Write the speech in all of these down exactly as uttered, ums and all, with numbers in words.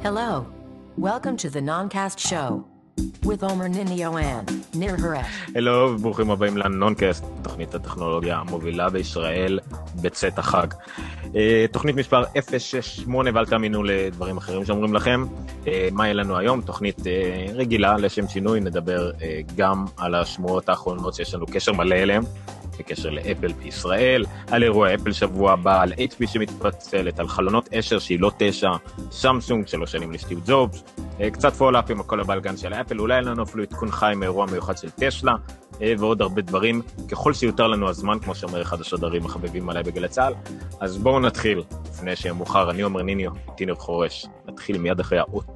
Hello. Welcome to the Noncast Show with Omer Ninio and Nir Haresh. הלו, ברוכים הבאים לנונקאסט, תוכנית הטכנולוגיה המובילה בישראל בצאת החג. תוכנית מספר אפס שש שמונה, ואל תאמינו לדברים אחרים שאומרים לכם. מה יהיה לנו היום? תוכנית רגילה לשם שינוי, נדבר גם על השמועות האחרונות שיש לנו קשר מלא אליהם, בקשר לאפל בישראל, על אירוע אפל שבוע הבא, על אייץ' פי שמתפצלת, על חלונות אשר שהיא לא תשע, סמסונג שלוש שנים לסטיב ג'ובס, קצת פולאפ עם כל הבלגן של אפל, אולי לנו אפילו עדכון חי מאירוע מיוחד של טסלה, ועוד הרבה דברים, ככל שיותר לנו הזמן, כמו שאומר אחד השדרים החביבים עליי בגלי צה"ל. אז בואו נתחיל, לפני שיהיה מאוחר. אני אומר ניניו, איתי ניר חורש, נתחיל מיד אחרי האות.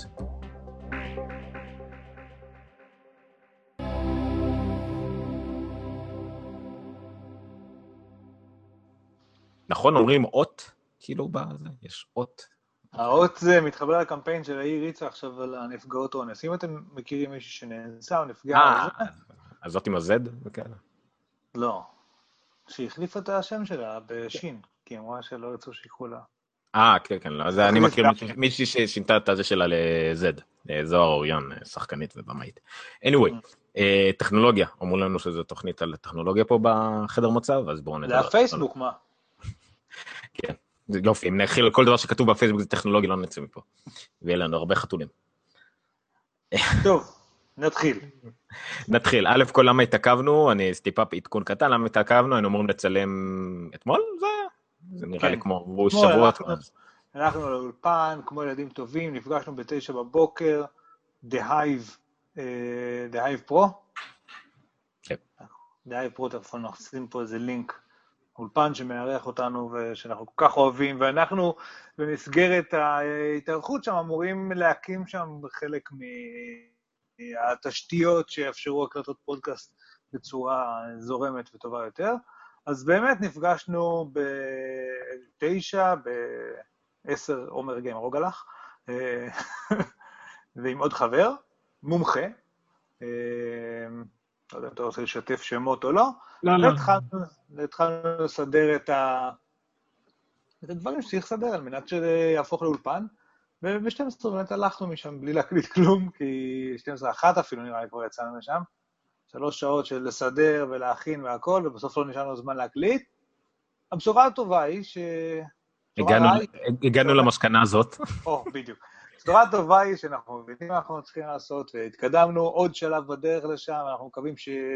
נכון, אומרים אות, כאילו בזה, יש אות. האות זה מתחבר לקמפיין של העיר ריצה עכשיו על הנפגעות אונס. אם אתם מכירים מישהו שנאנסה או נפגע... אה, אז זאת עם הזד וכאלה? לא. שהיא החליפה את השם שלה בשין, כי אמרה שלא רצו שיקחו לה. אה, כן, כן, אז אני מכיר מישהי ששינתה את הזה שלה לזד. זוהר אוריון, שחקנית ובמאית. anyway, טכנולוגיה. אמרו לנו שזו תוכנית על טכנולוגיה פה בחדר מצב, אז בואו נדבר. זה הפייסבוק, מה? כן, זה יופי, אם נחיל כל דבר שכתוב בפייסבוק זה טכנולוגיה, לא נצא מפה. ויהיה לנו הרבה חתולים. טוב, נתחיל. נתחיל. א' כל למה התעכבנו, אני סטיפה עדכון קטן, למה התעכבנו, היינו אמורים לצלם אתמול, זה היה. זה נראה לי כמו שבוע. הלכנו לאולפן, כמו ילדים טובים, נפגשנו בתשע בבוקר, The Hive, The Hive Pro. כן. The Hive Pro, תכף אנחנו נשים פה איזה לינק. אולפן שמארח אותנו ושאנחנו כל כך אוהבים, ואנחנו במסגרת ההתארחות שם אמורים להקים שם חלק מהתשתיות שיאפשרו הקלטות פודקאסט בצורה זורמת וטובה יותר. אז באמת נפגשנו בתשע, בעשר, עומר גיים רוגלח, ועם עוד חבר, מומחה, לא יודע אם אתה רוצה לשתף שמות או לא, לא, לא. התחלנו לסדר את, ה... את הדברים שצריך לסדר על מנת שיהפוך לאולפן, וב-שתים עשרה באמת הלכנו משם בלי להקליט כלום, כי שתים עשרה אחת אפילו נראה לי כבר יצאנו משם, שלוש שעות של לסדר ולהכין והכל, ובסוף לא נשארנו זמן להקליט. הבשורה הטובה היא ש... הגענו, הגענו למסקנה הזאת. או, בדיוק. הבשורה הטובה היא שאנחנו מבינים מה אנחנו צריכים לעשות, והתקדמנו עוד שלב בדרך לשם, אנחנו מקווים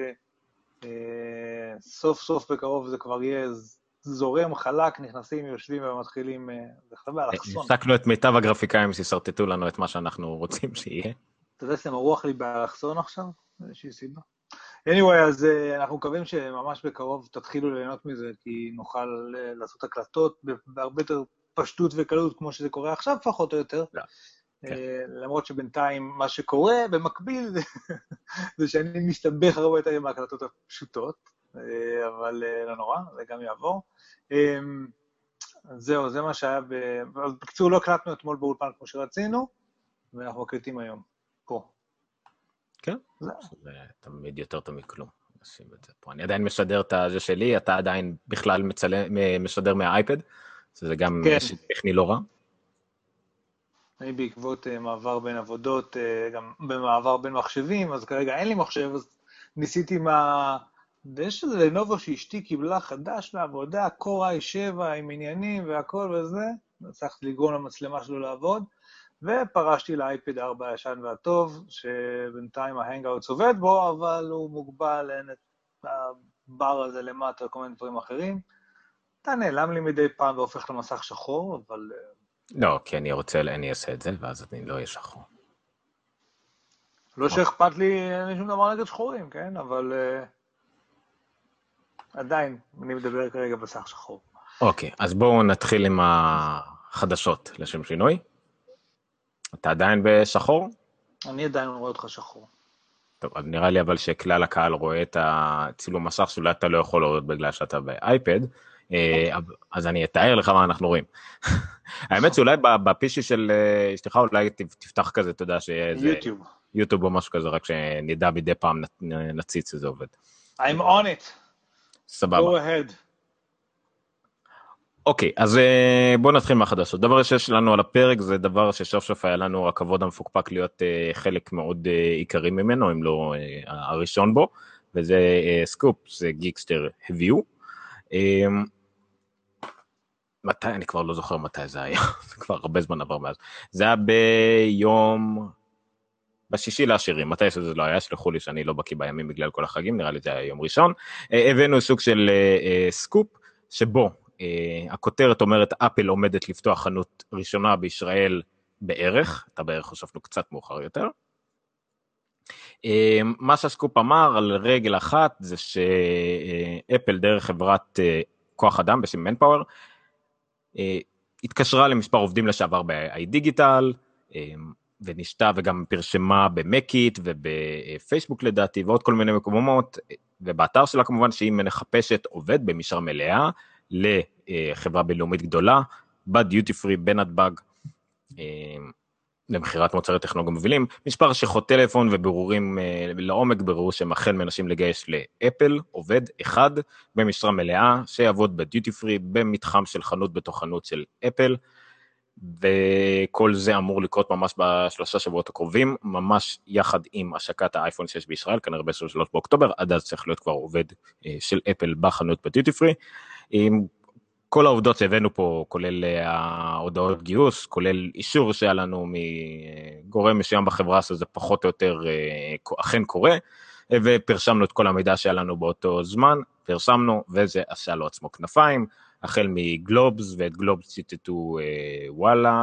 שסוף סוף בקרוב זה כבר יהיה זורם, חלק, נכנסים, יושבים ומתחילים, זה חבל, אלכסון. הפסקנו את מיטב הגרפיקאים שסרטטו לנו את מה שאנחנו רוצים שיהיה. אתה יודע שזה מרוח לי באלכסון עכשיו? איזושהי סיבה. anyway, אז אנחנו מקווים שממש בקרוב תתחילו ליהנות מזה, כי נוכל לעשות הקלטות בהרבה יותר פשטות וקלות, כמו שזה קורה עכשיו, פחות או יותר. לא. למרות שבינתיים מה שקורה במקביל זה שאני מסתבך הרבה יותר עם ההקלטות הפשוטות, אבל לא נורא, זה גם יעבור. זהו, זה מה שהיה, בקצור לא הקלטנו אתמול באולפן כמו שרצינו, ואנחנו מקליטים היום, פה. כן, זה תמיד יותר טוב מכלום. נשים את זה פה. אני עדיין משדר את זה שלי, אתה עדיין בכלל משדר מהאייפד, זה גם טכני לא רע. אני בעקבות מעבר בין עבודות, גם במעבר בין מחשבים, אז כרגע אין לי מחשב, אז ניסיתי מה... יש איזה לנובו שאשתי קיבלה חדש לעבודה, Core איי שבע עם עניינים והכל וזה, הצלחתי לגרום למצלמה שלו לעבוד, ופרשתי לאייפד ארבע הישן והטוב, שבינתיים ההנגאוטס עובד בו, אבל הוא מוגבל, אין את הבר הזה למטה, כל מיני דברים אחרים. אתה נעלם לי מדי פעם והופך למסך שחור, אבל... לא, כי אני רוצה, אני אעשה את זה, ואז אני לא אהיה שחור. לא שאכפת לי, אין לי שום דבר נגד שחורים, כן? אבל עדיין, אני מדבר כרגע בסך שחור. אוקיי, אז בואו נתחיל עם החדשות לשם שינוי. אתה עדיין בשחור? אני עדיין רואה אותך שחור. טוב, אז נראה לי אבל שכלל הקהל רואה את הצילום מסך, שאולי אתה לא יכול לראות בגלל שאתה באייפד, אז אני אתאר לך מה אנחנו רואים. האמת שאולי בפישי של אשתך, אולי תפתח כזה, אתה יודע שיהיה איזה... יוטיוב. יוטיוב או משהו כזה, רק שנדע מדי פעם נציץ שזה עובד. I'm on it. סבבה. Go ahead. אוקיי, אז אה, בואו נתחיל מהחדשות. דבר שיש לנו על הפרק זה דבר שסוף סוף היה לנו הכבוד המפוקפק להיות אה, חלק מאוד אה, עיקרי ממנו, אם לא אה, הראשון בו, וזה אה, סקופ, זה גיקסטר הביאו. אה, מתי, אני כבר לא זוכר מתי זה היה, זה כבר הרבה זמן עבר מאז. זה היה ביום, בשישי לעשירים, מתי שזה לא היה, שלחו לי שאני לא בקיא בימים בגלל כל החגים, נראה לי זה היה יום ראשון. אה, הבאנו סוג של אה, אה, סקופ, שבו uh, הכותרת אומרת אפל עומדת לפתוח חנות ראשונה בישראל בערך, אתה בערך חושבנו קצת מאוחר יותר. Uh, מה שהסקופ אמר על רגל אחת זה שאפל uh, דרך חברת uh, כוח אדם בשם מנפאוור, uh, התקשרה למספר עובדים לשעבר ב-iDigital, uh, ונשתה וגם פרשמה במקיט ובפייסבוק לדעתי ועוד כל מיני מקומות, ובאתר שלה כמובן שהיא מחפשת עובד במשרה מלאה, לחברה בינלאומית גדולה, בדיוטי פרי בנתב"ג, למחירת מוצרי טכנולוגיה מובילים, מספר שיחות טלפון ובירורים לעומק, ביררו שהם אכן מנסים לגייס לאפל, עובד אחד במשרה מלאה, שיעבוד בדיוטי פרי, במתחם של חנות בתוך חנות של אפל, וכל זה אמור לקרות ממש בשלושה שבועות הקרובים, ממש יחד עם השקת האייפון שש בישראל, כנראה ב-עשרים ושלושה באוקטובר, עד אז צריך להיות כבר עובד של אפל בחנות בדיוטי פרי, עם כל העובדות שהבאנו פה, כולל ההודעות גיוס, כולל אישור שהיה לנו מגורם מסוים בחברה, שזה פחות או יותר אכן קורה, ופרשמנו את כל המידע שהיה לנו באותו זמן, פרשמנו, וזה עשה לו עצמו כנפיים, החל מגלובס, ואת גלובס ציטטו וואלה,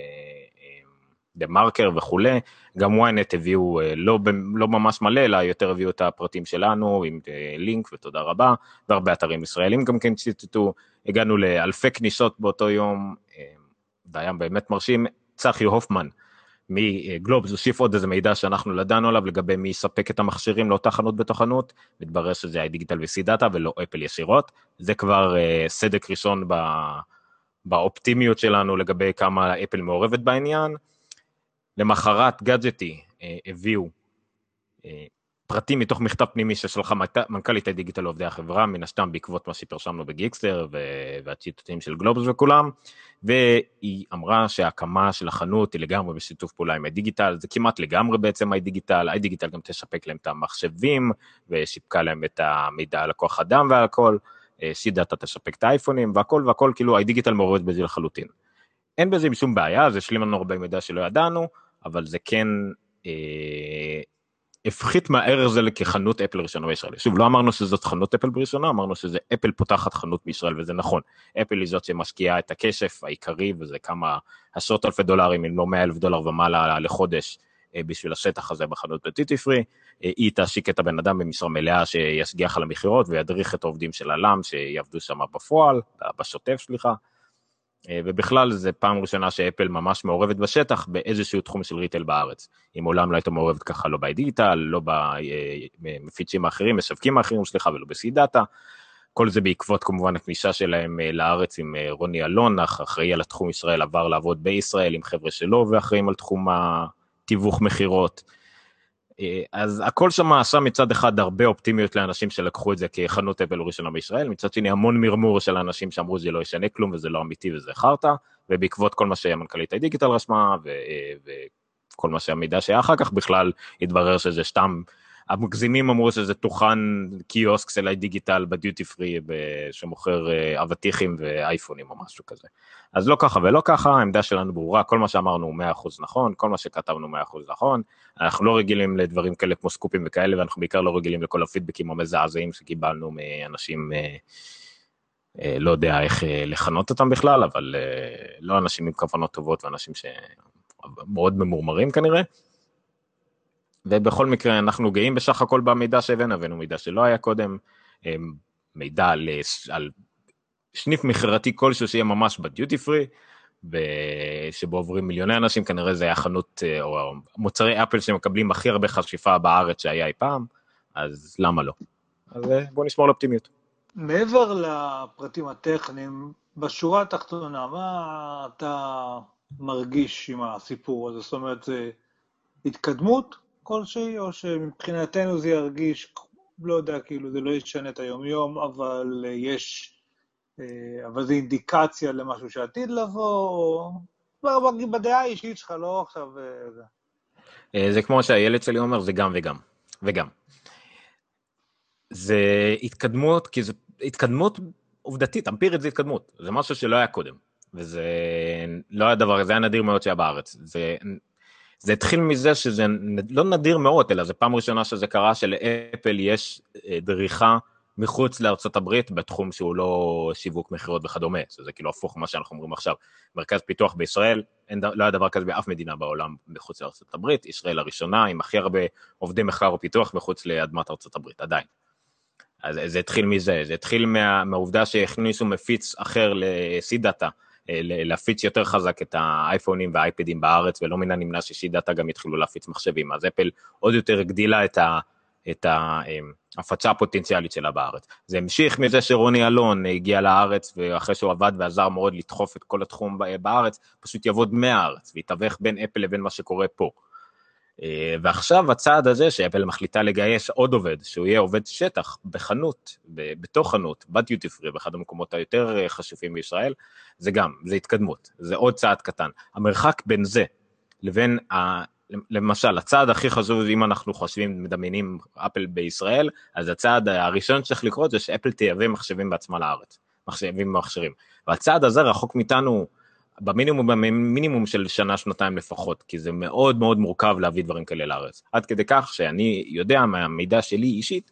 ודה מרקר וכו', גם וויינט הביאו לא, לא ממש מלא, אלא יותר הביאו את הפרטים שלנו, עם לינק ותודה רבה, והרבה אתרים ישראלים גם כן ציטטו, הגענו לאלפי כניסות באותו יום, והיה באמת מרשים. צחי הופמן מגלובס הוסיף עוד איזה מידע שאנחנו לדענו עליו, לגבי מי יספק את המכשירים לאותה חנות בתוך חנות, מתברר שזה iDigital ו-C-Data ולא אפל ישירות, זה כבר uh, סדק ראשון ב, באופטימיות שלנו לגבי כמה אפל מעורבת בעניין. למחרת גאדג'טי uh, הביאו uh, פרטים מתוך מכתב פנימי ששלחה מנכ"לית iDigital לעובדי החברה, מן הסתם בעקבות מה שפרשמנו בגיקסטר והציטוטים של גלובס וכולם, והיא אמרה שההקמה של החנות היא לגמרי בשיתוף פעולה עם iDigital, זה כמעט לגמרי בעצם iDigital, iDigital גם תשפק להם את המחשבים, ושיפקה להם את המידע על הכוח אדם והכל, C-Data תשפק את האייפונים והכל והכל, כאילו iDigital מעורבת בזה לחלוטין. אין בזה משום בעיה, זה השלים לנו הרבה מידע שלא ידענו, אבל זה כן אה, הפחית מהערך זה כחנות אפל ראשונה בישראל. שוב, לא אמרנו שזאת חנות אפל בראשונה, אמרנו שזה אפל פותחת חנות בישראל, וזה נכון. אפל היא זאת שמשקיעה את הכסף העיקרי, וזה כמה עשרות אלפי דולרים, אם לא מאה אלף דולר ומעלה לחודש, בשביל השטח הזה בחנות בדיוטי פרי. היא תעשיק את הבן אדם במשרה מלאה שישגיח על המחירות, וידריך את העובדים של הלם שיעבדו שם בפועל, בשוטף סליחה. ובכלל זה פעם ראשונה שאפל ממש מעורבת בשטח באיזשהו תחום של ריטל בארץ. אם עולם לא הייתה מעורבת ככה, לא באידיגיטל, לא במפיצים האחרים, משווקים האחרים, סליחה, ולא ב-C-Data. כל זה בעקבות כמובן הכניסה שלהם לארץ עם רוני אלון, אחראי על התחום ישראל, עבר לעבוד בישראל עם חבר'ה שלו, ואחראים על תחום התיווך מחירות. אז הכל שם עשה מצד אחד הרבה אופטימיות לאנשים שלקחו את זה כחנות אפל ראשונה בישראל, מצד שני המון מרמור של האנשים שאמרו זה לא ישנה כלום וזה לא אמיתי וזה חרטא, ובעקבות כל מה שהמנכ"לית iDigital רשמה וכל מה שהמידע שהיה אחר כך בכלל התברר שזה סתם, המגזימים אמרו שזה תוכן קיוסק של iDigital בדיוטי פרי שמוכר אבטיחים ואייפונים או משהו כזה. אז לא ככה ולא ככה, העמדה שלנו ברורה, כל מה שאמרנו הוא מאה אחוז נכון, כל מה שכתבנו מאה אחוז נכון, אנחנו לא רגילים לדברים כאלה כמו סקופים וכאלה, ואנחנו בעיקר לא רגילים לכל הפידבקים המזעזעים שקיבלנו מאנשים, לא יודע איך לכנות אותם בכלל, אבל לא אנשים עם כוונות טובות ואנשים שמאוד ממורמרים כנראה. ובכל מקרה אנחנו גאים בסך הכל במידע שהבאנו, הבאנו מידע שלא היה קודם, מידע על, על שניף מכירתי כלשהו שיהיה ממש בדיוטי פרי, שבו עוברים מיליוני אנשים, כנראה זה היה חנות, או מוצרי אפל שמקבלים הכי הרבה חשיפה בארץ שהיה אי פעם, אז למה לא? אז בואו נשמור לאופטימיות. מעבר לפרטים הטכניים, בשורה התחתונה, מה אתה מרגיש עם הסיפור הזה? זאת אומרת, זה התקדמות כלשהי, או שמבחינתנו זה ירגיש, לא יודע, כאילו זה לא ישנה את היום יום, אבל יש אבל זה אינדיקציה למשהו שעתיד לבוא, בדעה האישית שלך, לא עכשיו... זה כמו שהילד שלי אומר, זה גם וגם, וגם. זה התקדמות, כי זה התקדמות עובדתית, אמפירית זה התקדמות, זה משהו שלא היה קודם, וזה לא היה דבר, זה היה נדיר מאוד שהיה בארץ, זה, זה התחיל מזה שזה לא נדיר מאוד, אלא זה פעם ראשונה שזה קרה, שלאפל יש דריכה מחוץ לארצות הברית, בתחום שהוא לא שיווק מחירות וכדומה, זה כאילו הפוך מה שאנחנו אומרים עכשיו, מרכז פיתוח בישראל, אין, לא היה דבר כזה באף מדינה בעולם מחוץ לארצות הברית, ישראל הראשונה, עם הכי הרבה עובדי מחקר ופיתוח מחוץ לאדמת ארצות הברית, עדיין. אז זה התחיל מזה, זה התחיל מה, מהעובדה שהכניסו מפיץ אחר ל-C Data, להפיץ יותר חזק את האייפונים והאייפדים בארץ, ולא מן הנמנע ש-C Data גם התחילו להפיץ מחשבים, אז אפל עוד יותר הגדילה את ה... את ההפצה הפוטנציאלית שלה בארץ. זה המשיך מזה שרוני אלון הגיע לארץ, ואחרי שהוא עבד ועזר מאוד לדחוף את כל התחום בארץ, פשוט יעבוד מהארץ, ויתווך בין אפל לבין מה שקורה פה. ועכשיו הצעד הזה, שאפל מחליטה לגייס עוד עובד, שהוא יהיה עובד שטח בחנות, בתוך חנות, בדיוטי פרי, באחד המקומות היותר חשובים בישראל, זה גם, זה התקדמות, זה עוד צעד קטן. המרחק בין זה, לבין ה... למשל, הצעד הכי חשוב, אם אנחנו חושבים, מדמיינים אפל בישראל, אז הצעד הראשון שצריך לקרות, זה שאפל תייבא מחשבים בעצמה לארץ, מחשבים ומכשירים. והצעד הזה רחוק מאיתנו, במינימום, במינימום של שנה, שנתיים לפחות, כי זה מאוד מאוד מורכב להביא דברים כאלה לארץ. עד כדי כך שאני יודע מהמידע שלי אישית,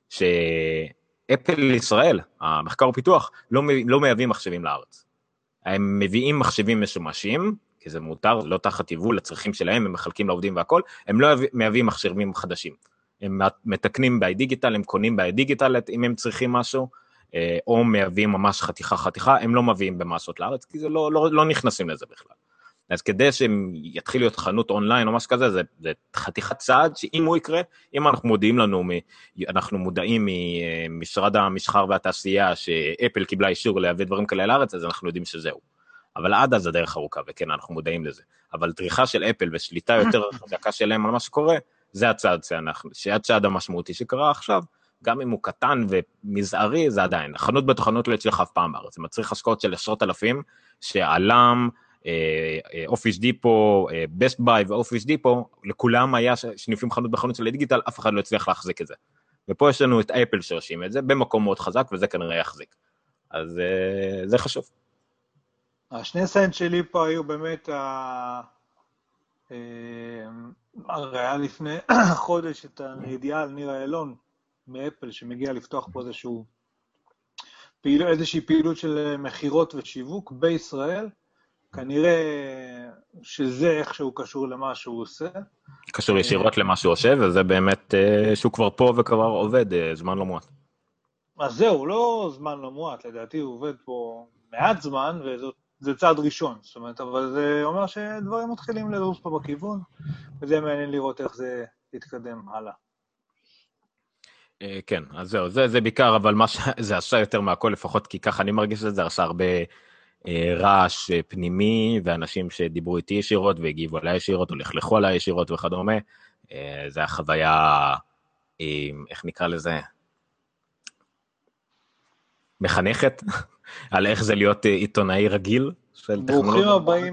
שאפל ישראל, המחקר ופיתוח, לא, לא מייבאים מחשבים לארץ. הם מביאים מחשבים משומשים, כי זה מותר, לא תחת יבול לצרכים שלהם, הם מחלקים לעובדים והכל, הם לא מייבאים מחשבים חדשים. הם מתקנים באי-דיגיטל, הם קונים באי-דיגיטל, אם הם צריכים משהו, או מייבאים ממש חתיכה חתיכה, הם לא מביאים במסות לארץ, כי זה לא, לא, לא נכנסים לזה בכלל. אז כדי שהם יתחיל להיות חנות אונליין או משהו כזה, זה, זה חתיכת צעד, שאם הוא יקרה, אם אנחנו מודיעים לנו, אנחנו מודעים ממשרד המסחר והתעשייה, שאפל קיבלה אישור להביא דברים כאלה לארץ, אז אנחנו יודעים שזהו. אבל עד אז הדרך ארוכה, וכן, אנחנו מודעים לזה. אבל דריכה של אפל ושליטה יותר חזקה שלהם על מה שקורה, זה הצעד שאנחנו, שהצעד המשמעותי שקרה עכשיו, גם אם הוא קטן ומזערי, זה עדיין. החנות בתחנות לא יצליח אף פעם בארץ, זה מצריך השקעות של עשרות אלפים, שעלם, אופיס דיפו, בסט ביי ואופיס דיפו, לכולם היה שניפים חנות בחנות של דיגיטל, אף אחד לא יצליח להחזיק את זה. ופה יש לנו את אפל שעושים את זה, במקום מאוד חזק, וזה כנראה יחזיק. אז זה חשוב. השני סנט שלי פה היו באמת, הרי היה לפני חודש את הידיעה על ניר אילון מאפל, שמגיע לפתוח פה איזשהו, איזושהי פעילות של מחירות ושיווק בישראל, כנראה שזה איכשהו קשור למה שהוא עושה. קשור ישירות למה שהוא עושה, וזה באמת שהוא כבר פה וכבר עובד זמן לא מועט. אז זהו, לא זמן לא מועט, לדעתי הוא עובד פה מעט זמן, וזאת זה צעד ראשון, זאת אומרת, אבל זה אומר שדברים מתחילים לרוץ פה בכיוון, וזה מעניין לראות איך זה יתקדם הלאה. כן, אז זהו, זה, זה בעיקר, אבל מה שזה עשה יותר מהכל, לפחות כי ככה אני מרגיש את זה, עשה הרבה רעש פנימי, ואנשים שדיברו איתי ישירות, והגיבו עליי ישירות, או לכלכו עליי ישירות וכדומה, זה החוויה, איך נקרא לזה? מחנכת, על איך זה להיות עיתונאי רגיל של טכנולוגיה. ברוכים הבאים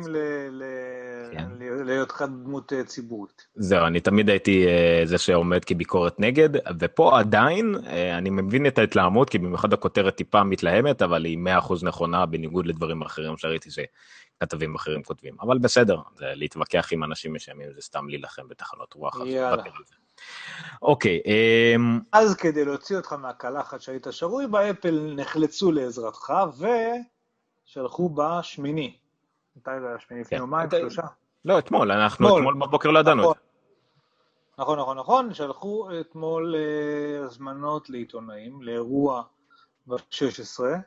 להיות חד דמות ציבורית. זהו, אני תמיד הייתי זה שעומד כביקורת נגד, ופה עדיין אני מבין את ההתלהמות, כי במיוחד הכותרת טיפה מתלהמת, אבל היא מאה אחוז נכונה, בניגוד לדברים אחרים שראיתי שכתבים אחרים כותבים. אבל בסדר, זה להתווכח עם אנשים משעמים, זה סתם להילחם בתחנות רוח. יאללה. אוקיי. אז כדי להוציא אותך מהקלחת שהיית שרוי באפל, נחלצו לעזרתך ושלחו בשמיני. מתי זה היה שמיני? לפני יומיים, שלושה? לא, אתמול, אנחנו אתמול בבוקר לא ידענו את זה. נכון, נכון, נכון, שלחו אתמול הזמנות לעיתונאים, לאירוע ב-שש עשרה,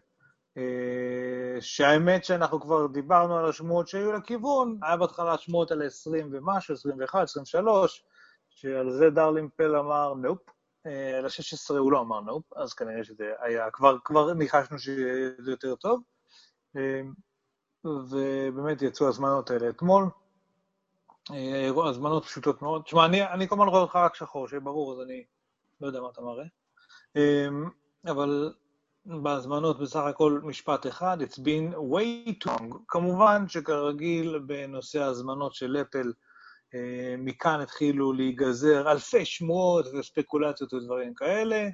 שהאמת שאנחנו כבר דיברנו על השמועות שהיו לכיוון, היה בהתחלה שמועות על עשרים ומשהו, עשרים ואחת, עשרים ושלוש, שעל זה דרלין פל אמר נופ, ל-שש עשרה הוא לא אמר נופ, אז כנראה שזה היה, כבר, כבר ניחשנו שזה יותר טוב, ובאמת יצאו הזמנות האלה אתמול, הזמנות פשוטות מאוד. תשמע, אני, אני כל הזמן רואה אותך רק שחור, שיהיה ברור, אז אני לא יודע מה אתה מראה. אבל בהזמנות בסך הכל משפט אחד, it's been way too long. כמובן שכרגיל בנושא ההזמנות של אפל, מכאן התחילו להיגזר אלפי שמועות וספקולציות ודברים כאלה.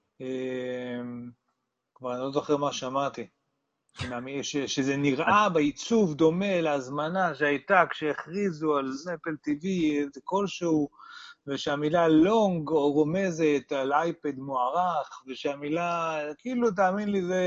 כבר אני לא זוכר מה שמעתי. שזה נראה בעיצוב דומה להזמנה שהייתה כשהכריזו על אפל טי וי כלשהו, ושהמילה לונג או רומזת על אייפד מוערך, ושהמילה, כאילו תאמין לי זה,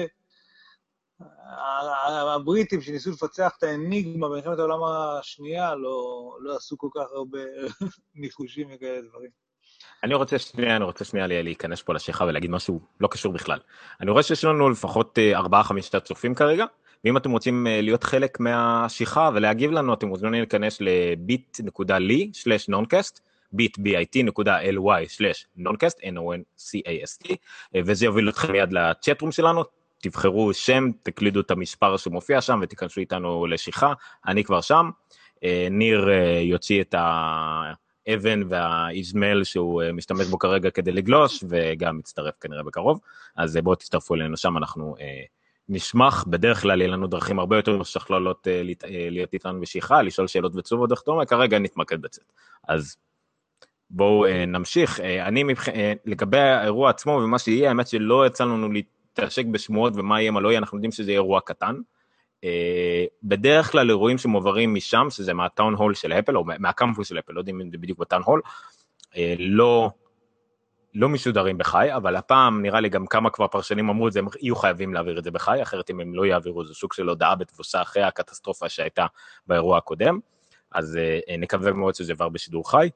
הבריטים שניסו לפצח את האניגמה במלחמת העולם השנייה, לא, לא עשו כל כך הרבה ניחושים וכאלה דברים. אני רוצה שנייה, אני רוצה שנייה להיכנס פה לשיחה ולהגיד משהו לא קשור בכלל. אני רואה שיש לנו לפחות ארבעה חמש צופים כרגע, ואם אתם רוצים להיות חלק מהשיחה ולהגיב לנו, אתם מוזמנים להיכנס ל-bit.ly slash noncast, bit.ly slash noncast, N-O-N-C-A-S-T, וזה יוביל אתכם מיד לצ'אטרום שלנו, תבחרו שם, תקלידו את המספר שמופיע שם ותיכנסו איתנו לשיחה, אני כבר שם, ניר יוציא את האבן והאיזמל שהוא משתמש בו כרגע כדי לגלוש, וגם מצטרף כנראה בקרוב, אז בואו תצטרפו אלינו שם, אנחנו נשמח, בדרך כלל יהיה לנו דרכים הרבה יותר משכללות להיות איתנו בשיחה, לשאול שאלות ותשובות וכדומה, כרגע נתמקד בצאת, אז בואו נמשיך, אני לגבי האירוע עצמו ומה שיהיה, האמת שלא יצא לנו להתעשק בשמועות ומה יהיה מה לא יהיה, אנחנו יודעים שזה אירוע קטן, בדרך כלל אירועים שמועברים משם, שזה מהטאון הול של אפל, או מהקמפוס של אפל, לא יודעים אם זה בדיוק בטאון הול, לא, לא משודרים בחי, אבל הפעם נראה לי גם כמה כבר פרשנים אמרו את זה, הם יהיו חייבים להעביר את זה בחי, אחרת אם הם לא יעבירו, זה סוג של הודעה בתבוסה אחרי הקטסטרופה שהייתה באירוע הקודם, אז נקווה מאוד שזה עבר בשידור חי.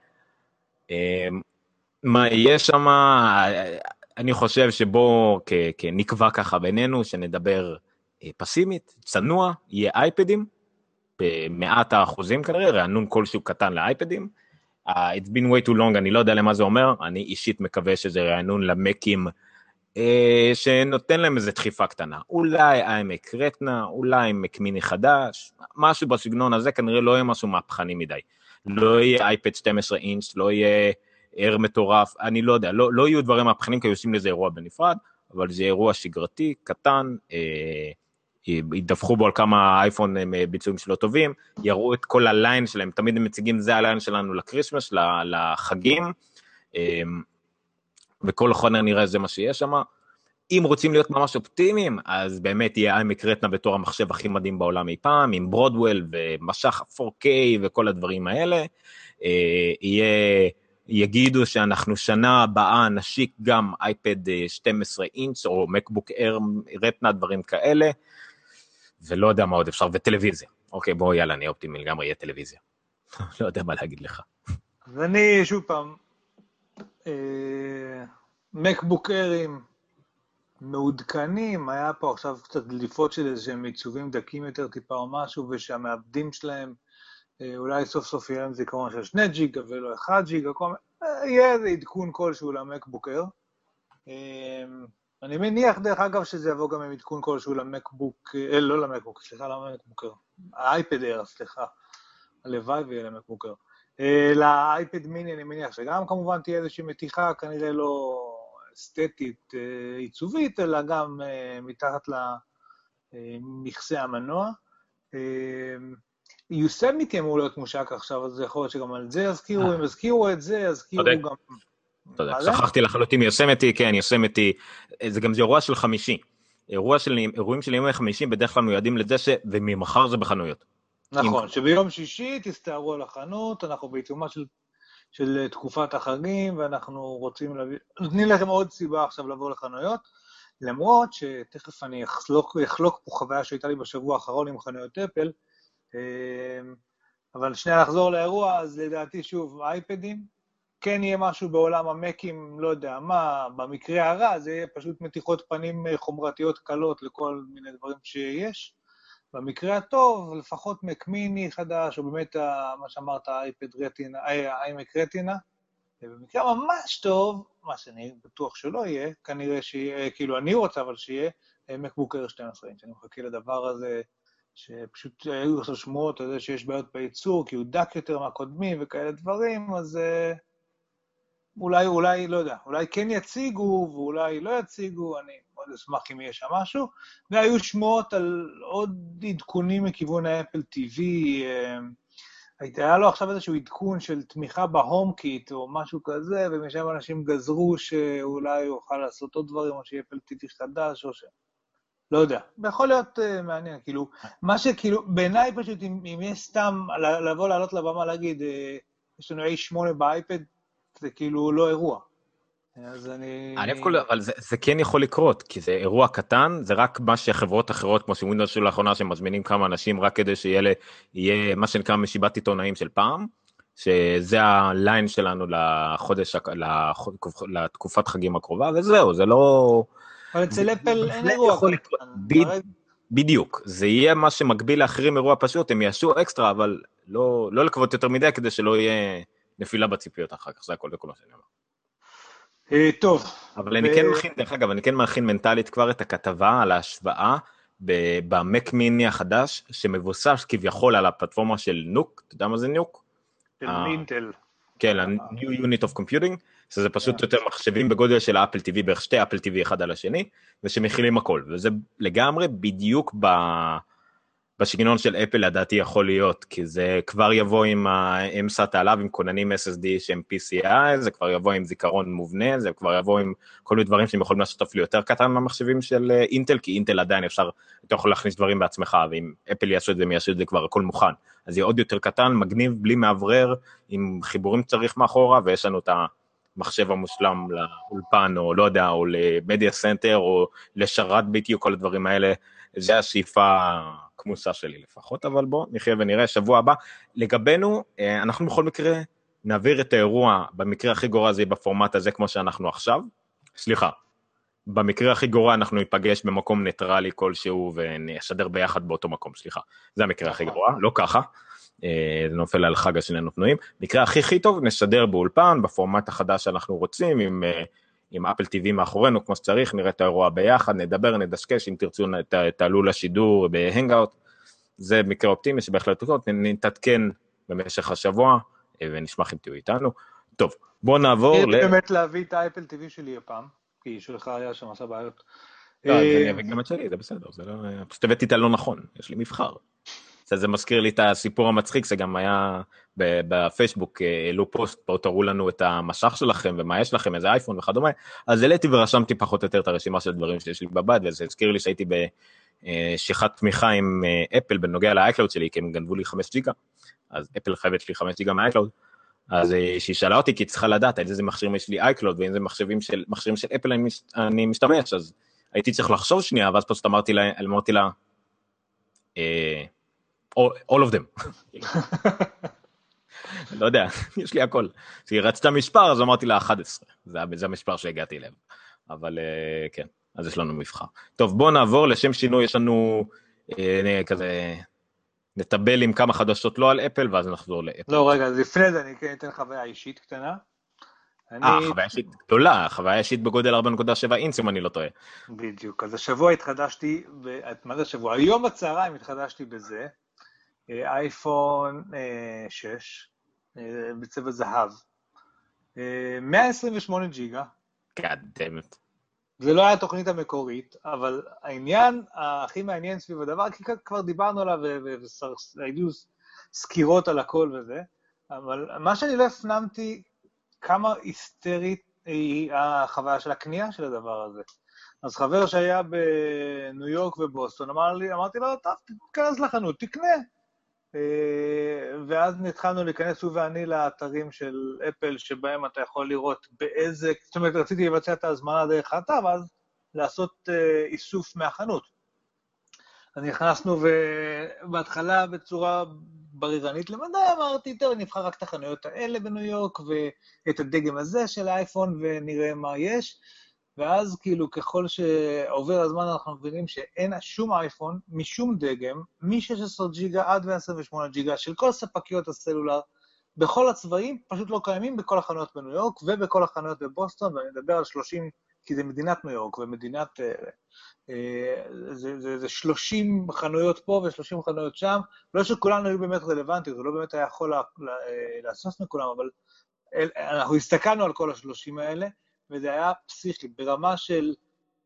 מה יש שם, אני חושב שבו נקבע ככה בינינו, שנדבר פסימית, צנוע, יהיה אייפדים, במאת האחוזים כנראה, רענון כלשהו קטן לאייפדים, uh, it's been way too long, אני לא יודע למה זה אומר, אני אישית מקווה שזה רענון למקים, uh, שנותן להם איזו דחיפה קטנה, אולי iMac רטנה, אולי Mac מיני חדש, משהו בסגנון הזה, כנראה לא יהיה משהו מהפכני מדי, לא יהיה אייפד שתים עשרה אינץ', לא יהיה ער מטורף, אני לא יודע, לא, לא יהיו דברים מהפכנים, כי עושים לזה אירוע בנפרד, אבל זה אירוע שגרתי, קטן, אה, ידווחו בו על כמה אייפון ביצועים שלו טובים, יראו את כל הליין שלהם, תמיד הם מציגים, זה הליין שלנו לקריסמס, לחגים, וכל חונר נראה זה מה שיש שם, אם רוצים להיות ממש אופטימיים, אז באמת יהיה iMac רטנה בתור המחשב הכי מדהים בעולם אי פעם, עם ברודוול ומשך פור קיי וכל הדברים האלה, יהיה... יגידו שאנחנו שנה הבאה נשיק גם אייפד שתים עשרה אינץ' או מקבוק אייר רטנה, דברים כאלה, ולא יודע מה עוד אפשר, וטלוויזיה. אוקיי, בוא יאללה, אני אופטימי, לגמרי יהיה טלוויזיה. לא יודע מה להגיד לך. אז אני שוב פעם, מקבוק איירים מעודכנים, היה פה עכשיו קצת דליפות של איזה שהם עיצובים דקים יותר טיפה או משהו, ושהמעבדים שלהם, אולי סוף סוף יהיה להם זיכרון של שני ג'יגה ולא אחד ג'יגה, יהיה איזה עדכון כלשהו למקבוק אייר. אני מניח דרך אגב שזה יבוא גם עם עדכון כלשהו למקבוק, לא למקבוק, סליחה, למקבוק אייר. האייפד אייר, סליחה, הלוואי ויהיה למקבוק אייר. לאייפד מיני אני מניח שגם כמובן תהיה איזושהי מתיחה, כנראה לא אסתטית עיצובית, אלא גם מתחת למכסה המנוע. יוסמיטי אמור להיות מושק עכשיו, אז זה יכול להיות שגם על זה יזכירו, אם יזכירו את זה, יזכירו גם... תודה, שכחתי לחלוטין, יוסמיטי, כן, יוסמיטי, זה גם זה אירוע של חמישי, אירועים של ימי חמישי בדרך כלל מיועדים לזה ש... וממחר זה בחנויות. נכון, שביום שישי תסתערו על החנות, אנחנו בעיצומה של, של תקופת החגים, ואנחנו רוצים להביא... נותנים לכם עוד סיבה עכשיו לבוא לחנויות, למרות שתכף אני אחלוק, אחלוק פה חוויה שהייתה לי בשבוע האחרון עם חנויות אפל, אבל שנייה לחזור לאירוע, אז לדעתי שוב, אייפדים, כן יהיה משהו בעולם המקים, לא יודע מה, במקרה הרע, זה יהיה פשוט מתיחות פנים חומרתיות קלות לכל מיני דברים שיש, במקרה הטוב, לפחות מק מיני חדש, או באמת מה שאמרת, אייפד רטינה, איימק רטינה, ובמקרה ממש טוב, מה שאני בטוח שלא יהיה, כנראה שיהיה, כאילו אני רוצה אבל שיהיה, מקבוק אייר שתים עשרה אינץ', אני מחכה לדבר הזה, שפשוט היו עכשיו שמועות, אתה יודע שיש בעיות בייצור, כי הוא דק יותר מהקודמים וכאלה דברים, אז אולי, אולי, לא יודע, אולי כן יציגו, ואולי לא יציגו, אני מאוד אשמח אם יהיה שם משהו, והיו שמועות על עוד עדכונים מכיוון האפל טי וי, היה לו עכשיו איזשהו עדכון של תמיכה בהום קיט או משהו כזה, ומשם אנשים גזרו שאולי הוא יוכל לעשות עוד דברים, או שיהיה אפל טי וי חדש, או ש... לא יודע. יכול להיות uh, מעניין, כאילו, מה שכאילו, בעיניי פשוט, אם, אם יש סתם לבוא לעלות לבמה להגיד, uh, יש לנו איי שמונה באייפד, זה כאילו לא אירוע. אז אני... אני אוהב כל, אבל זה, זה כן יכול לקרות, כי זה אירוע קטן, זה רק מה שחברות אחרות, כמו שווינדוס של לאחרונה, שמזמינים כמה אנשים, רק כדי שיהיה לה, יהיה מה שנקרא משיבת עיתונאים של פעם, שזה הליין שלנו לחודש, לתקופת חגים הקרובה, וזהו, זה לא... אבל אצל אפל אין אירוע קטן. בדיוק, זה יהיה מה שמקביל לאחרים אירוע פשוט, הם יעשו אקסטרה, אבל לא, לא לקוות יותר מדי, כדי שלא יהיה נפילה בציפיות אחר כך, זה הכל, זה כל מה שאני אומר. טוב. אבל אני כן מכין, דרך אגב, אני כן מכין מנטלית כבר את הכתבה על ההשוואה במק מיני החדש, שמבוסס כביכול על הפלטפורמה של נוק, אתה יודע מה זה נוק? של אינטל. כן, ה-New Unit of Computing, שזה פשוט יותר מחשבים בגודל של האפל טי וי, בערך שתי אפל טי וי אחד על השני, ושמכילים הכל, וזה לגמרי בדיוק ב... בסגנון של אפל לדעתי יכול להיות, כי זה כבר יבוא עם ה-אם סאט עליו, עם כוננים אס אס די שהם פי סי איי, זה כבר יבוא עם זיכרון מובנה, זה כבר יבוא עם כל מיני דברים שהם יכולים לעשות אפילו יותר קטן מהמחשבים של אינטל, כי אינטל עדיין אפשר, אתה יכול להכניס דברים בעצמך, ואם אפל יעשו את זה, הם יעשו את זה כבר הכל מוכן. אז יהיה עוד יותר קטן, מגניב, בלי מעברר, עם חיבורים צריך מאחורה, ויש לנו את המחשב המושלם לאולפן, או לא יודע, או למדיה סנטר, או לשרת ביתי, או כל הדברים האלה. זה השאיפה כמוסה שלי לפחות, אבל בוא נחיה ונראה שבוע הבא. לגבינו, אנחנו בכל מקרה נעביר את האירוע, במקרה הכי גרוע זה יהיה בפורמט הזה כמו שאנחנו עכשיו, סליחה, במקרה הכי גרוע אנחנו ניפגש במקום ניטרלי כלשהו, ונשדר ביחד באותו מקום, סליחה, זה המקרה הכי גרוע, לא ככה, זה נופל על חג השנינו פנויים, מקרה הכי הכי טוב נשדר באולפן, בפורמט החדש שאנחנו רוצים, עם... עם אפל טי וי מאחורינו, כמו שצריך, נראה את האירוע ביחד, נדבר, נדשקש, אם תרצו, תעלו לשידור בהנגאוט, זה מקרה אופטימי שבהחלט תוצאות, נתעדכן במשך השבוע, ונשמח אם תהיו איתנו. טוב, בואו נעבור ל... אני באמת להביא את האפל טי וי שלי הפעם, כי שלך היה שם עשה בעיות. לא, אני אביא גם את שלי, זה בסדר, זה לא... פשוט הבאתי את הלא נכון, יש לי מבחר. זה מזכיר לי את הסיפור המצחיק, זה גם היה בפייסבוק, העלו פוסט, פה תראו לנו את המשך שלכם, ומה יש לכם, איזה אייפון וכדומה, אז העליתי ורשמתי פחות או יותר את הרשימה של דברים שיש לי בבית, וזה הזכיר לי שהייתי בשיחת תמיכה עם אפל, בנוגע לאייקלאוד שלי, כי הם גנבו לי חמש ג'יגה, אז אפל חייבת לי חמש ג'יגה מהאייקלאוד, אז שהיא שאלה אותי, כי צריכה לדעת, איזה מכשירים יש לי אייקלאוד, ואם זה מכשירים של, מכשירים של אפל אני, אני משתמש, אז הייתי צריך לחשוב שנייה, ואז פשוט אמרתי לה, אמרתי לה, all of them. לא יודע, יש לי הכל. כשהיא רצתה משפר, אז אמרתי לה אחת עשרה. זה המשפר שהגעתי אליו. אבל כן, אז יש לנו מבחר. טוב, בואו נעבור לשם שינוי, יש לנו כזה, נטבל עם כמה חדשות לא על אפל, ואז נחזור לאפל. לא, רגע, אז לפני זה אני כן אתן חוויה אישית קטנה. אה, חוויה אישית גדולה, חוויה אישית בגודל ארבע נקודה שבע אינץ, אם אני לא טועה. בדיוק, אז השבוע התחדשתי, מה זה השבוע? היום בצהריים התחדשתי בזה, אייפון שש, בצבע זהב, מאה עשרים ושמונה ג'יגה. God damn it. זה לא היה התוכנית המקורית, אבל העניין הכי מעניין סביב הדבר, כי כבר דיברנו עליו, והיו סקירות על הכל וזה, אבל מה שאני לא הפנמתי, כמה היסטרית היא החוויה של הקנייה של הדבר הזה. אז חבר שהיה בניו יורק ובוסטון, אמר לי, אמרתי לו, טוב, תיכנס לחנות, תקנה. ואז התחלנו להיכנס הוא ואני לאתרים של אפל, שבהם אתה יכול לראות באיזה, זאת אומרת, רציתי לבצע את ההזמנה דרך האתר, ואז לעשות איסוף מהחנות. אז נכנסנו ובהתחלה בצורה ברירנית למדי, אמרתי, טוב, נבחר רק את החנויות האלה בניו יורק, ואת הדגם הזה של האייפון, ונראה מה יש. ואז כאילו ככל שעובר הזמן אנחנו מבינים שאין שום אייפון משום דגם, מ-שש עשרה ג'יגה עד מאה עשרים ושמונה ג'יגה של כל ספקיות הסלולר, בכל הצבעים, פשוט לא קיימים בכל החנויות בניו יורק ובכל החנויות בבוסטון, ואני מדבר על שלושים, כי זה מדינת ניו יורק ומדינת, זה, זה, זה שלושים חנויות פה ו-שלושים חנויות שם, לא שכולנו היו באמת רלוונטיות, זה לא באמת היה יכול לאסוף מכולם, אבל אנחנו הסתכלנו על כל השלושים האלה, וזה היה פסיכי, ברמה של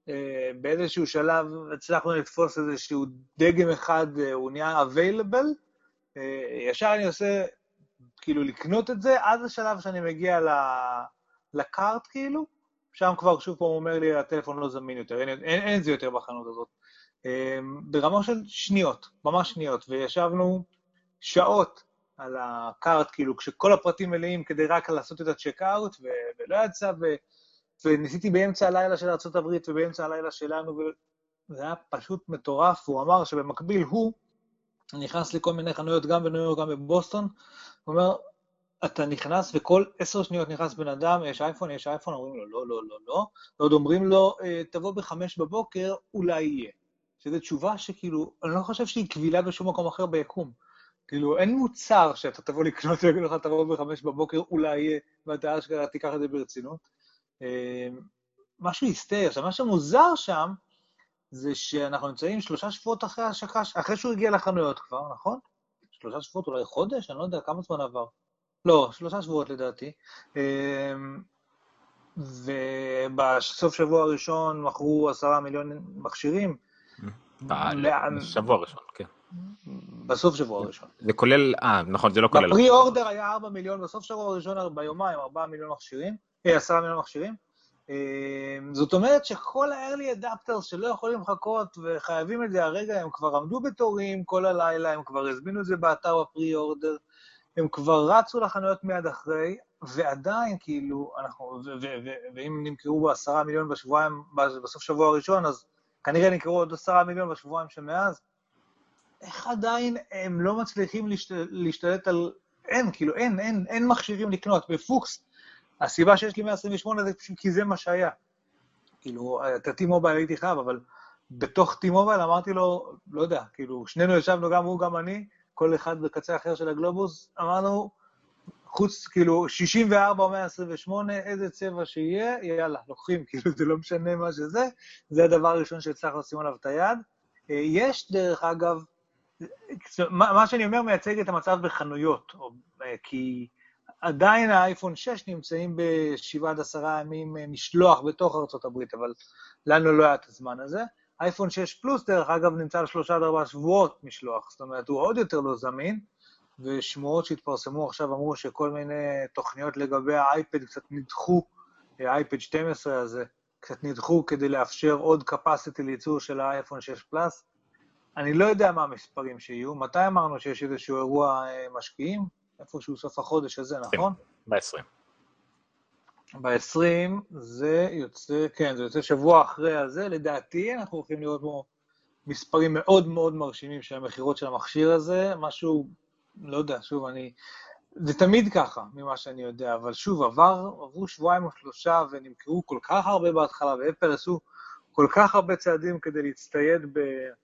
באיזשהו שלב הצלחנו לתפוס איזשהו דגם אחד, הוא נהיה available, ישר אני עושה, כאילו לקנות את זה, עד השלב שאני מגיע לקארט כאילו, שם כבר שוב פעם אומר לי, הטלפון לא זמין יותר, אין, אין, אין זה יותר בחנות הזאת. ברמה של שניות, ממש שניות, וישבנו שעות על הקארט, כאילו, כשכל הפרטים מלאים כדי רק לעשות את הצ'ק-אוט, ולא יצא, ו... וניסיתי באמצע הלילה של ארצות הברית ובאמצע הלילה שלנו, וזה היה פשוט מטורף. הוא אמר שבמקביל הוא נכנס לכל מיני חנויות, גם בניו יורק, גם בבוסטון, הוא אומר, אתה נכנס וכל עשר שניות נכנס בן אדם, יש אייפון, יש אייפון, אומרים לו, לא, לא, לא, לא, ועוד אומרים לו, תבוא בחמש בבוקר, אולי יהיה. שזו תשובה שכאילו, אני לא חושב שהיא קבילה בשום מקום אחר ביקום. כאילו, אין מוצר שאתה תבוא לקנות ויגיד לך, תבוא בחמש בבוקר, אולי יהיה, ואתה אשכרה תיקח את זה ברצינות. משהו היסטרי. עכשיו, מה שמוזר שם, זה שאנחנו נמצאים שלושה שבועות אחרי השקה, אחרי שהוא הגיע לחנויות כבר, נכון? שלושה שבועות, אולי חודש? אני לא יודע, כמה זמן עבר. לא, שלושה שבועות לדעתי. ובסוף שבוע הראשון מכרו עשרה מיליון מכשירים. בשבוע הראשון, כן. בסוף שבוע הראשון. זה כולל, אה, נכון, זה לא כולל. בפרי אורדר היה ארבעה מיליון, בסוף שבוע הראשון ביומיים, ארבעה מיליון מכשירים, אה, עשרה מיליון מכשירים. זאת אומרת שכל ה-early adapters שלא יכולים לחכות וחייבים את זה הרגע, הם כבר עמדו בתורים כל הלילה, הם כבר הזמינו את זה באתר בפרי אורדר, הם כבר רצו לחנויות מיד אחרי, ועדיין כאילו, אנחנו, ואם נמכרו בעשרה מיליון בשבועיים, בסוף שבוע הראשון, אז כנראה נמכרו עוד עשרה מיליון בשבועיים שמאז, איך עדיין הם לא מצליחים להשתלט על, אין, כאילו, אין, אין, אין מכשירים לקנות, בפוקס, הסיבה שיש לי מאה עשרים ושמונה זה פשוט כי זה מה שהיה. כאילו, את הטי-מובייל הייתי חייב, אבל בתוך טי-מובייל אמרתי לו, לא יודע, כאילו, שנינו ישבנו, גם הוא, גם אני, כל אחד בקצה אחר של הגלובוס, אמרנו, חוץ, כאילו, שישים וארבע או מאה עשרים ושמונה, איזה צבע שיהיה, יאללה, לוקחים, כאילו, זה לא משנה מה שזה, זה הדבר הראשון שהצלחנו לשים עליו את היד. יש, דרך אגב, מה שאני אומר מייצג את המצב בחנויות, כי עדיין האייפון שש נמצאים בשבעה עד עשרה ימים משלוח בתוך ארצות הברית, אבל לנו לא היה את הזמן הזה. אייפון שש פלוס, דרך אגב, נמצא על שלושה עד ארבעה שבועות משלוח, זאת אומרת, הוא עוד יותר לא זמין, ושמועות שהתפרסמו עכשיו אמרו שכל מיני תוכניות לגבי האייפד קצת נדחו, האייפד שתים עשרה הזה, קצת נדחו כדי לאפשר עוד capacity לייצור של האייפון שש פלוס. אני לא יודע מה המספרים שיהיו, מתי אמרנו שיש איזשהו אירוע משקיעים? איפשהו סוף החודש הזה, נכון? ב-עשרים. ב-עשרים זה יוצא, כן, זה יוצא שבוע אחרי הזה, לדעתי אנחנו הולכים לראות פה מספרים מאוד מאוד מרשימים של המחירות של המכשיר הזה, משהו, לא יודע, שוב, אני, זה תמיד ככה, ממה שאני יודע, אבל שוב, עבר, עברו שבועיים או שלושה, ונמכרו כל כך הרבה בהתחלה, ואפל עשו כל כך הרבה צעדים כדי להצטייד ב...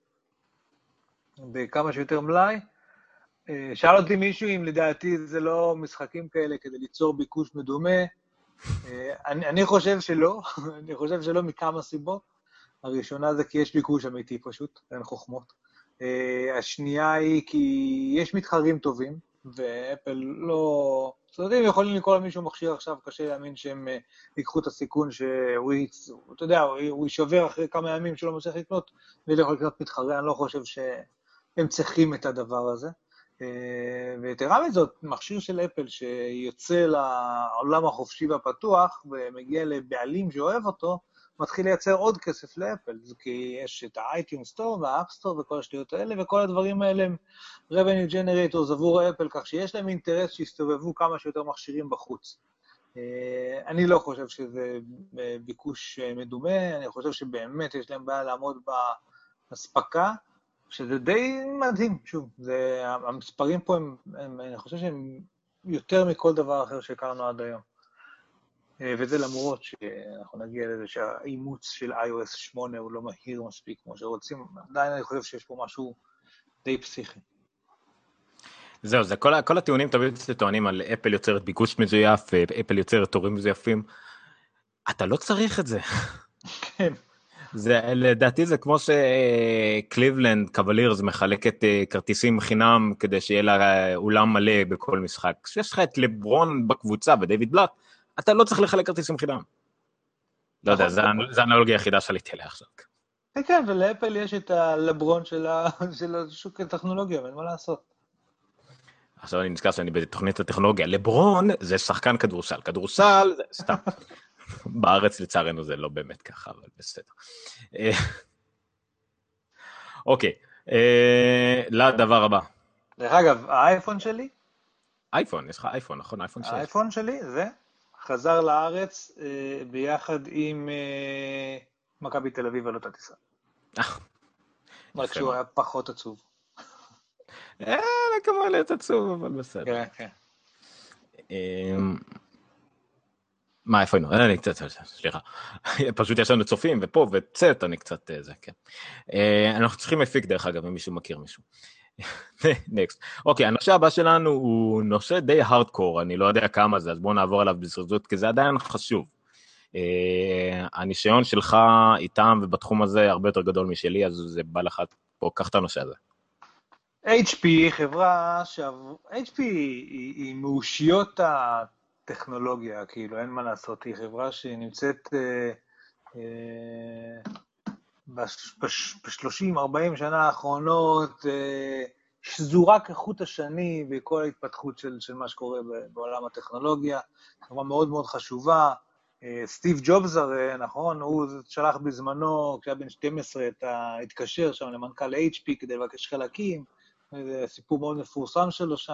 בכמה שיותר מלאי. שאל אותי מישהו אם לדעתי זה לא משחקים כאלה כדי ליצור ביקוש מדומה. אני, אני חושב שלא, אני חושב שלא מכמה סיבות. הראשונה זה כי יש ביקוש אמיתי פשוט, אין חוכמות. השנייה היא כי יש מתחרים טובים, ואפל לא... זאת אומרת, הם יכולים לקרוא למישהו מכשיר עכשיו, קשה להאמין שהם ייקחו את הסיכון שהוא, אתה יודע, הוא יישבר אחרי כמה ימים שלא מצליח לקנות, ולא יכול לקנות מתחרה, אני לא חושב שהם צריכים את הדבר הזה. ויתרה מזאת, מכשיר של אפל שיוצא לעולם החופשי והפתוח, ומגיע לבעלים שאוהב אותו, מתחיל לייצר עוד כסף לאפל, כי יש את ה-iTunes Store וה-App Store וכל השטויות האלה, וכל הדברים האלה הם revenue generators עבור אפל, כך שיש להם אינטרס שיסתובבו כמה שיותר מכשירים בחוץ. אני לא חושב שזה ביקוש מדומה, אני חושב שבאמת יש להם בעיה לעמוד בהספקה, שזה די מדהים, שוב, זה, המספרים פה הם, הם, אני חושב שהם יותר מכל דבר אחר שהכרנו עד היום. וזה למרות שאנחנו נגיע לזה שהאימוץ של איי או אס שמונה הוא לא מהיר מספיק כמו שרוצים, עדיין אני חושב שיש פה משהו די פסיכי. זהו, זה כל, כל הטיעונים תמיד טוענים על אפל יוצרת ביקוש מזויף, אפל יוצרת תורים מזויפים, אתה לא צריך את זה. כן. זה, לדעתי זה כמו שקליבלנד קוולירס מחלקת כרטיסים חינם כדי שיהיה לה אולם מלא בכל משחק. כשיש לך את לברון בקבוצה ודייוויד בלאט, אתה לא צריך לחלק כרטיסים חינם. לא יודע, זה האנלוגיה היחידה שעליתי עליה עכשיו. כן, כן, ולאפל יש את הלברון של השוק הטכנולוגיה, אין מה לעשות. עכשיו אני נזכר שאני בתוכנית הטכנולוגיה. לברון זה שחקן כדורסל. כדורסל זה סתם. בארץ לצערנו זה לא באמת ככה, אבל בסדר. אוקיי, לדבר הבא. דרך אגב, האייפון שלי? אייפון, יש לך אייפון, נכון? אייפון שש. האייפון שלי, זה, חזר לארץ ביחד עם מכבי תל אביב על אותה טיסה. רק שהוא היה פחות עצוב. אה, כמה להיות עצוב, אבל בסדר. כן, כן. מה, איפה היינו? אני קצת, סליחה. פשוט יש לנו צופים, ופה, וצאת, אני קצת, זה, כן. אנחנו צריכים מפיק, דרך אגב, אם מישהו מכיר מישהו. נקסט. אוקיי, הנושא הבא שלנו הוא נושא די הארדקור, אני לא יודע כמה זה, אז בואו נעבור עליו בזריזות, כי זה עדיין חשוב. הניסיון שלך איתם ובתחום הזה הרבה יותר גדול משלי, אז זה בא לך פה, קח את הנושא הזה. אייץ' פי, חברה ש... אייץ' פי היא, היא מאושיות הטכנולוגיה, כאילו, אין מה לעשות, היא חברה שנמצאת אה, אה, ב-שלושים ארבעים שנה האחרונות, אה, שזורה כחוט השני בכל ההתפתחות של, של מה שקורה בעולם הטכנולוגיה, חברה מאוד מאוד חשובה, סטיב ג'ובס הרי, נכון, הוא שלח בזמנו, כשהיה בן שתים עשרה, את ההתקשר שם למנכ"ל אייץ' פי כדי לבקש חלקים, זה סיפור מאוד מפורסם שלו שם.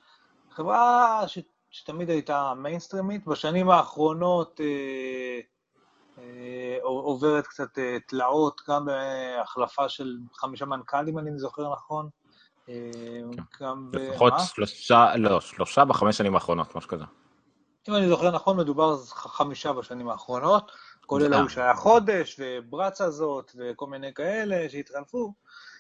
חברה ש, שתמיד הייתה מיינסטרימית, בשנים האחרונות אה, אה, עוברת קצת אה, תלאות, גם בהחלפה של חמישה מנכ"לים, אני זוכר נכון. אה, גם לפחות במה? שלושה, לא, שלושה בחמש שנים האחרונות, משהו כזה. אם אני זוכר נכון, מדובר חמישה בשנים האחרונות, כולל ההוא שהיה חודש, וברצה הזאת, וכל מיני כאלה שהתחלפו.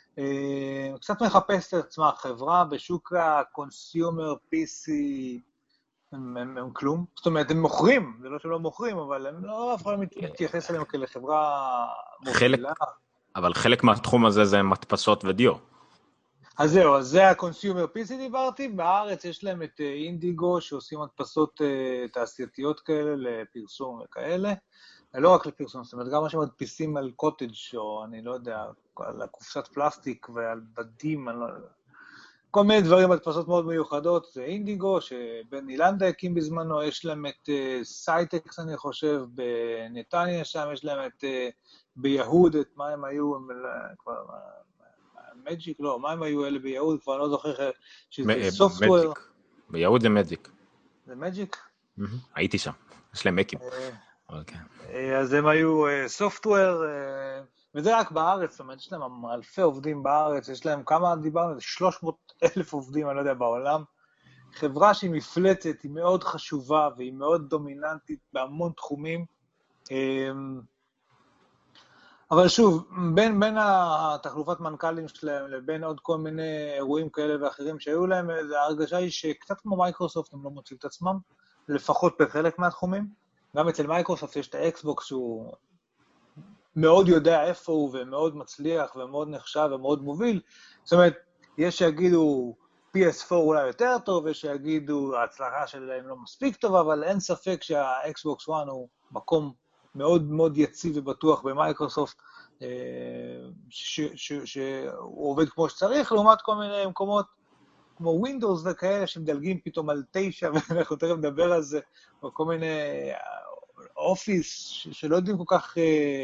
קצת מחפשת את עצמה חברה בשוק הקונסיומר פי סי, הם, הם, הם כלום. זאת אומרת, הם מוכרים, זה לא שהם לא מוכרים, אבל הם לא אף אחד מתייחס אליהם כלחברה מובילה. אבל חלק מהתחום הזה זה מדפסות ודיו. אז זהו, אז זה הקונסיומר פי סי דיברתי, בארץ יש להם את אינדיגו שעושים מדפסות תעשייתיות כאלה לפרסום וכאלה, לא רק לפרסום, זאת אומרת גם מה שמדפיסים על קוטג' או אני לא יודע, על קופסת פלסטיק ועל בדים, אני לא יודע, כל מיני דברים, מדפסות מאוד מיוחדות, זה אינדיגו שבן אילנדה הקים בזמנו, יש להם את סייטקס אני חושב, בנתניה שם, יש להם את ביהוד, את מה הם היו, הם כבר... מג'יק, לא, מה הם היו אלה ביהוד? כבר לא זוכר שזה סופטוור. ביהוד זה מג'יק. זה מג'יק? הייתי שם, יש להם מקים. אז הם היו סופטוור, וזה רק בארץ, זאת אומרת, יש להם אלפי עובדים בארץ, יש להם כמה דיברנו, שלוש מאות אלף עובדים, אני לא יודע, בעולם. חברה שהיא מפלצת, היא מאוד חשובה, והיא מאוד דומיננטית בהמון תחומים. אבל שוב, בין, בין התחלופת מנכ"לים שלהם לבין עוד כל מיני אירועים כאלה ואחרים שהיו להם, ההרגשה היא שקצת כמו מייקרוסופט הם לא מוצאים את עצמם, לפחות בחלק מהתחומים. גם אצל מייקרוסופט יש את האקסבוקס שהוא מאוד יודע איפה הוא ומאוד מצליח ומאוד נחשב ומאוד מוביל. זאת אומרת, יש שיגידו פי אס פור אולי יותר טוב, יש שיגידו ההצלחה שלהם לא מספיק טוב, אבל אין ספק שהאקסבוקס אחת הוא מקום מאוד מאוד יציב ובטוח במייקרוסופט, שהוא עובד כמו שצריך, לעומת כל מיני מקומות כמו ווינדוס וכאלה שמדלגים פתאום על תשע, ואנחנו תכף נדבר על זה, או כל מיני אופיס שלא יודעים כל כך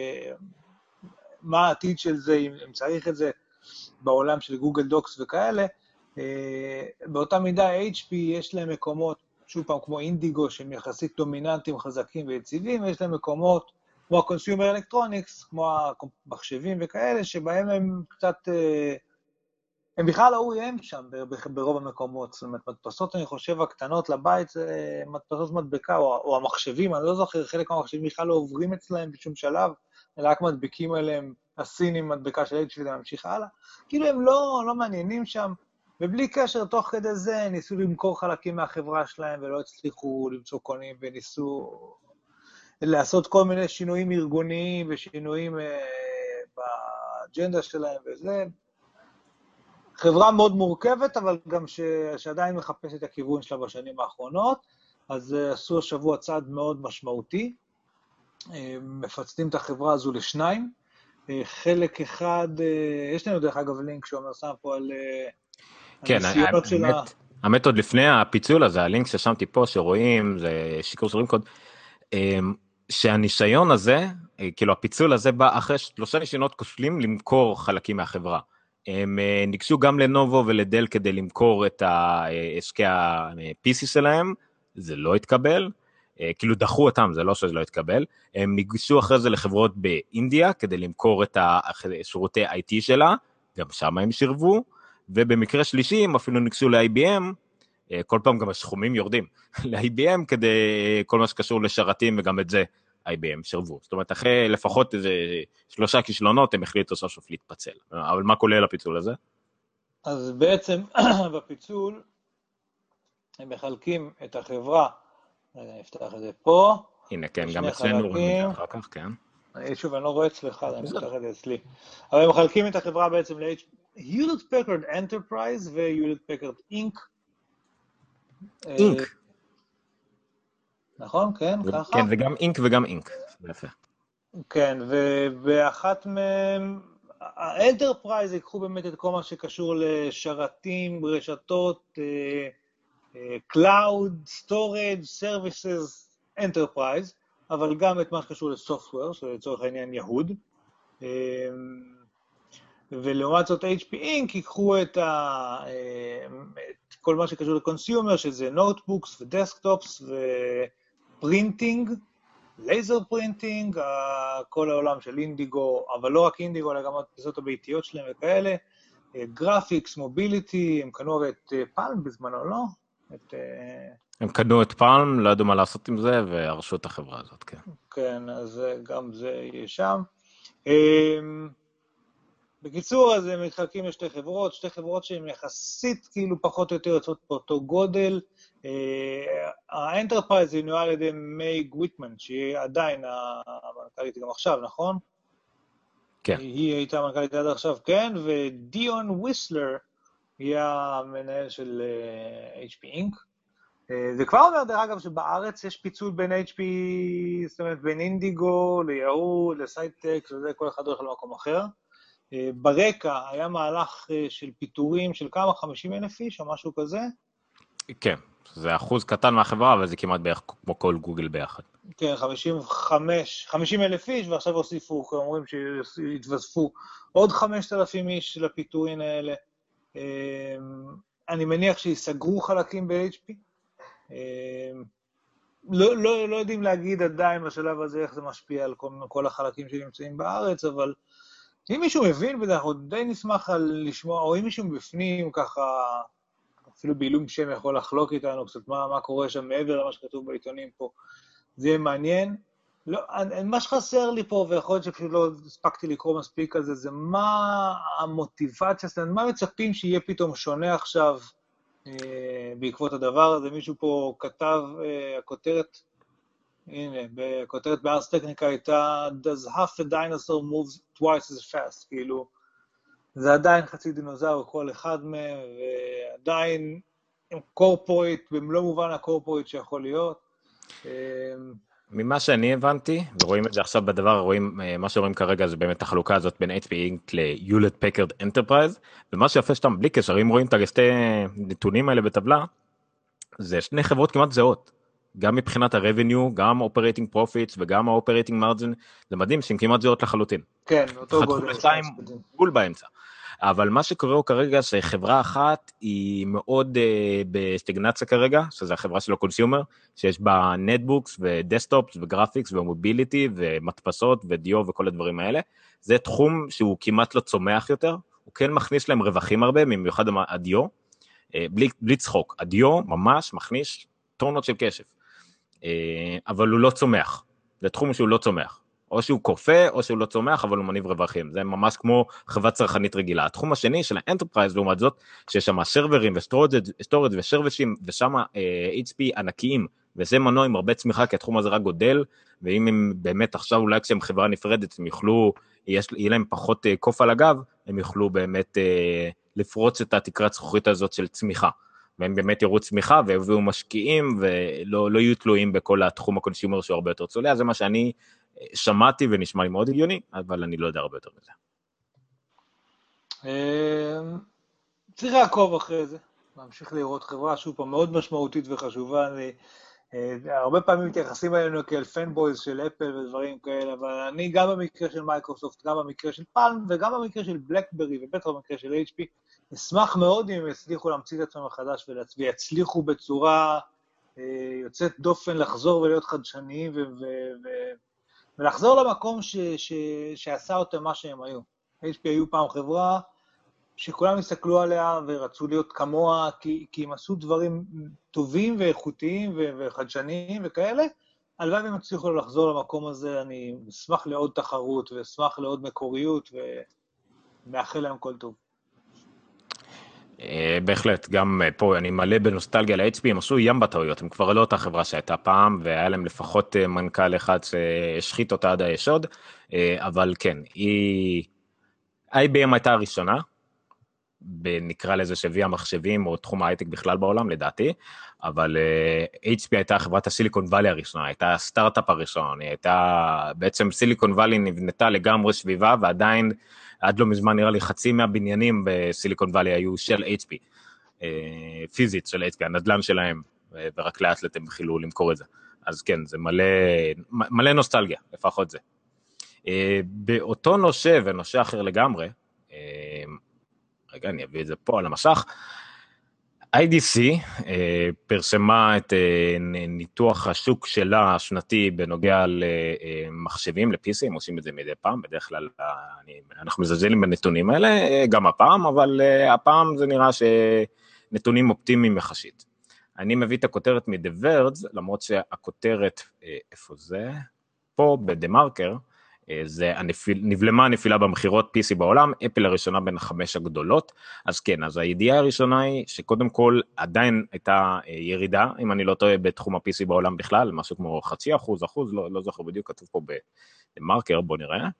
מה העתיד של זה, אם צריך את זה בעולם של גוגל דוקס וכאלה. באותה מידה אייץ' פי יש להם מקומות, שוב פעם, כמו אינדיגו, שהם יחסית דומיננטיים, חזקים ויציבים, ויש להם מקומות כמו הקונסיומר אלקטרוניקס, כמו המחשבים וכאלה, שבהם הם קצת, הם בכלל לא רואים שם ברוב המקומות, זאת אומרת, מדפסות, אני חושב, הקטנות לבית, זה מדפסות מדבקה, או, או המחשבים, אני לא זוכר, חלק מהמחשבים בכלל לא עוברים אצלהם בשום שלב, אלא רק מדבקים עליהם, הסינים מדבקה של אייץ' פי וממשיך הלאה, כאילו הם לא, לא מעניינים שם, ובלי קשר, תוך כדי זה, ניסו למכור חלקים מהחברה שלהם, ולא הצליחו למצוא קונים, וניסו לעשות כל מיני שינויים ארגוניים, ושינויים אה, באג'נדה שלהם, וזה חברה מאוד מורכבת, אבל גם ש... שעדיין מחפש את הכיוון שלה בשנים האחרונות, אז עשו השבוע צעד מאוד משמעותי, מפצלים את החברה הזו לשניים, חלק אחד, יש לנו דרך אגב לינק שאומר שם פה על כן, הניסיונות של ה... האמת עוד לפני הפיצול הזה, הלינק ששמתי פה שרואים, זה שיקור שרואים קוד, שהניסיון הזה, כאילו הפיצול הזה בא אחרי שלושה ניסיונות כושלים למכור חלקים מהחברה. הם ניגשו גם לנובו ולדל כדי למכור את העסקי ה-פי סי שלהם, זה לא התקבל, כאילו דחו אותם, זה לא שזה לא התקבל, הם ניגשו אחרי זה לחברות באינדיה, כדי למכור את שירותי איי טי שלה, גם שם הם שירבו, ובמקרה שלישי הם אפילו ניגשו ל-איי בי אם, כל פעם גם הסכומים יורדים, ל-איי בי אם כדי כל מה שקשור לשרתים, וגם את זה איי בי אם שרבו. זאת אומרת, אחרי לפחות איזה שלושה כישלונות, הם החליטו סוף סוף להתפצל. אבל מה כולל הפיצול הזה? אז בעצם בפיצול, הם מחלקים את החברה, אני אפתח את זה פה. הנה, כן, גם אצלנו רואים את זה אחר כך, כן. שוב, אני לא רואה אצלך, אני אפתח את זה אצלי. אבל הם מחלקים את החברה בעצם ל-Hewlett Packard Enterprise ו-Hewlett Packard אינק. אינק. נכון, כן, ככה? כן, וגם אינק וגם אינק. כן, ובאחת מהם, האנטרפרייז ייקחו באמת את כל מה שקשור לשרתים, רשתות, Cloud, Storage, Services, Enterprise, אבל גם את מה שקשור לסופטוור, שלצורך העניין יהוד. ולעומת זאת אייץ' פי אינק ייקחו את, ה, את כל מה שקשור לקונסיומר, שזה נוטבוקס ודסקטופס ופרינטינג, לייזר פרינטינג, כל העולם של אינדיגו, אבל לא רק אינדיגו, אלא גם התפיסות הביתיות שלהם וכאלה, גרפיקס, מוביליטי, הם קנו הרי את פלם בזמנו, לא? את, הם קנו את פלם, לא ידעו מה לעשות עם זה, והרשו את החברה הזאת, כן. כן, אז גם זה יהיה שם. בקיצור, אז הם מתחלקים לשתי חברות, שתי חברות שהן יחסית כאילו פחות או יותר יוצאות באותו גודל. האנטרפרייז היא נועה על ידי מיי גוויטמן, שהיא עדיין המנכ"לית גם עכשיו, נכון? כן. היא הייתה המנכ"לית עד עכשיו, כן, ודיון וויסלר היא המנהל של אייץ' פי אינק. זה כבר אומר, דרך אגב, שבארץ יש פיצול בין אייץ' פי, זאת אומרת, בין אינדיגו ליהוד, לסייטק, וזה כל אחד הולך למקום אחר. ברקע היה מהלך של פיטורים של כמה, חמישים אלף איש או משהו כזה? כן, זה אחוז קטן מהחברה, אבל זה כמעט בערך כמו כל גוגל ביחד. כן, חמישים וחמש, חמישים אלף איש, ועכשיו הוסיפו, אומרים שהתווספו עוד חמשת אלפים איש לפיטורים האלה. אני מניח שיסגרו חלקים ב-אייץ' פי. לא, לא, לא יודעים להגיד עדיין בשלב הזה איך זה משפיע על כל, כל החלקים שנמצאים בארץ, אבל אם מישהו מבין בזה, אנחנו די נשמח על לשמוע, או אם מישהו בפנים ככה, אפילו בעילום שם יכול לחלוק איתנו קצת מה, מה קורה שם מעבר למה שכתוב בעיתונים פה, זה יהיה מעניין. לא, מה שחסר לי פה, ויכול להיות שפשוט לא הספקתי לקרוא מספיק על זה, זה מה המוטיבציה, מה מצפים שיהיה פתאום שונה עכשיו אה, בעקבות הדבר הזה. מישהו פה כתב, אה, הכותרת, הנה, בכותרת בארס טכניקה הייתה, does half a dinosaur moves twice as fast, כאילו, זה עדיין חצי דינוזאור כל אחד מהם, ועדיין עם קורפורט, במלוא מובן הקורפורט שיכול להיות. ממה שאני הבנתי, ורואים את זה עכשיו בדבר, רואים, מה שרואים כרגע זה באמת החלוקה הזאת בין אייץ' פי אינק ל-Hewlett Packard Enterprise, ומה שיפה שאתם בלי קשר, אם רואים את השתי נתונים האלה בטבלה, זה שני חברות כמעט זהות. גם מבחינת ה-revenue, גם operating profits וגם ה-operating margin, זה מדהים שהן כמעט זהות לחלוטין. כן, אותו גודל. חתכו גול באמצע. אבל מה שקורה כרגע, שחברה אחת היא מאוד uh, בסטגנציה כרגע, שזו החברה של הקונסיומר, שיש בה נטבוקס ודסטופס וגרפיקס ומוביליטי ומדפסות ודיו וכל הדברים האלה. זה תחום שהוא כמעט לא צומח יותר, הוא כן מכניס להם רווחים הרבה, במיוחד הדיו, uh, בלי, בלי צחוק. הדיו ממש מכניס טונות של כסף. אבל הוא לא צומח, זה תחום שהוא לא צומח, או שהוא קופה או שהוא לא צומח, אבל הוא מניב רווחים, זה ממש כמו חברה צרכנית רגילה. התחום השני של האנטרפרייז, לעומת זאת, שיש שם סרברים וסטורג' ושרווישים, ושם אייץ' פי ענקיים, וזה מנוע עם הרבה צמיחה, כי התחום הזה רק גודל, ואם הם באמת עכשיו, אולי כשהם חברה נפרדת, הם יוכלו, יהיה להם פחות קוף על הגב, הם יוכלו באמת לפרוץ את התקרת זכוכית הזאת של צמיחה. והם באמת יראו צמיחה, והביאו משקיעים, ולא לא יהיו תלויים בכל התחום הקונסיומר שהוא הרבה יותר צולע. זה מה שאני שמעתי ונשמע לי מאוד הגיוני, אבל אני לא יודע הרבה יותר מזה. צריך לעקוב אחרי זה, להמשיך לראות חברה שוב פעם מאוד משמעותית וחשובה, אני, הרבה פעמים מתייחסים אלינו כאל פנבויז של אפל ודברים כאלה, אבל אני גם במקרה של מייקרוסופט, גם במקרה של פלם, וגם במקרה של בלקברי, ובטח במקרה של אייץ' פי, אשמח מאוד אם הם יצליחו להמציא את עצמם מחדש ויצליחו בצורה יוצאת דופן לחזור ולהיות חדשניים ו- ו- ו- ולחזור למקום ש- ש- שעשה אותם מה שהם היו. אייץ' פי היו פעם חברה שכולם הסתכלו עליה ורצו להיות כמוה, כי, כי הם עשו דברים טובים ואיכותיים ו- וחדשניים וכאלה, הלוואי והם הצליחו לחזור למקום הזה, אני אשמח לעוד תחרות ואשמח לעוד מקוריות ומאחל להם כל טוב. בהחלט, גם פה אני מלא בנוסטלגיה ל-אייץ' פי, הם עשו ים בטעויות, הם כבר לא אותה חברה שהייתה פעם, והיה להם לפחות מנכ"ל אחד שהשחית אותה עד היסוד, אבל כן, היא... איי בי אם הייתה הראשונה, נקרא לזה שהביאה מחשבים, או תחום ההייטק בכלל בעולם, לדעתי, אבל אייץ' פי הייתה חברת הסיליקון ואלי הראשונה, הייתה הסטארט-אפ הראשון, היא הייתה, בעצם סיליקון ואלי נבנתה לגמרי סביבה, ועדיין, עד לא מזמן נראה לי חצי מהבניינים בסיליקון ואלי היו של אייץ' פי, פיזית של אייץ' פי, הנדלן שלהם, ורק לאט לאט הם החילו למכור את זה. אז כן, זה מלא, מלא נוסטלגיה, לפחות זה. באותו נושא ונושא אחר לגמרי, רגע, אני אביא את זה פה על המסך, איי די סי אה, פרסמה את אה, ניתוח השוק שלה השנתי בנוגע למחשבים, ל-פי סי, הם עושים את זה מדי פעם, בדרך כלל אני, אנחנו מזלזלים בנתונים האלה, אה, גם הפעם, אבל אה, הפעם זה נראה שנתונים אופטימיים מחשית. אני מביא את הכותרת מ-The Verge, למרות שהכותרת, אה, איפה זה? פה בדה-מרקר, זה הנפיל, נבלמה הנפילה במחירות פי סי בעולם, אפל הראשונה בין החמש הגדולות, אז כן, אז הידיעה הראשונה היא שקודם כל עדיין הייתה ירידה, אם אני לא טועה בתחום ה-פי סי בעולם בכלל, משהו כמו חצי אחוז, אחוז, לא, לא זוכר בדיוק, כתוב פה במרקר, בוא נראה.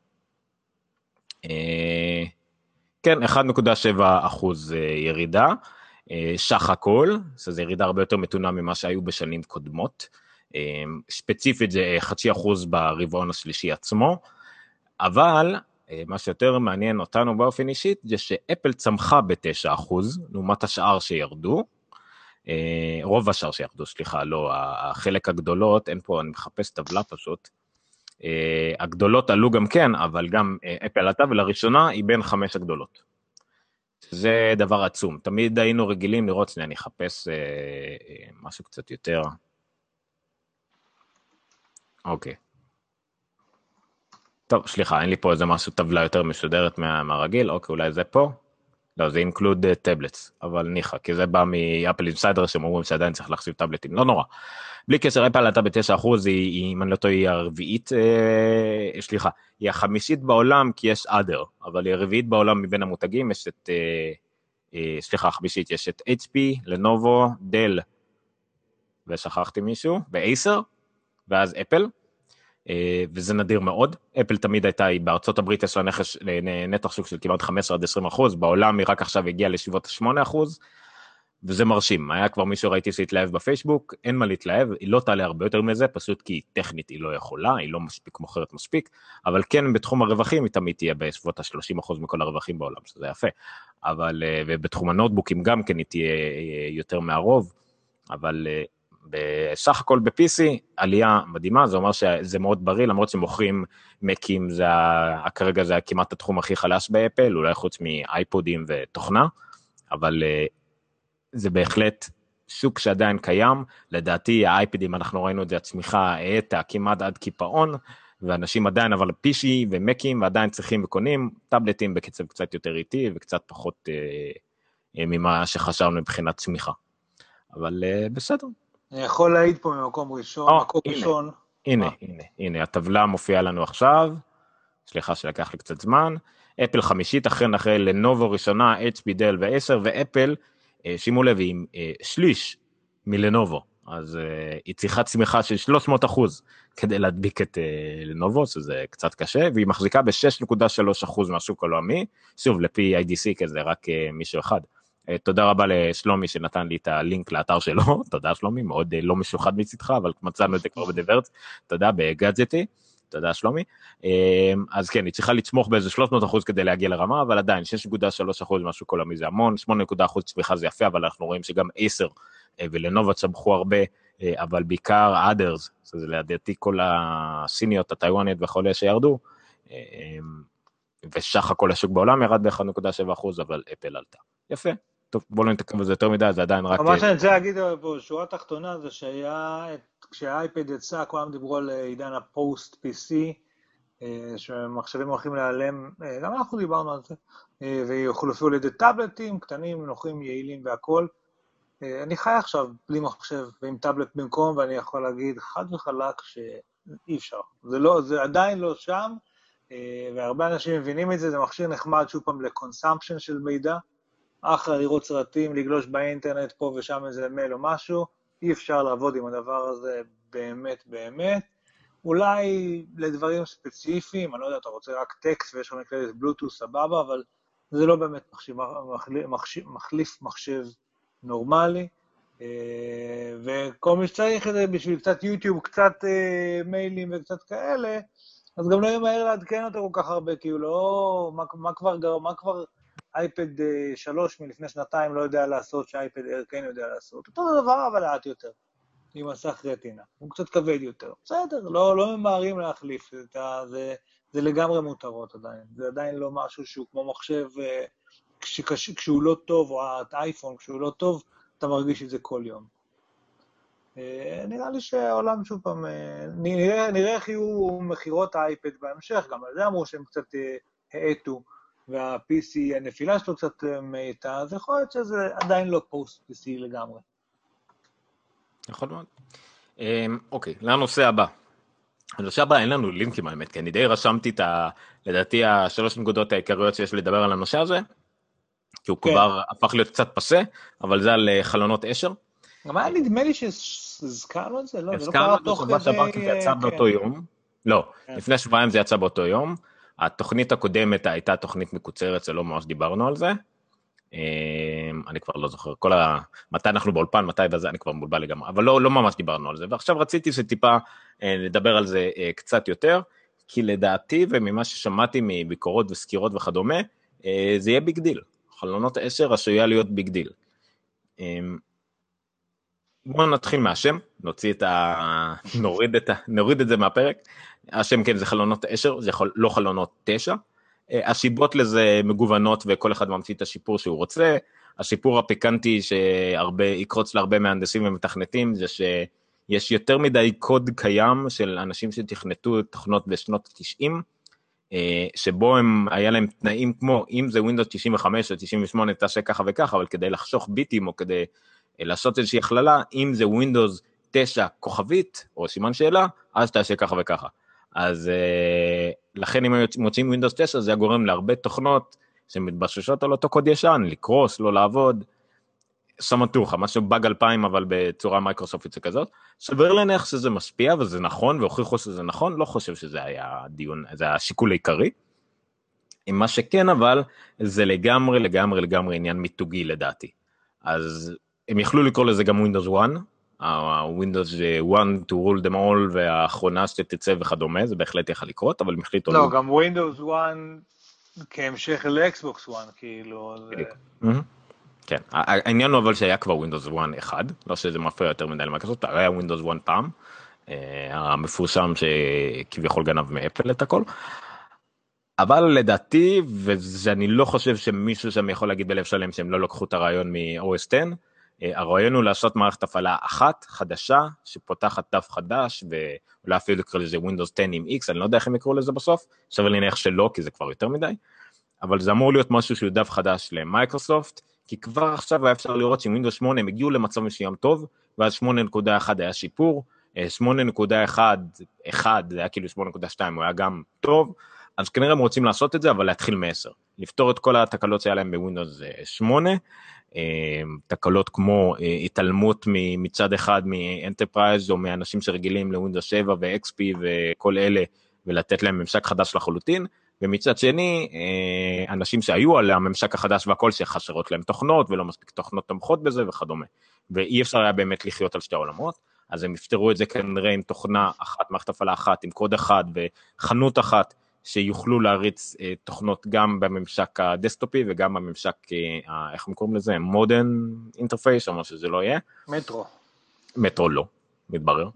כן, אחד נקודה שבע אחוז ירידה, שח הכל, שזה ירידה הרבה יותר מתונה ממה שהיו בשנים קודמות, ספציפית זה חצי אחוז ברבעון השלישי עצמו, אבל מה שיותר מעניין אותנו באופן אישית, זה שאפל צמחה ב-תשע אחוז, לעומת השאר שירדו, רוב השאר שירדו, סליחה, לא, החלק הגדולות, אין פה, אני מחפש טבלה פשוט, הגדולות עלו גם כן, אבל גם אפל עלתה, ולראשונה היא בין חמש הגדולות. זה דבר עצום, תמיד היינו רגילים לראות, שנייה, אני אחפש משהו קצת יותר, אוקיי. טוב, סליחה, אין לי פה איזה משהו טבלה יותר מסודרת מה, מהרגיל, אוקיי, אולי זה פה? לא, זה include tablets, אבל ניחה, כי זה בא מאפל אינסיידר, שהם אומרים שעדיין צריך להחשיב טאבלטים, לא נורא. בלי קשר, אפל עלתה ב-תשע אחוז, היא, אם אני לא טועה, היא הרביעית, אה, סליחה, היא החמישית בעולם, כי יש other, אבל היא הרביעית בעולם מבין המותגים, יש את, אה, אה, סליחה, החמישית, יש את אייץ' פי, לנובו, דל, ושכחתי מישהו, ואייסר, ואז אפל, וזה נדיר מאוד. אפל תמיד הייתה, היא בארצות הברית יש לה נתח שוק של כמעט חמש עשרה עד עשרים אחוז, בעולם היא רק עכשיו הגיעה לשבעות שמונה אחוז, וזה מרשים. היה כבר מישהו ראיתי שהתלהב בפייסבוק, אין מה להתלהב, היא לא תעלה הרבה יותר מזה, פשוט כי טכנית היא לא יכולה, היא לא מספיק מוכרת מספיק, אבל כן בתחום הרווחים היא תמיד תהיה בשבועות ה-שלושים אחוז מכל הרווחים בעולם, שזה יפה. אבל, ובתחום הנוטבוקים גם כן היא תהיה יותר מהרוב, אבל בסך הכל ב-פי סי, עלייה מדהימה, זה אומר שזה מאוד בריא, למרות שמוכרים מקים, זה, כרגע זה כמעט התחום הכי חלש באפל, אולי חוץ מאייפודים ותוכנה, אבל זה בהחלט שוק שעדיין קיים, לדעתי האייפדים, אנחנו ראינו את זה, הצמיחה העטה כמעט עד קיפאון, ואנשים עדיין, אבל פי סי ומקים, ועדיין צריכים וקונים, טאבלטים בקצב קצת יותר איטי, וקצת פחות אה, ממה שחשבנו מבחינת צמיחה. אבל אה, בסדר. אני יכול להעיד פה ממקום ראשון, או, מקום הנה, ראשון. הנה, מה? הנה, הנה, הטבלה מופיעה לנו עכשיו, סליחה שלקח לי קצת זמן, אפל חמישית, אחרי אחרי לנובו ראשונה, אייץ' פי, דל ועשר, ואפל, שימו לב, עם שליש מלנובו, אז היא צריכה צמיחה של שלוש מאות אחוז, כדי להדביק את לנובו, שזה קצת קשה, והיא מחזיקה ב-שש נקודה שלוש אחוז מהשוק העולמי, שוב, לפי איי די סי כזה, רק מישהו אחד. תודה רבה לשלומי שנתן לי את הלינק לאתר שלו, תודה שלומי, מאוד לא משוחד מצדך, אבל מצאנו את זה כבר בדברץ, תודה בגאדג'טי, אתה יודע שלומי, אז כן, היא צריכה לצמוח באיזה שלוש מאות אחוז כדי להגיע לרמה, אבל עדיין שש נקודה שלוש אחוז משהו כל עולמי זה המון, שמונה נקודה אחוז צמיחה זה יפה, אבל אנחנו רואים שגם עשר ולנובה צמחו הרבה, אבל בעיקר others, זה לדעתי כל הסיניות, הטיוואניות וכל אלה שירדו, ושח הכל השוק בעולם ירד ב-אחת נקודה שבע אחוז, אבל אפל עלתה. יפה. טוב, בואו לא נתקרב בזה יותר מדי, זה עדיין רק... מה שאני רוצה להגיד בשורה התחתונה זה שהיה, כשהאייפד יצא, כולם דיברו על עידן הפוסט פי סי, שמחשבים הולכים להיעלם, גם אנחנו דיברנו על זה, ויחולפו לידי טאבלטים, קטנים, נוחים, יעילים והכל. אני חי עכשיו בלי מחשב ועם טאבלט במקום, ואני יכול להגיד חד וחלק שאי אפשר. זה, לא, זה עדיין לא שם, והרבה אנשים מבינים את זה, זה מכשיר נחמד שוב פעם לקונסמפשן של מידע, אחלה לראות סרטים, לגלוש באינטרנט פה ושם איזה מייל או משהו, אי אפשר לעבוד עם הדבר הזה באמת באמת, אולי לדברים ספציפיים, אני לא יודע, אתה רוצה רק טקסט ויש לך מקלדת בלוטוס סבבה, אבל זה לא באמת מחשיב, מחליף, מחשיב, מחליף מחשב נורמלי, וכל מי שצריך את זה בשביל קצת יוטיוב, קצת מיילים וקצת כאלה, אז גם לא יהיה מהר לעדכן אותו כל כך הרבה, כאילו לא, מה, מה כבר, מה כבר אייפד שלוש מלפני שנתיים לא יודע לעשות, שאייפד אייר כן יודע לעשות. אותו דבר, אבל לאט יותר, עם מסך רטינה. הוא קצת כבד יותר. בסדר, לא, לא ממהרים להחליף, זה, זה, זה לגמרי מותרות עדיין. זה עדיין לא משהו שהוא כמו מחשב, כש, כש, כשהוא לא טוב, או האייפון, כשהוא לא טוב, אתה מרגיש את זה כל יום. נראה לי שהעולם שוב פעם, נראה, נראה איך יהיו מחירות האייפד בהמשך, גם על זה אמרו שהם קצת העטו, וה-פי סי, הנפילה שלו קצת מאיתה, אז יכול להיות שזה עדיין לא פוסט-פי סי לגמרי. נכון מאוד. אוקיי, לנושא הבא. הנושא הבא אין לנו לינקים האמת, כי אני די רשמתי את ה... לדעתי השלוש נקודות העיקריות שיש לדבר על הנושא הזה, כי הוא כבר הפך להיות קצת פסה, אבל זה על חלונות אשר. גם היה נדמה לי שהזכרנו את זה, לא? הזכרנו את זה שבוע שעבר כי זה יצא באותו יום. לא, לפני שבועיים זה יצא באותו יום. התוכנית הקודמת הייתה תוכנית מקוצרת, זה לא ממש דיברנו על זה. אני כבר לא זוכר, כל ה... מתי אנחנו באולפן, מתי בזה, אני כבר מבולבל לגמרי, אבל לא, לא ממש דיברנו על זה, ועכשיו רציתי שטיפה לדבר על זה קצת יותר, כי לדעתי וממה ששמעתי מביקורות וסקירות וכדומה, זה יהיה ביג דיל. חלונות עשר עשויה להיות ביג דיל. בואו נתחיל מהשם, נוציא את ה... נוריד את ה... נוריד את זה מהפרק. השם כן זה חלונות עשר, זה לא חלונות תשע. השיבות לזה מגוונות וכל אחד ממציא את השיפור שהוא רוצה. השיפור הפיקנטי שהרבה, יקרוץ להרבה מהנדסים ומתכנתים, זה שיש יותר מדי קוד קיים של אנשים שתכנתו תוכנות בשנות ה-תשעים, שבו הם, היה להם תנאים כמו, אם זה ווינדוס תשעים וחמש או תשעים ושמונה תעשה ככה וככה, אבל כדי לחשוך ביטים או כדי לעשות איזושהי הכללה, אם זה ווינדוס תשע כוכבית או סימן שאלה, אז תעשה ככה וככה. אז לכן אם מוצאים ווינדוס תשע, זה גורם להרבה תוכנות שמתבססות על אותו קוד ישן, לקרוס, לא לעבוד, סמטוחה, משהו באג אלפיים, אבל בצורה מייקרוסופטית כזאת. סביר להניח שזה משפיע וזה נכון, והוכיחו שזה נכון, לא חושב שזה היה דיון, זה השיקול העיקרי. עם מה שכן אבל, זה לגמרי, לגמרי, לגמרי עניין מיתוגי לדעתי. אז הם יכלו לקרוא לזה גם ווינדוס אחת, ווינדוס אחת to rule them all, והאחרונה שתצא וכדומה, זה בהחלט יכל לקרות, אבל הם החליטו... לא, גם ווינדוס אחת כהמשך לאקסבוקס אחת, כאילו... כן, העניין הוא אבל שהיה כבר ווינדוס אחת אחד, לא שזה מפריע יותר מדי למייקרוסופט, הרי היה ווינדוס אחת פעם, המפורסם שכביכול גנב מאפל את הכל, אבל לדעתי, ואני לא חושב שמישהו שם יכול להגיד בלב שלם שהם לא לקחו את הרעיון מ-או אס עשר, הרעיון הוא לעשות מערכת הפעלה אחת, חדשה, שפותחת דף חדש, ואולי אפילו לקרוא לזה ווינדוס עשר עם X, אני לא יודע איך הם יקראו לזה בסוף, שווה להניח שלא, כי זה כבר יותר מדי, אבל זה אמור להיות משהו שהוא דף חדש למייקרוסופט, כי כבר עכשיו היה אפשר לראות שווינדוס שמונה הם הגיעו למצב מסוים טוב, ואז שמונה נקודה אחת היה שיפור, שמונה נקודה אחת זה היה כאילו שמונה נקודה שתיים, הוא היה גם טוב, אז כנראה הם רוצים לעשות את זה, אבל להתחיל מ-עשר, לפתור את כל התקלות שהיה להם בווינדוס שמונה, תקלות כמו התעלמות מצד אחד מאנטרפרייז, או מאנשים שרגילים לווינדוס שבע ו-אקס פי וכל אלה, ולתת להם ממשק חדש לחלוטין, ומצד שני, אנשים שהיו על הממשק החדש והכל, שחסרות להם תוכנות, ולא מספיק תוכנות תומכות בזה וכדומה, ואי אפשר היה באמת לחיות על שתי העולמות, אז הם יפתרו את זה כנראה עם תוכנה אחת, מערכת הפעלה אחת, עם קוד אחד וחנות אחת, שיוכלו להריץ אה, תוכנות גם בממשק הדסקטופי וגם בממשק, אה, איך הם קוראים לזה? מודרן אינטרפייס, או מה שזה לא יהיה. מטרו. מטרו לא, מתברר.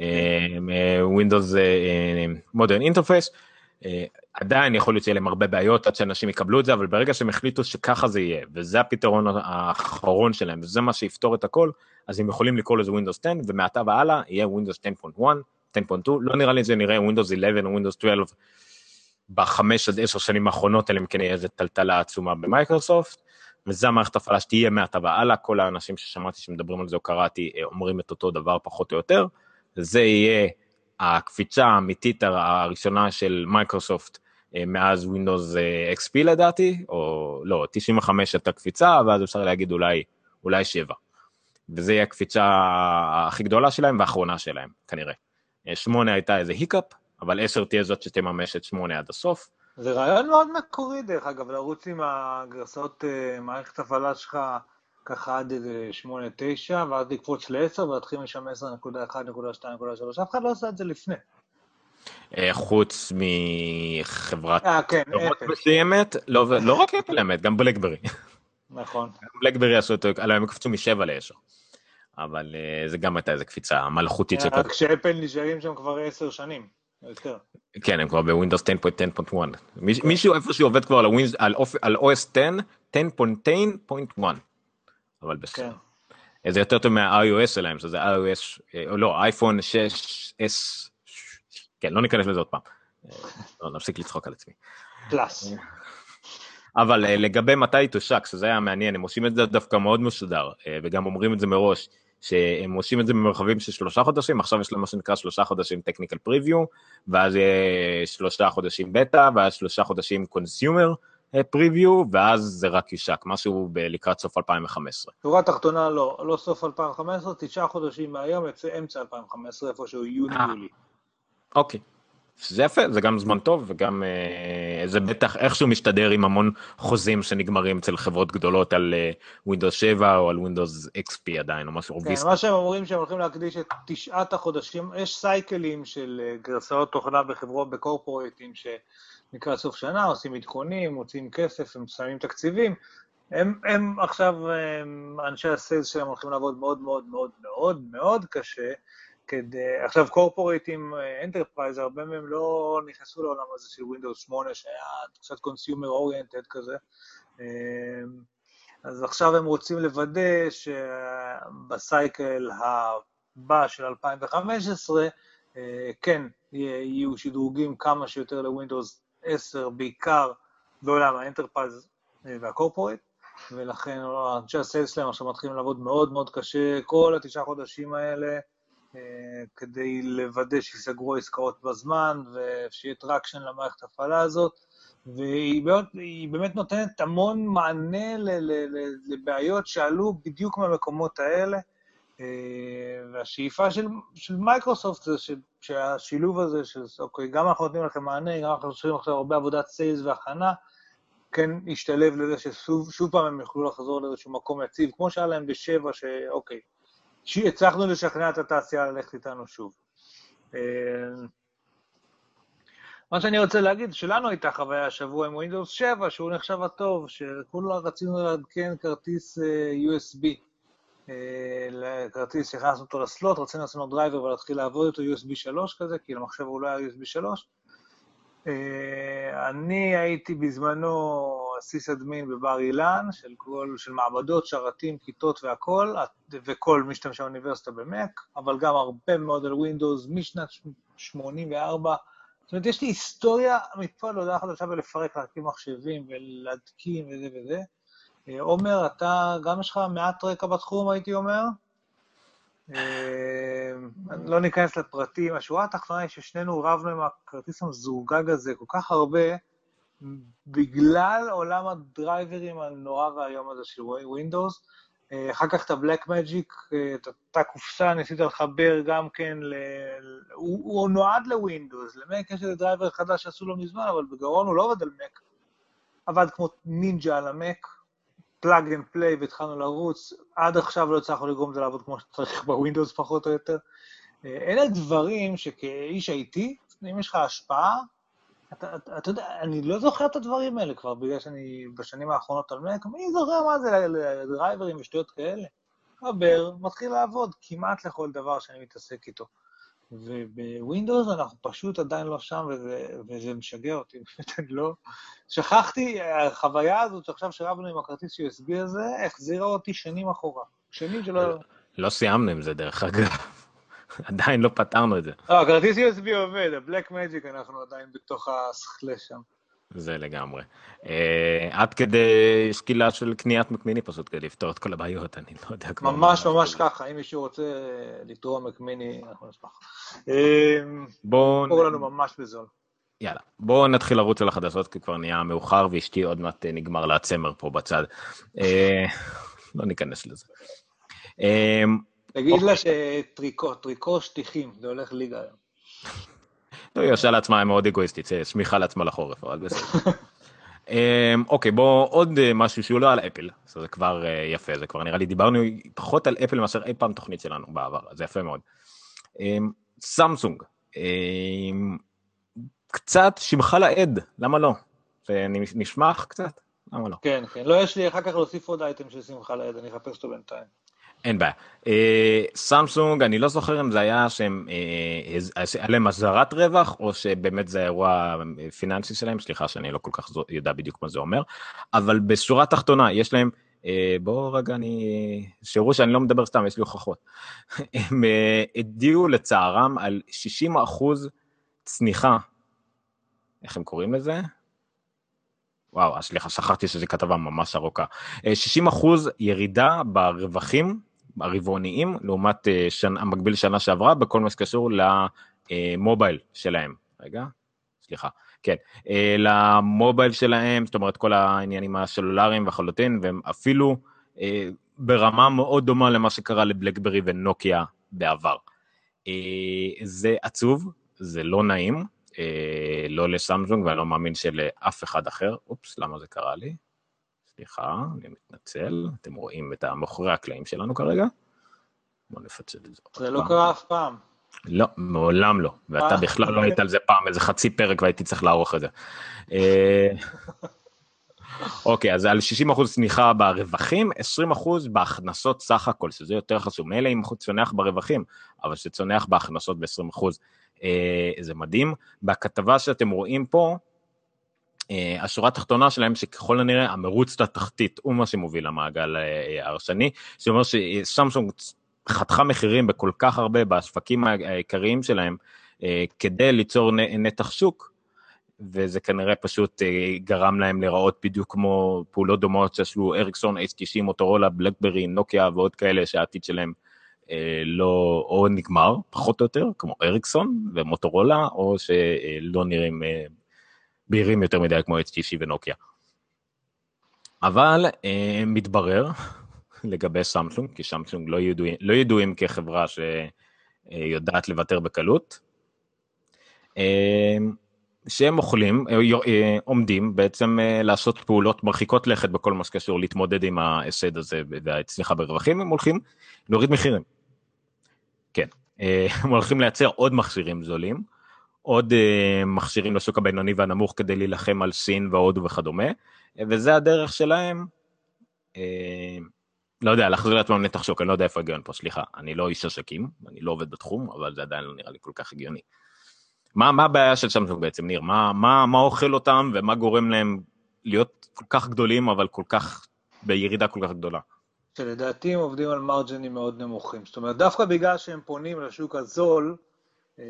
ווינדוס מודרן אינטרפייס, עדיין יכול להיות שיהיה להם הרבה בעיות עד שאנשים יקבלו את זה, אבל ברגע שהם החליטו שככה זה יהיה, וזה הפתרון האחרון שלהם, וזה מה שיפתור את הכל, אז הם יכולים לקרוא לזה ווינדוס עשר, ומעתה והלאה יהיה ווינדוס עשר נקודה אחת, עשר נקודה שתיים, לא נראה לי זה נראה ווינדוס אחת עשרה או ווינדוס שתים עשרה, בחמש עד עשר שנים האחרונות, אלא אם כן יהיה איזה טלטלה עצומה במייקרוסופט, וזה המערכת הפעלה שתהיה מעתה והלאה, כל האנשים ששמעתי שמדברים על זה או קראתי, אומרים את אותו דבר פחות או יותר, זה יהיה הקפיצה האמיתית הראשונה של מייקרוסופט, מאז ווינדוס אקס פי לדעתי, או לא, תשעים וחמש את הקפיצה, ואז אפשר להגיד אולי, אולי שבע. וזה יהיה הקפיצה הכי גדולה שלהם, והאחרונה שלהם, כנראה. שמונה הייתה איזה היקאפ, אבל עשר תהיה זאת שתממש את שמונה עד הסוף. זה רעיון מאוד מקורי, דרך אגב, לרוץ עם הגרסאות מערכת הפעלה שלך, ככה עד איזה שמונה תשע, ואז לקפוץ ל-עשר, ולהתחיל משם עשר נקודה אחת נקודה שתיים נקודה שלוש, אף אחד לא עושה את זה לפני. חוץ מחברת מסוימת, לא רק אפל האמת, גם בלקברי. נכון. בלקברי עשו אותו, הם קפצו משבע לעשר, אבל זה גם הייתה איזו קפיצה מלאכותית שכזאת. רק שאפל נשארים שם כבר עשר שנים, יותר. כן, הם כבר בווינדוס עשר נקודה עשר נקודה אחת. מישהו איפה שהוא עובד כבר על או אס עשר, עשר נקודה עשר נקודה אחת, אבל בסדר. זה יותר טוב מה-iOS שלהם, שזה iOS, לא, אייפון שש אס, כן, לא ניכנס לזה עוד פעם. לא, נפסיק לצחוק על עצמי. פלאס. אבל לגבי מתי תושק, שזה היה מעניין, הם עושים את זה דווקא מאוד מסודר, וגם אומרים את זה מראש, שהם עושים את זה במרחבים של שלושה חודשים, עכשיו יש להם מה שנקרא שלושה חודשים טכניקל פריוויו, ואז שלושה חודשים בטא, ואז שלושה חודשים קונסיומר פריוויו, ואז זה רק יושק, משהו לקראת סוף אלפיים וחמש עשרה. שורה תחתונה לא, לא סוף אלפיים וחמש עשרה, תשעה חודשים מהיום, יצא אמצע אלפיים וחמש עשרה, איפה שהוא יוני-יולי. אוקיי. זה יפה, זה גם זמן טוב, וגם אה, זה בטח איכשהו משתדר עם המון חוזים שנגמרים אצל חברות גדולות על אה, ווינדוס שבע או על ווינדוס אקס פי עדיין, או משהו. כן, מה שהם אומרים שהם הולכים להקדיש את תשעת החודשים, יש סייקלים של אה, גרסאות תוכנה בחברות, בקורפורטים, שנקרא סוף שנה, עושים עדכונים, מוצאים כסף, הם שמים תקציבים, הם, הם עכשיו, הם, אנשי הסיילס שלהם הולכים לעבוד מאוד מאוד מאוד מאוד מאוד קשה, כדי, עכשיו קורפורטים, אנטרפרייז, הרבה מהם לא נכנסו לעולם הזה של ווינדוס שמונה, שהיה קצת קונסיומר אוריינטד כזה, אז עכשיו הם רוצים לוודא שבסייקל הבא של אלפיים וחמש עשרה, כן, יהיו שדרוגים כמה שיותר לווינדוס עשר, בעיקר בעולם האנטרפרייז והקורפורט, ולכן אנשי הסיילס שלהם עכשיו מתחילים לעבוד מאוד מאוד קשה, כל התשעה חודשים האלה, כדי לוודא שיסגרו עסקאות בזמן, ושיהיה טרקשן למערכת הפעלה הזאת, והיא באמת, באמת נותנת המון מענה לבעיות שעלו בדיוק מהמקומות האלה, והשאיפה של, של מייקרוסופט זה שהשילוב הזה, של, אוקיי, גם אנחנו נותנים לכם מענה, גם אנחנו עושים עכשיו הרבה עבודת סיילס והכנה, כן ישתלב לזה ששוב שוב פעם הם יוכלו לחזור לאיזשהו מקום יציב, כמו שהיה להם בשבע, שאוקיי, הצלחנו לשכנע את התעשייה ללכת איתנו שוב. מה שאני רוצה להגיד, שלנו הייתה חוויה השבוע עם ווינדוס שבע, שהוא נחשב הטוב, שכולנו רצינו לעדכן כרטיס יו אס בי, לכרטיס שהכנסנו אותו לסלוט, רצינו לעשות לו דרייבר ולהתחיל לעבוד איתו יו אס בי שלוש כזה, כי למחשב הוא לא היה יו אס בי שלוש. אני הייתי בזמנו סיס אדמין בבר אילן, של, כל, של מעבדות, שרתים, כיתות והכל, וכל משתמשי האוניברסיטה במק, אבל גם הרבה מאוד על ווינדוס משנת שמונים וארבע. זאת אומרת, יש לי היסטוריה מפה להודעה חדשה ולפרק, להקים מחשבים ולהדקים וזה וזה. עומר, אתה גם יש לך מעט רקע בתחום, הייתי אומר? לא ניכנס לפרטים, השורה התחתונה היא ששנינו רבנו עם הכרטיס המזורגג הזה כל כך הרבה, בגלל עולם הדרייברים הנורא והיום הזה של ווינדוס, אחר כך את הבלק מג'יק, את אותה קופסה, ניסית לחבר גם כן, ל... הוא, הוא נועד לווינדוס, למק יש איזה דרייבר חדש שעשו לו מזמן, אבל בגרון הוא לא עובד על מק, עבד כמו נינג'ה על המק, פלאג אנד פליי והתחלנו לרוץ, עד עכשיו לא הצלחנו לגרום זה לעבוד כמו שצריך בווינדוס פחות או יותר. אלה דברים שכאיש איי-טי, אם יש לך השפעה, אתה, אתה, אתה יודע, אני לא זוכר את הדברים האלה כבר, בגלל שאני בשנים האחרונות על מק, מי זוכר מה זה לדרייברים ושטויות כאלה? עבר, מתחיל לעבוד כמעט לכל דבר שאני מתעסק איתו. ובווינדוס אנחנו פשוט עדיין לא שם, וזה, וזה משגע אותי, באמת אני לא... שכחתי, החוויה הזאת שעכשיו שרבנו עם הכרטיס יו אס בי הזה, החזירה אותי שנים אחורה. שנים שלא... לא סיימנו עם זה דרך אגב. עדיין לא פתרנו את זה. לא, הכרטיס יו אס בי עובד, הבלק מג'יק אנחנו עדיין בתוך השכלה שם. זה לגמרי. עד כדי שקילה של קניית מקמיני פשוט כדי לפתור את כל הבעיות, אני לא יודע כבר. ממש ממש ככה, אם מישהו רוצה לתרום מקמיני, אנחנו נשמח. בואו... קורא לנו ממש בזול. יאללה, בואו נתחיל לרוץ על החדשות, כי כבר נהיה מאוחר, ואשתי עוד מעט נגמר לה הצמר פה בצד. לא ניכנס לזה. תגיד לה שטריקו, טריקו שטיחים, זה הולך ליגה היום. לא, היא עושה לעצמה מאוד אגואיסטית, שמיכה לעצמה לחורף, אבל בסדר. אוקיי, בואו עוד משהו שהוא לא על אפל, זה כבר יפה, זה כבר נראה לי, דיברנו פחות על אפל מאשר אי פעם תוכנית שלנו בעבר, זה יפה מאוד. סמסונג, קצת שמחה לעד, למה לא? זה נשמח קצת? למה לא? כן, כן, לא יש לי אחר כך להוסיף עוד אייטם של שמחה לעד, אני אחפש אותו בינתיים. אין בעיה. סמסונג, אני לא זוכר אם זה היה שהם, היה להם הזהרת רווח, או שבאמת זה האירוע פיננסי שלהם, סליחה שאני לא כל כך יודע בדיוק מה זה אומר, אבל בשורה תחתונה, יש להם, בואו רגע, אני, שירו שאני לא מדבר סתם, יש לי הוכחות, הם הדיעו לצערם על שישים אחוז צניחה, איך הם קוראים לזה? וואו, סליחה, שכחתי שזו כתבה ממש ארוכה. שישים אחוז ירידה ברווחים, הרבעוניים, לעומת שנה, המקביל שנה שעברה, בכל מה שקשור למובייל שלהם. רגע, סליחה. כן, למובייל שלהם, זאת אומרת, כל העניינים הסלולריים והחלוטין, והם אפילו ברמה מאוד דומה למה שקרה לבלקברי ונוקיה בעבר. זה עצוב, זה לא נעים, לא לסמסונג, ואני לא מאמין שלאף אחד אחר. אופס, למה זה קרה לי? סליחה, אני מתנצל. אתם רואים את המאחורי הקלעים שלנו כרגע. בואו נפצל את זה. זה לא קרה אף פעם. לא, מעולם לא. ואתה בכלל לא היית על זה פעם, איזה חצי פרק, והייתי צריך לערוך את זה. אוקיי, אז על שישים אחוז צניחה ברווחים, עשרים אחוז בהכנסות סך הכל, שזה יותר חשוב. מילא אם צונח ברווחים, אבל שצונח בהכנסות ב-עשרים אחוז. זה מדהים. בכתבה שאתם רואים פה, השורה התחתונה שלהם שככל הנראה המרוץ לתחתית הוא מה שמוביל למעגל הרשני, שאומר שסמסונג חתכה מחירים בכל כך הרבה בשווקים העיקריים שלהם, כדי ליצור נתח שוק, וזה כנראה פשוט גרם להם לראות בדיוק כמו פעולות דומות שעשו אריקסון, אייץ' תשעים, מוטורולה, בלקברי, נוקיה ועוד כאלה שהעתיד שלהם לא, או נגמר, פחות או יותר, כמו אריקסון ומוטורולה, או שלא נראים בהירים יותר מדי כמו אייץ' טי סי ונוקיה. אבל מתברר לגבי סמסונג, כי סמסונג לא ידועים, לא ידועים כחברה שיודעת לוותר בקלות, שהם אוכלים, עומדים בעצם לעשות פעולות מרחיקות לכת בכל מה שקשור להתמודד עם ההסד הזה והצליחה ברווחים, הם הולכים להוריד מחירים. כן, הם הולכים לייצר עוד מכשירים זולים, עוד מכשירים לשוק הבינוני והנמוך כדי להילחם על סין והודו וכדומה, וזה הדרך שלהם, לא יודע, להחזיר לעצמם נתח שוק, אני לא יודע איפה הגיון פה, סליחה, אני לא איש עסקים, אני לא עובד בתחום, אבל זה עדיין לא נראה לי כל כך הגיוני. מה, מה הבעיה של סמסונג בעצם, ניר? מה, מה, מה אוכל אותם ומה גורם להם להיות כל כך גדולים, אבל כל כך, בירידה כל כך גדולה? שלדעתי הם עובדים על מרג'נים מאוד נמוכים. זאת אומרת, דווקא בגלל שהם פונים לשוק הזול, הם,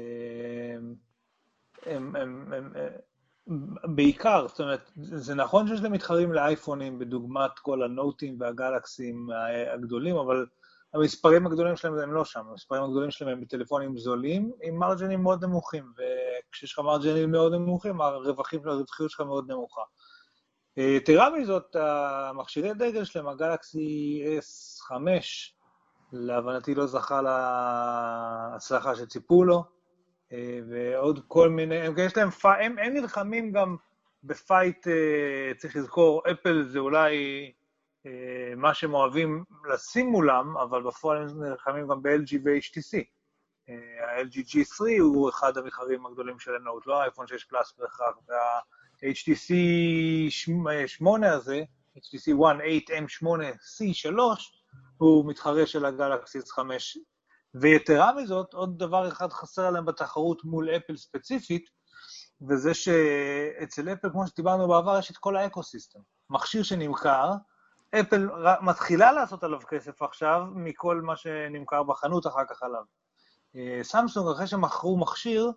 הם, הם, הם, בעיקר, זאת אומרת, זה נכון שיש להם מתחרים לאייפונים, בדוגמת כל הנוטים והגלקסים הגדולים, אבל המספרים הגדולים שלהם הם לא שם, המספרים הגדולים שלהם הם בטלפונים זולים, עם מרג'נים מאוד נמוכים, וכשיש לך מרג'נים מאוד נמוכים, הרווחים של הרווחיות שלך מאוד נמוכה. תראה מזאת, המכשירי דגל שלהם, הגלקסי אס חמש, להבנתי לא זכה להצלחה שציפו לו, ועוד כל מיני, הם, יש להם, הם, הם נלחמים גם בפייט, צריך לזכור, אפל זה אולי מה שהם אוהבים לשים מולם, אבל בפועל הם נלחמים גם ב-אל ג'י ו-אייץ' טי סי. ה-אל ג'י ג'י תלוש הוא אחד המתחרים הגדולים של הנוט, לא האייפון שש פלאס בהכרח, וה-אייץ' טי סי שמונה הזה, אייץ' טי סי אחת שמונה אם שמונה סי שלוש, הוא מתחרה של הגלקסי אס חמש. ויתרה מזאת, עוד דבר אחד חסר עליהם בתחרות מול אפל ספציפית, וזה שאצל אפל, כמו שדיברנו בעבר, יש את כל האקוסיסטם. מכשיר שנמכר, אפל מתחילה לעשות עליו כסף עכשיו, מכל מה שנמכר בחנות אחר כך עליו. סמסונג, אחרי שמכרו מכשיר,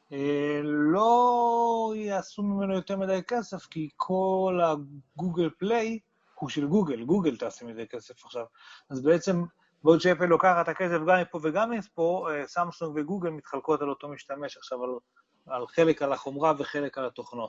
לא יעשו ממנו יותר מדי כסף, כי כל הגוגל פליי הוא של גוגל, גוגל תעשה מדי כסף עכשיו. אז בעצם, בעוד שאפל לוקחת את הכסף גם מפה וגם מפה, סמסונג וגוגל מתחלקות על אותו משתמש עכשיו, על, על חלק על החומרה וחלק על התוכנות.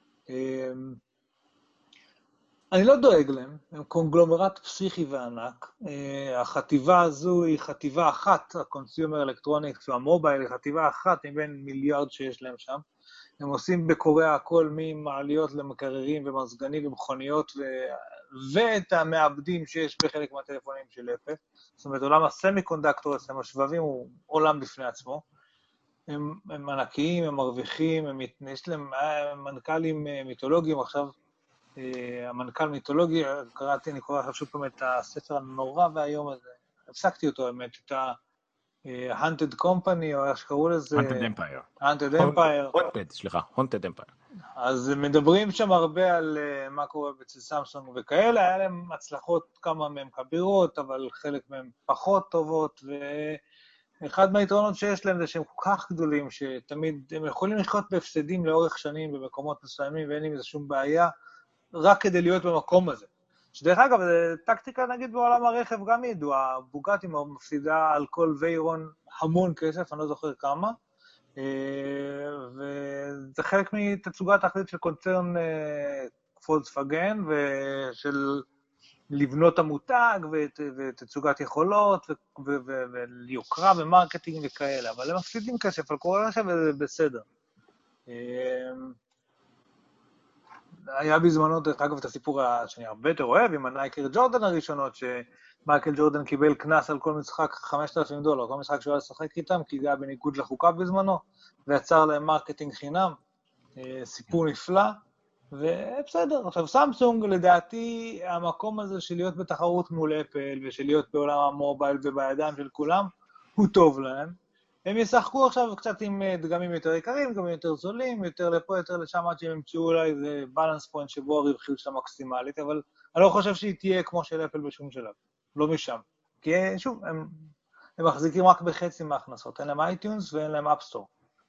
אני לא דואג להם, הם קונגלומרט פסיכי וענק. החטיבה הזו היא חטיבה אחת, ה-Consumer Electronics והמובייל היא חטיבה אחת מבין מיליארד שיש להם שם. הם עושים בקוריאה הכל ממעליות למקררים ומזגנים ומכוניות ו... ואת המעבדים שיש בחלק מהטלפונים של אפל. זאת אומרת, עולם הסמי-קונדקטורס, הם השבבים, הוא עולם בפני עצמו. הם, הם ענקיים, הם מרוויחים, הם, יש להם מנכ"לים מיתולוגיים עכשיו, המנכ"ל מיתולוגי, קראתי, אני קורא עכשיו שוב פעם את הספר הנורא והיום הזה, הפסקתי אותו, האמת, את ה-Haunted Company, או איך שקראו לזה... Haunted Empire. Haunted Empire. Haunted, סליחה, Haunted Empire. אז מדברים שם הרבה על מה קורה אצל סמסונג וכאלה, היה להם הצלחות כמה מהם כבירות, אבל חלק מהם פחות טובות, ואחד מהיתרונות שיש להם זה שהם כל כך גדולים, שתמיד הם יכולים לחיות בהפסדים לאורך שנים במקומות מסוימים, ואין עם איזה שום בעיה, רק כדי להיות במקום הזה. שדרך אגב, טקטיקה נגיד בעולם הרכב גם ידועה, בוגאטי מפסידה על כל ויירון המון כסף, אני לא זוכר כמה, וזה חלק מתצוגת האחרית של קונצרן פולקסווגן, ושל לבנות המותג, ותצוגת יכולות, ויוקרה ומרקטינג וכאלה, אבל הם מפסידים כסף על כל רכב וזה בסדר. היה בזמנו, דרך אגב, את הסיפור שאני הרבה יותר אוהב, עם הנייקר ג'ורדן הראשונות, שמייקל ג'ורדן קיבל קנס על כל משחק חמשת אלפים דולר, כל משחק שהוא היה לשחק איתם, כי זה היה בניגוד לחוקה בזמנו, ויצר להם מרקטינג חינם, סיפור נפלא, ובסדר. עכשיו, סמסונג, לדעתי, המקום הזה של להיות בתחרות מול אפל, ושל להיות בעולם המובייל ובידיים של כולם, הוא טוב להם. הם ישחקו עכשיו קצת עם דגמים יותר יקרים, דגמים יותר זולים, יותר לפה, יותר לשם, עד שהם ימצאו אולי איזה בלנס פוינט שבו הרווחיות שלה מקסימלית, אבל אני לא חושב שהיא תהיה כמו של אפל בשום שלב, לא משם. כי שוב, הם, הם מחזיקים רק בחצי מההכנסות, אין להם אייטיונס ואין להם אפסטור.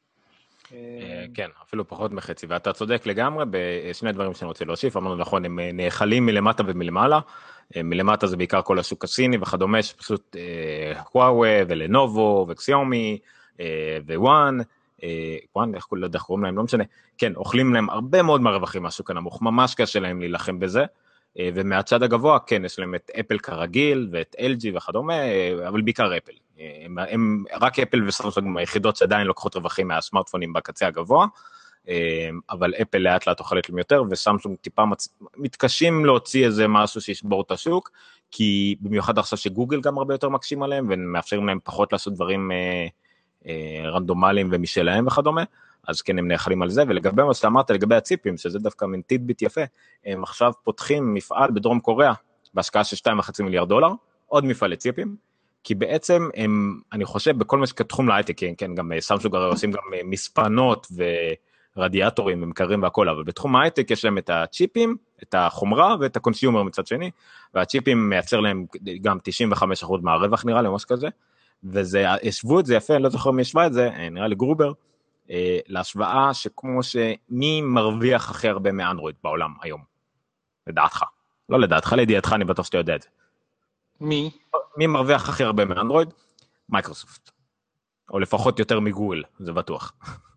כן, אפילו פחות מחצי, ואתה צודק לגמרי בשני דברים שאני רוצה להוסיף, אמרנו נכון, הם נאכלים מלמטה ומלמעלה, מלמטה זה בעיקר כל השוק הסיני וכדומה, שפשוט הוואווי ולנובו וחיאומי ווואן, וואן, איך קוראים להם, לא משנה, כן, אוכלים להם הרבה מאוד מהרווחים מהשוק הנמוך, ממש קשה להם להילחם בזה, ומהצד הגבוה, כן, יש להם את אפל כרגיל, ואת אל ג'י וכדומה, אבל בעיקר אפל. הם, הם, רק אפל וסמסונג היחידות שעדיין לוקחות רווחים מהסמארטפונים בקצה הגבוה, אבל אפל לאט לאט אוכלת להם יותר, וסמסונג טיפה מצ... מתקשים להוציא איזה משהו שישבור את השוק, כי במיוחד עכשיו שגוגל גם הרבה יותר מקשים עליהם, ומאפשרים להם פחות לעשות דברים אה, אה, רנדומליים ומשלהם וכדומה, אז כן הם נאכלים על זה, ולגבי מה שאתה אמרת לגבי הציפים, שזה דווקא מין טיפ יפה, הם עכשיו פותחים מפעל בדרום קוריאה, בהשקעה של שתיים וחצי מיליארד דולר, עוד מפעל לציפים, כי בעצם הם, אני חושב, בכל מה שכתחום להייטק, כן, כן, גם סמסונג עושים גם מספנות ורדיאטורים ומקררים והכל, אבל בתחום ההייטק יש להם את הצ'יפים, את החומרה ואת הקונסיומר מצד שני, והצ'יפים מייצר להם גם תשעים וחמישה אחוז מהרווח נראה לי, משהו כזה, וזה, ישבו את זה יפה, אני לא זוכר מי ישבה את זה, נראה לי גרובר, להשוואה שכמו שמי מרוויח הכי הרבה מאנדרואיד בעולם היום, לדעתך, לא לדעתך, לידיעתך, אני בטוח שאתה יודע את זה. מי? מי מרוויח הכי הרבה מאנדרואיד? מייקרוסופט. או לפחות יותר מגוגל, זה בטוח.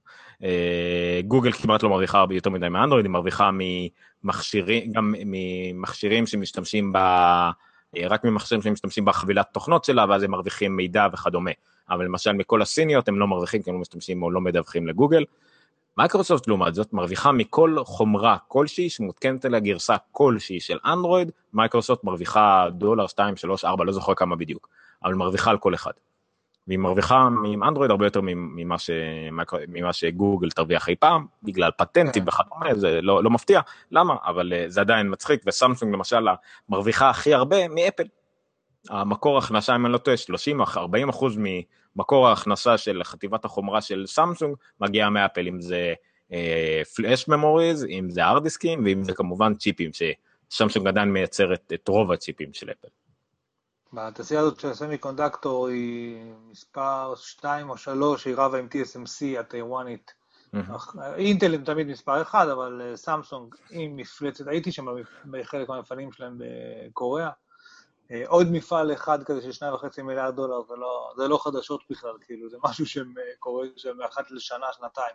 גוגל כמעט לא מרוויחה יותר מדי מאנדרואיד, היא מרוויחה ממכשירים, גם ממכשירים שמשתמשים ב... רק ממכשירים שמשתמשים בחבילת תוכנות שלה, ואז הם מרוויחים מידע וכדומה. אבל למשל מכל הסיניות הם לא מרוויחים, כי הם לא משתמשים או לא מדווחים לגוגל. מייקרוסופט לעומת זאת מרוויחה מכל חומרה כלשהי שמותקנת אליה גרסה כלשהי של אנדרואיד, מייקרוסופט מרוויחה דולר, שתיים, שלוש, ארבע, לא זוכר כמה בדיוק, אבל מרוויחה על כל אחד. והיא מרוויחה עם אנדרואיד הרבה יותר ממה, ש... ממה שגוגל תרוויח אי פעם, בגלל פטנטים וכדומה, זה לא, לא מפתיע, למה? אבל זה עדיין מצחיק, וסמסונג למשל מרוויחה הכי הרבה מאפל. המקור הכנסה, אם אני לא טועה, שלושים עד ארבעים אחוז ממקור ההכנסה של חטיבת החומרה של סמסונג, מגיעה מאפל, אם זה אה, פלאש ממוריז, אם זה הארד דיסקים, ואם זה כמובן צ'יפים, שסמסונג עדיין מייצרת את רוב הצ'יפים של אפל. בתעשייה הזאת של הסמי קונדקטור היא מספר שתיים או שלוש, היא רבה עם טי אס אם סי הטיוואנית. אינטל הם תמיד מספר אחד, אבל סמסונג עם מפלצת, הייתי שם בחלק מהמפעלים שלהם בקוריאה. עוד מפעל אחד כזה של שניים וחצי מיליארד דולר, זה לא, זה לא חדשות בכלל, כאילו, זה משהו שקורה שם מאחת לשנה, שנתיים.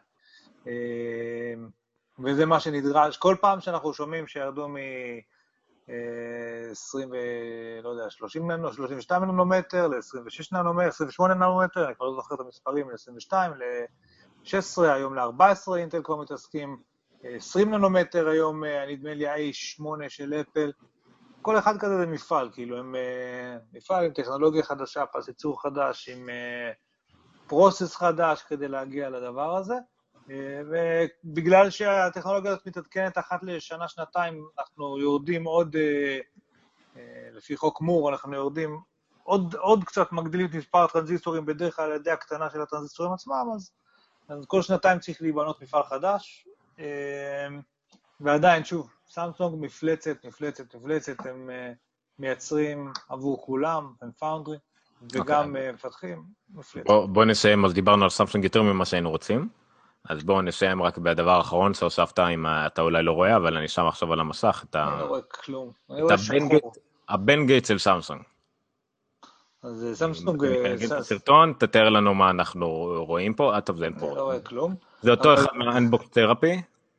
וזה מה שנדרש. כל פעם שאנחנו שומעים שירדו מ... עשרים, לא יודע, שלושים ננו, שלושים ושתיים ננומטר, ל-עשרים ושש ננומטר, עשרים ושמונה ננומטר, אני כבר לא זוכר את המספרים, ל-עשרים ושתיים, ל-שש עשרה, היום ל-ארבע עשרה, אינטל כבר מתעסקים, עשרים ננומטר, היום נדמה לי איי שמונה של אפל, כל אחד כזה זה מפעל, כאילו, הם מפעל עם טכנולוגיה חדשה, פס ייצור חדש, עם פרוסס חדש כדי להגיע לדבר הזה, ובגלל שהטכנולוגיה הזאת מתעדכנת אחת לשנה, שנתיים, אנחנו יורדים עוד, לפי חוק מור, אנחנו יורדים עוד, עוד קצת מגדילים את מספר הטרנזיסטורים, בדרך כלל על ידי הקטנה של הטרנזיסטורים עצמם, אז, אז כל שנתיים צריך להיבנות מפעל חדש, ועדיין, שוב, סמסונג מפלצת, מפלצת, מפלצת, הם מייצרים עבור כולם, הם פאונדרי, וגם okay. מפתחים, מפלצת. בוא, בוא נסיים, אז דיברנו על סמסונג יותר ממה שהיינו רוצים, אז בואו נסיים רק בדבר האחרון שהוספת, אם אתה אולי לא רואה, אבל אני שם עכשיו על המסך את ה... אני לא רואה כלום, אני רואה שחור. הבן גייט של סמסונג. אז סמסונג... נגיד את הסרטון, תתאר לנו מה אנחנו רואים פה, טוב זה אין פה. אני לא רואה כלום. זה אותו אחד מהאנבוקס תרפי?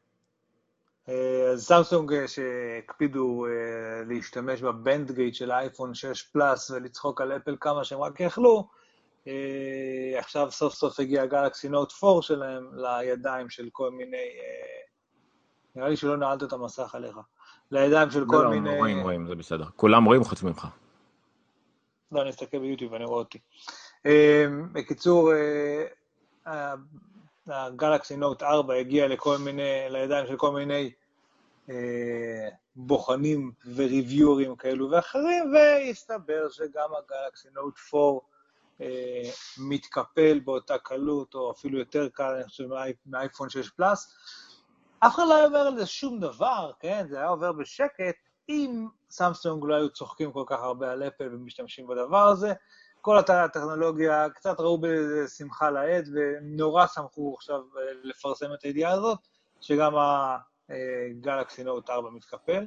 אז סמסונג שהקפידו להשתמש בבנד גייט של האייפון שש פלאס ולצחוק על אפל כמה שהם רק יכלו, עכשיו סוף סוף הגיע גלקסי נוט פור שלהם לידיים של כל מיני, נראה לי שלא נעלת את המסך עליך, לידיים של כל מיני... רואים, רואים, זה בסדר. כולם רואים חוץ ממך. לא, אני אסתכל ביוטיוב, אני רואה אותי. בקיצור, הגלקסי נוט ארבע הגיע לכל מיני, לידיים של כל מיני בוחנים וריוויורים כאלו ואחרים, והסתבר שגם הגלקסי נוט פור מתקפל באותה קלות, או אפילו יותר קל, אני חושב, מהאייפון שש פלאס. אף אחד לא היה עובר על זה שום דבר, כן? זה היה עובר בשקט, אם סמסונג לא היו צוחקים כל כך הרבה על אפל ומשתמשים בדבר הזה. כל הטכנולוגיה קצת ראו בשמחה לעד, ונורא שמחו עכשיו לפרסם את הידיעה הזאת, שגם הגלקסי נוט ארבע מתקפל.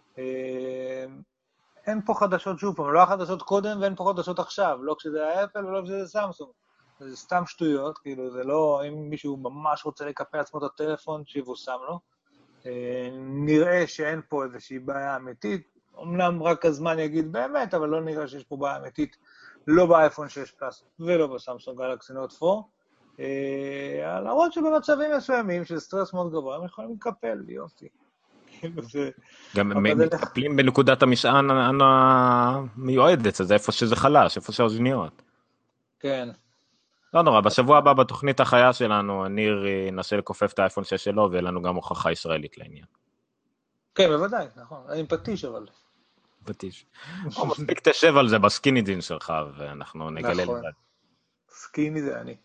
אין פה חדשות שוב פעם, לא החדשות קודם ואין פה חדשות עכשיו, לא כשזה היה אפל ולא כשזה סמסונג. זה סתם שטויות, כאילו זה לא, אם מישהו ממש רוצה לקפל עצמו את הטלפון, שיבושם לו. נראה שאין פה איזושהי בעיה אמיתית, אמנם רק הזמן יגיד באמת, אבל לא נראה שיש פה בעיה אמיתית, לא באייפון שש פלאס ולא בסמסונג גלקסי נוט פור, למרות שבמצבים מסוימים של סטרס מאוד גבוה, הם יכולים לקפל, יופי. גם מטפלים בנקודת המשען המיועדת, אז איפה שזה חלש, איפה שהאוזניות. כן. לא נורא, בשבוע הבא בתוכנית החיה שלנו, ניר ינסה לקופף את האייפון שש שלו, ויהיה לנו גם הוכחה ישראלית לעניין. כן, בוודאי, נכון. אני פטיש אבל. פטיש. מספיק תשב על זה בסקיני דין שלך, ואנחנו נגלה נכון. לבד. סקיני זה אני.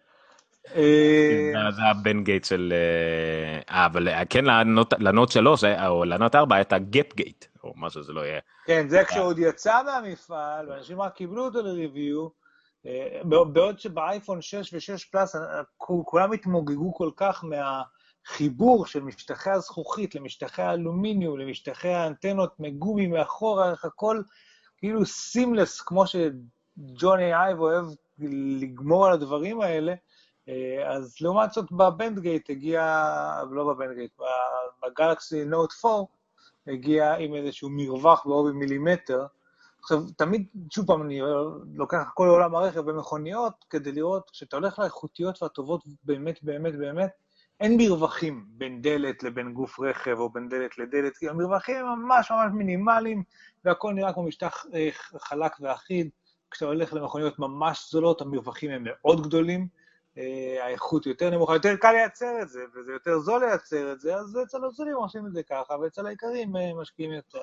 זה הבן גייט של... אה, אבל כן, לנוט שלוש, או לנוט ארבע, הייתה גאפ גייט, או מה שזה לא יהיה. כן, זה כשעוד יצא מהמפעל, ואנשים רק קיבלו אותו לריוויו, בעוד שבאייפון שש ושש פלאס, כולם התמוגגו כל כך מהחיבור של משטחי הזכוכית, למשטחי האלומיניום, למשטחי האנטנות מגומי מאחורה, הכל כאילו סימלס, כמו שג'וני אייב אוהב לגמור על הדברים האלה, אז לעומת זאת בבנד גייט הגיע, לא בבנד גייט, בגלקסי נוט פור, הגיע עם איזשהו מרווח בעובי מילימטר. עכשיו, תמיד, שוב פעם, אני לוקח כל עולם הרכב במכוניות, כדי לראות, כשאתה הולך לאיכותיות והטובות באמת, באמת, באמת, אין מרווחים בין דלת לבין גוף רכב או בין דלת לדלת, כי המרווחים הם ממש ממש מינימליים, והכל נראה כמו משטח חלק ואחיד. כשאתה הולך למכוניות ממש זולות, המרווחים הם מאוד גדולים, האיכות יותר נמוכה, יותר קל לייצר את זה, וזה יותר זול לייצר את זה, אז אצל הזולים עושים את זה ככה, ואצל העיקרים משקיעים יותר.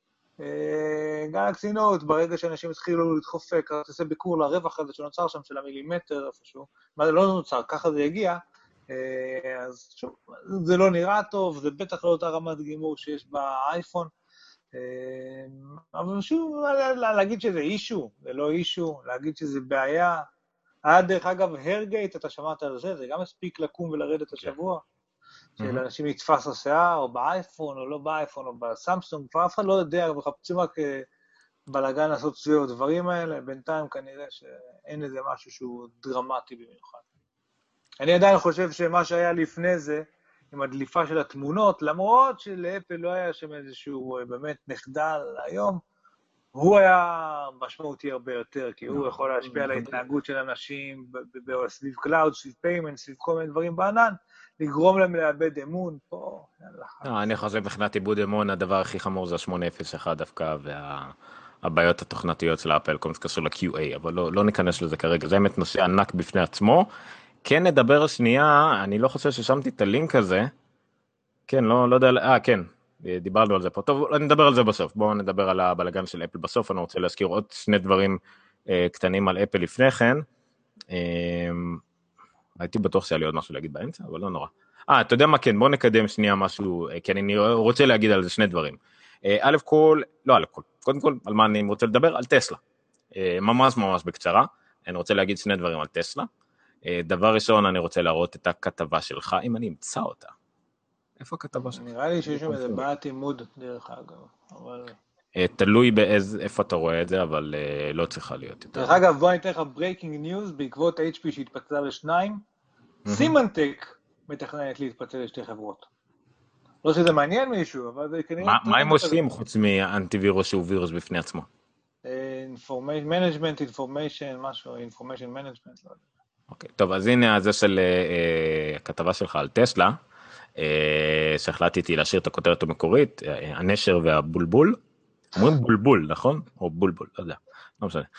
גלקסי נוט, ברגע שאנשים התחילו לדחוף כרטיסי ביקור לרווח הזה שנוצר שם של המילימטר איפשהו, מה זה לא נוצר, ככה זה הגיע, אז שוב, זה לא נראה טוב, זה בטח לא אותה רמת גימור שיש באייפון, אבל שוב, להגיד שזה אישו, זה לא אישו, להגיד שזה בעיה, עד דרך אגב, הרגייט, אתה שמעת על זה, זה גם הספיק לקום ולרדת השבוע, שלאנשים נתפס השיער, או באייפון, או לא באייפון, או בסמסונג, כבר אף אחד לא יודע, מחפשים רק בלגן לעשות סביב הדברים האלה, בינתיים כנראה שאין איזה משהו שהוא דרמטי במיוחד. אני עדיין חושב שמה שהיה לפני זה, עם הדליפה של התמונות, למרות שלאפל לא היה שם איזשהו באמת נחדל היום, הוא היה משמעותי הרבה יותר, כי הוא יכול להשפיע על ההתנהגות של אנשים, סביב קלאוד, סביב פיימנט, סביב כל מיני דברים בענן, לגרום להם לאבד אמון פה. אני חושב מבחינת איבוד אמון, הדבר הכי חמור זה ה-שמונה אפס אחת דווקא, והבעיות התוכנתיות של אפל, כל מה שקשור ל-קיו איי, אבל לא ניכנס לזה כרגע, זה באמת נושא ענק בפני עצמו. כן נדבר שנייה, אני לא חושב ששמתי את הלינק הזה, כן, לא יודע, אה, כן. דיברנו על זה פה, טוב, נדבר על זה בסוף, בואו נדבר על הבלגן של אפל בסוף, אני רוצה להזכיר עוד שני דברים אה, קטנים על אפל לפני כן, אה, הייתי בטוח שהיה לי עוד משהו להגיד באמצע, אבל לא נורא. אה, אתה יודע מה, כן, בואו נקדם שנייה משהו, אה, כי אני רוצה להגיד על זה שני דברים. אה, א' כל, לא א' כל, קודם כל, על מה אני רוצה לדבר? על טסלה. אה, ממש ממש בקצרה, אני רוצה להגיד שני דברים על טסלה. אה, דבר ראשון, אני רוצה להראות את הכתבה שלך, אם אני אמצא אותה. איפה הכתבה שלך? נראה לי שיש שם איזה בעיית עימוד דרך אגב, אבל... תלוי באיזה, איפה אתה רואה את זה, אבל לא צריכה להיות יותר. דרך אגב, בוא ניתן לך ברייקינג ניוז, בעקבות אייץ' פי שהתפצלה לשניים, סימנטק מתכננת להתפצל לשתי חברות. לא שזה מעניין מישהו, אבל זה כנראה... מה הם עושים חוץ מאנטיווירוס שהוא וירוס בפני עצמו? מנג'מנט, אינפורמיישן, משהו, אינפורמיישן מנג'מנט, לא יודע. אוקיי, טוב, אז הנה זה של הכתבה שלך על טסלה, שהחלטתי להשאיר את הכותרת המקורית, הנשר והבולבול, אומרים בולבול, נכון? או בולבול, לא יודע, לא משנה.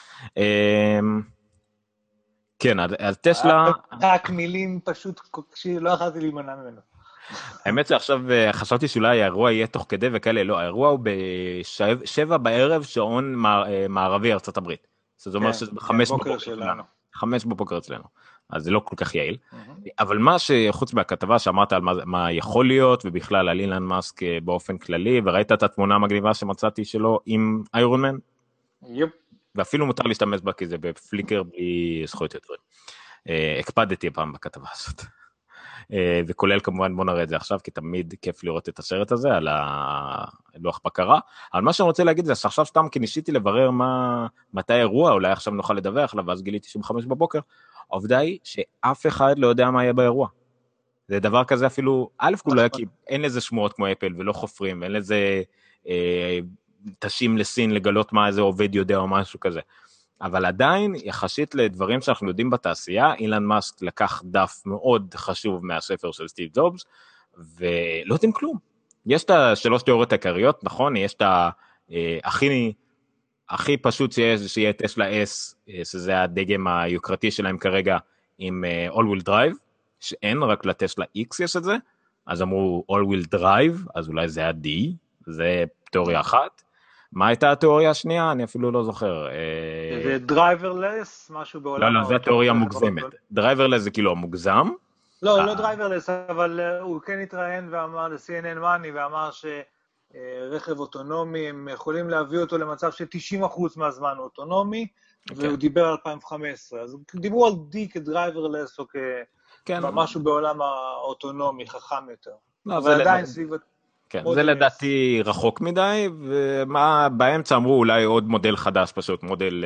כן, על טסלה... רק מילים פשוט, שלא יכולתי להימנע ממנו. האמת שעכשיו חשבתי שאולי האירוע יהיה תוך כדי וכאלה, לא, האירוע הוא בשבע בערב שעון מערבי ארצות הברית. זאת אומרת שזה בחמש בבוקר שלנו. חמש בבוקר אצלנו. אז זה לא כל כך יעיל. אבל מה שחוץ מהכתבה שאמרת על מה יכול להיות, ובכלל על אילן מאסק באופן כללי, וראית את התמונה המגניבה שמצאתי שלו עם איירון מן? יופ. ואפילו מותר להשתמש בה, כי זה בפליקר בלי זכויות יותר. הקפדתי פעם בכתבה הזאת. וכולל כמובן, בוא נראה את זה עכשיו, כי תמיד כיף לראות את הסרט הזה, על הלוח בקרה. אבל מה שאני רוצה להגיד זה, שעכשיו סתם כי ניסיתי לברר מה, מתי האירוע, אולי עכשיו נוכל לדווח לה, ואז גיליתי שבחמש בבוקר, העובדה היא שאף אחד לא יודע מה יהיה באירוע. זה דבר כזה אפילו, א' כולה, כי אין לזה שמועות כמו אפל, ולא חופרים, ואין לזה אה, תשים לסין לגלות מה איזה עובד יודע או משהו כזה. אבל עדיין, יחסית לדברים שאנחנו יודעים בתעשייה, אילן מאסק לקח דף מאוד חשוב מהספר של סטיב ג'ובס, ולא יודעים כלום. יש את השלוש תיאוריות העיקריות, נכון? יש את הכי, הכי פשוט שיש, שיהיה טסלה S, שזה הדגם היוקרתי שלהם כרגע, עם All Wheel Drive, שאין רק לטסלה X יש את זה, אז אמרו All Wheel Drive, אז אולי זה ה-D, זה תיאוריה אחת. מה הייתה התיאוריה השנייה? אני אפילו לא זוכר. זה דרייברלס, משהו בעולם... לא, לא, זה התיאוריה מוגזמת. דרייברלס זה כאילו המוגזם. לא, לא דרייברלס, אבל הוא כן התראיין ואמר ל-סי אן אן Money, ואמר שרכב אוטונומי, הם יכולים להביא אותו למצב של תשעים אחוז מהזמן אוטונומי, והוא דיבר על אלפיים וחמש עשרה. אז דיברו על D כדרייברלס, או כמשהו בעולם האוטונומי, חכם יותר. אבל עדיין סביב... כן, זה לדעתי רחוק מדי, ומה באמצע אמרו אולי עוד מודל חדש פשוט, מודל,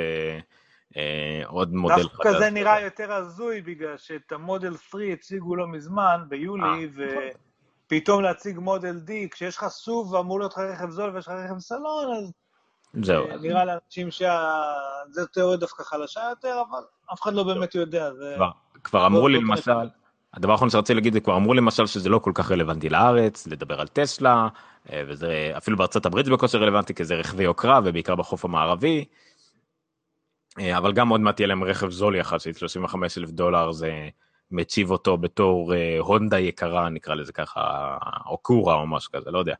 עוד מודל חדש. דווקא זה נראה יותר הזוי, בגלל שאת המודל שלוש הציגו לא מזמן, ביולי, ופתאום להציג מודל D, כשיש לך סוב ואמור להיות לך רכב זול ויש לך רכב סלון, אז נראה לאנשים שזה תיאוריה דווקא חלשה יותר, אבל אף אחד לא באמת יודע. כבר אמרו לי למשל, הדבר האחרון שרציתי להגיד, זה כבר אמרו למשל שזה לא כל כך רלוונטי לארץ, לדבר על טסלה, וזה אפילו בארצות הברית זה בקושי רלוונטי, כי זה רכבי יוקרה, ובעיקר בחוף המערבי, אבל גם עוד מעט יהיה להם רכב זול יחסית, שלושים וחמישה אלף דולר, זה מציב אותו בתור הונדה יקרה, נקרא לזה ככה, או קורה או משהו כזה, לא יודע.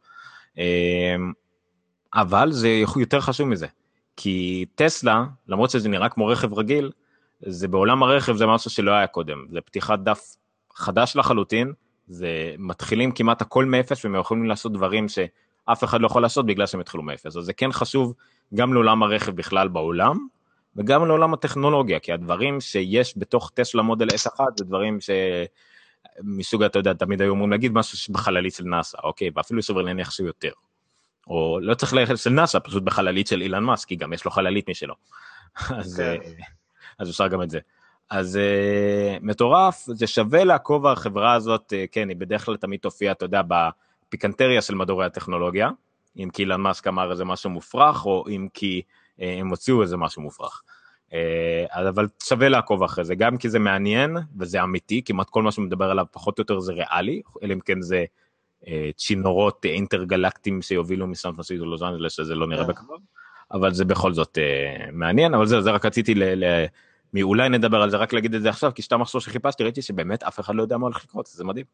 אבל זה יותר חשוב מזה, כי טסלה, למרות שזה נראה כמו רכב רגיל, זה בעולם הרכב זה משהו שלא היה קודם, זה פתיחת דף חדש לחלוטין, זה מתחילים כמעט הכל מאפס, והם יכולים לעשות דברים שאף אחד לא יכול לעשות בגלל שהם התחילו מאפס, אז זה כן חשוב גם לעולם הרכב בכלל בעולם, וגם לעולם הטכנולוגיה, כי הדברים שיש בתוך טסלה מודל אס אחת, זה דברים שמסוג, אתה יודע, תמיד היו אומרים להגיד משהו בחללית של נאסא, אוקיי, ואפילו סובר להניח שהוא יותר, או לא צריך ללכת של נאסא, פשוט בחללית של אילן מאסק, כי גם יש לו חללית משלו, אז, אז אפשר גם את זה. אז uh, מטורף, זה שווה לעקוב החברה הזאת, uh, כן, היא בדרך כלל תמיד תופיע, אתה יודע, בפיקנטריה של מדורי הטכנולוגיה, אם כי אילן מאסק אמר איזה משהו מופרך, או אם כי uh, הם הוציאו איזה משהו מופרך. Uh, אבל שווה לעקוב אחרי זה, גם כי זה מעניין, וזה אמיתי, כמעט כל מה שמדבר עליו פחות או יותר זה ריאלי, אלא אם כן זה uh, צינורות אינטרגלקטיים שיובילו מסן פרנסיסקו ללוס אנג'לס, שזה לא נראה בקרוב, אבל זה בכל זאת uh, מעניין, אבל זה, זה רק רציתי ל... ל מי אולי נדבר על זה, רק להגיד את זה עכשיו, כי שאתה מחשוב שחיפשתי, ראיתי שבאמת אף אחד לא יודע מה הולך לקרות, זה מדהים.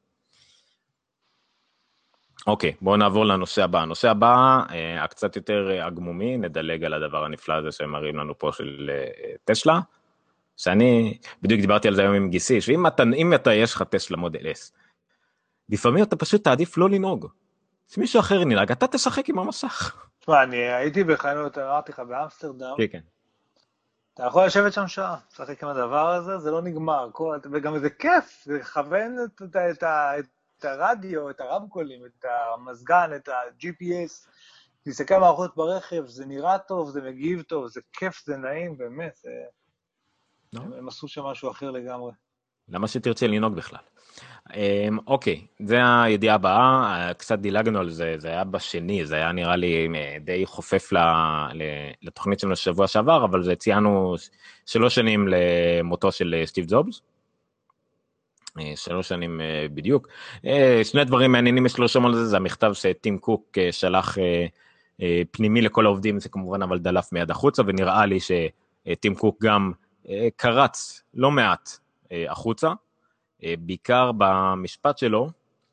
אוקיי, בואו נעבור לנושא הבא. הנושא הבא, אה, הקצת יותר אגמומי, נדלג על הדבר הנפלא הזה שהם מראים לנו פה של אה, טסלה, שאני בדיוק דיברתי על זה היום עם גיסי, שאם אתה, אם אתה יש לך טסלה מודל S, לפעמים אתה פשוט תעדיף לא לנהוג. שמישהו אחר נלהג, אתה תשחק עם המסך. תשמע, אני הייתי בחנות, אמרתי לך, באמסטרדם, כן, כן. אתה יכול לשבת שם שעה, לשחק עם הדבר הזה, זה לא נגמר, וגם זה כיף, זה לכוון את, את, את, את הרדיו, את הרמקולים, את המזגן, את ה-ג'י פי אס, תסתכל מערכות ברכב, זה נראה טוב, זה מגיב טוב, זה כיף, זה נעים, באמת, זה... לא. הם עשו שם משהו אחר לגמרי. למה שתרצה לנהוג בכלל? אוקיי, זה הידיעה הבאה, קצת דילגנו על זה, זה היה בשני, זה היה נראה לי די חופף לתוכנית שלנו שבוע שעבר, אבל זה ציינו שלוש שנים למותו של סטיב ג'ובס, שלוש שנים בדיוק. שני דברים מעניינים יש לרשום על זה, זה המכתב שטים קוק שלח פנימי לכל העובדים, זה כמובן אבל דלף מיד החוצה, ונראה לי שטים קוק גם קרץ לא מעט החוצה, בעיקר במשפט שלו,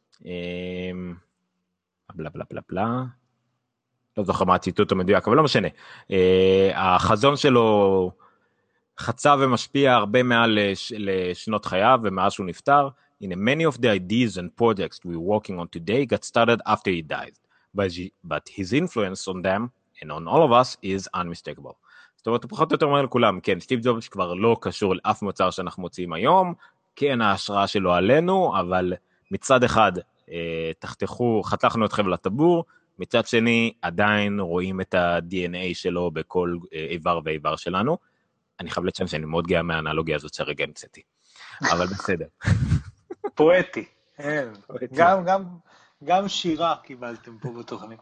בלה בלה בלה בלה, לא זוכר מה הציטוט המדויק, אבל לא משנה, החזון שלו חצה ומשפיע הרבה מעל לשנות חייו, ומאז שהוא נפטר, in many of the ideas and projects we're working on today got started after he died, but, but his influence on them and on all of us is unmistakable. זאת אומרת, הוא פחות או יותר אומר לכולם, כן, סטיב ג'ובס כבר לא קשור לאף מוצר שאנחנו מוצאים היום, כן, ההשראה שלו עלינו, אבל מצד אחד, תחתכו, חתכנו אתכם לטבור, מצד שני, עדיין רואים את ה-די אן איי שלו בכל איבר ואיבר שלנו. אני חייב לציין שאני מאוד גאה מהאנלוגיה הזאת שהרגע המצאתי, אבל בסדר. פואטי, גם, גם, גם שירה קיבלתם פה בתוכנית.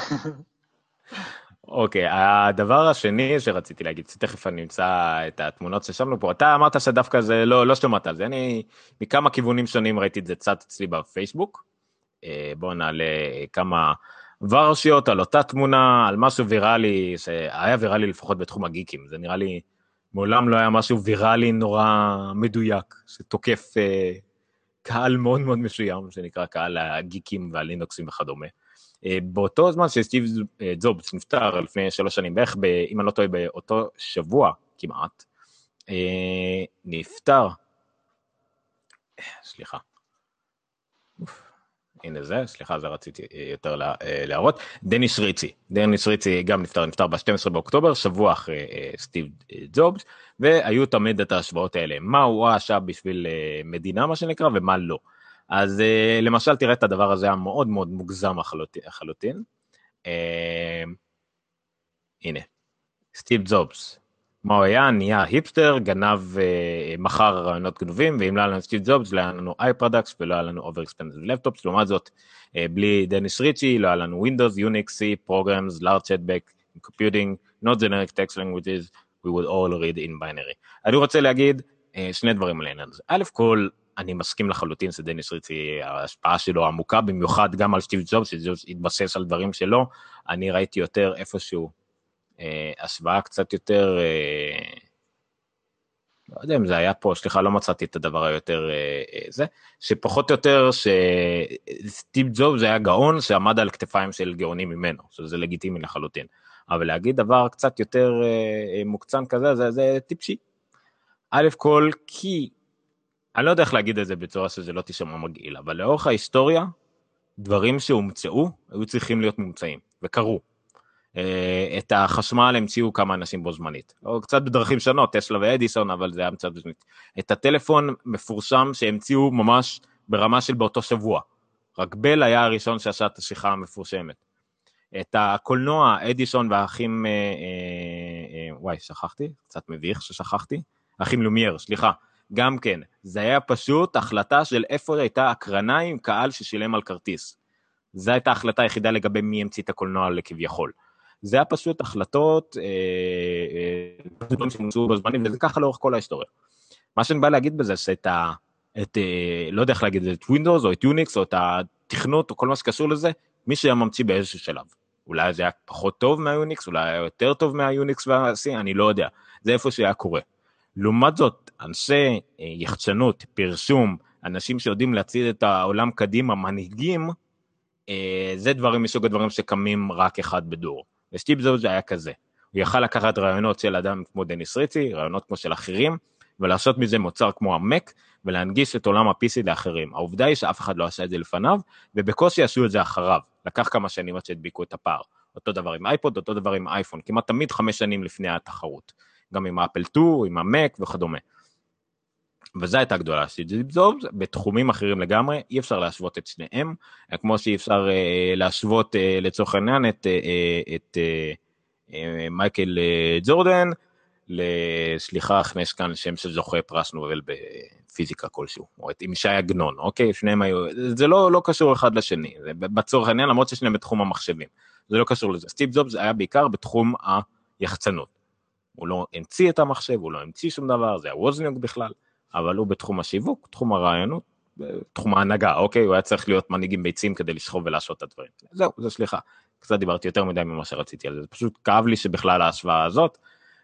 אוקיי, הדבר השני שרציתי להגיד, תכף אני אמצא את התמונות ששמנו פה, אתה אמרת שדווקא זה, לא, לא שומעת על זה, אני מכמה כיוונים שונים ראיתי את זה צד אצלי בפייסבוק, בואו נעלה כמה ורשיות על אותה תמונה, על משהו ויראלי, שהיה ויראלי לפחות בתחום הגיקים, זה נראה לי, מעולם לא היה משהו ויראלי נורא מדויק, שתוקף קהל מאוד מאוד מסוים, שנקרא קהל הגיקים והלינוקסים וכדומה. באותו זמן שסטיב ג'ובס נפטר לפני שלוש שנים, בערך, אם אני לא טועה, באותו שבוע כמעט, נפטר, סליחה, הנה זה, סליחה, זה רציתי יותר להראות, דניס ריצי, דניס ריצי גם נפטר, נפטר ב-שנים עשר באוקטובר, שבוע אחרי סטיב ג'ובס, והיו תמיד את ההשוואות האלה, מה הוא עשה בשביל מדינה, מה שנקרא, ומה לא. אז uh, למשל תראה את הדבר הזה המאוד מאוד מוגזם החלוטין, uh, הנה, סטיב ג'ובס, מה הוא היה? נהיה היפסטר, גנב, uh, מחר רעיונות גנובים, ואם לא היה לנו סטיב ג'ובס, לא היה לנו iProducts, ולא היה לנו Overexpensive Laptops, לעומת זאת, uh, בלי דניס ריצ'י, לא היה לנו Windows, Unix, C, Programs, Large Chatback, Computing, Not Generic Text Languages, we would all read in binary. אני רוצה להגיד uh, שני דברים על העניין הזה. א' כל, אני מסכים לחלוטין שדניס ריצ'י, ההשפעה שלו עמוקה, במיוחד גם על סטיב ג'ובס, שג'ובס התבסס על דברים שלו, אני ראיתי יותר איפשהו, אה, השוואה קצת יותר, אה, לא יודע אם זה היה פה, סליחה, לא מצאתי את הדבר היותר אה, אה, זה, שפחות או יותר שסטיב ג'ובס היה גאון, שעמד על כתפיים של גאונים ממנו, שזה לגיטימי לחלוטין, אבל להגיד דבר קצת יותר אה, מוקצן כזה, זה, זה טיפשי. א' כל, כי, אני לא יודע איך להגיד את זה בצורה שזה לא תשמע מגעיל, אבל לאורך ההיסטוריה, דברים שהומצאו, היו צריכים להיות מומצאים, וקרו. את החשמל המציאו כמה אנשים בו זמנית, או קצת בדרכים שונות, טסלה ואדיסון, אבל זה היה מצד בזמנית. את הטלפון מפורסם שהמציאו ממש ברמה של באותו שבוע, רק בל היה הראשון שעשה את השיחה המפורשמת. את הקולנוע, אדיסון והאחים, אה, אה, אה, וואי, שכחתי, קצת מביך ששכחתי, האחים לומייר, סליחה, גם כן, זה היה פשוט החלטה של איפה הייתה הקרנה עם קהל ששילם על כרטיס. זו הייתה ההחלטה היחידה לגבי מי המציא את הקולנוע לכביכול. זה היה פשוט החלטות, דברים שמוצאו בזמנים, וזה ככה לאורך כל ההיסטוריה. מה שאני בא להגיד בזה, שאת ה... את, לא יודע איך להגיד, את Windows או את Unix או את התכנות או כל מה שקשור לזה, מי שהיה ממציא באיזשהו שלב. אולי זה היה פחות טוב מה-Unix, אולי היה יותר טוב מה-Unix וה-C, אני לא יודע. זה איפה שהיה קורה. לעומת זאת, אנשי יחצנות, פרשום, אנשים שיודעים להציד את העולם קדימה, מנהיגים, זה דברים מסוג הדברים שקמים רק אחד בדור. וסטיב ג'ובס היה כזה. הוא יכל לקחת רעיונות של אדם כמו דניס ריצ'י, רעיונות כמו של אחרים, ולעשות מזה מוצר כמו המק, ולהנגיש את עולם ה-פי סי לאחרים. העובדה היא שאף אחד לא עשה את זה לפניו, ובקושי עשו את זה אחריו. לקח כמה שנים עד שהדביקו את הפער. אותו דבר עם אייפוד, אותו דבר עם אייפון, כמעט תמיד חמש שנים לפני התחרות. גם עם אפל שתיים, עם המק וכדומה. וזו הייתה גדולה של סטיב ג'ובס, בתחומים אחרים לגמרי, אי אפשר להשוות את שניהם, כמו שאי אפשר אה, להשוות אה, לצורך העניין את, אה, את אה, אה, מייקל אה, ג'ורדן, לסליחה, הכנס כאן שם שזוכה פרס נובל בפיזיקה כלשהו, או את ישי עגנון, אוקיי? שניהם היו, זה לא, לא קשור אחד לשני, זה בצורך העניין, למרות ששניהם בתחום המחשבים, זה לא קשור לזה. סטיב ג'ובס היה בעיקר בתחום היחצנות, הוא לא המציא את המחשב, הוא לא המציא שום דבר, זה היה ווזניוק בכלל, אבל הוא בתחום השיווק, תחום הרעיונות, תחום ההנהגה, אוקיי? הוא היה צריך להיות מנהיגים ביצים כדי לשחוב ולעשות את הדברים. זהו, זה סליחה. קצת דיברתי יותר מדי ממה שרציתי על זה. זה פשוט כאב לי שבכלל ההשוואה הזאת,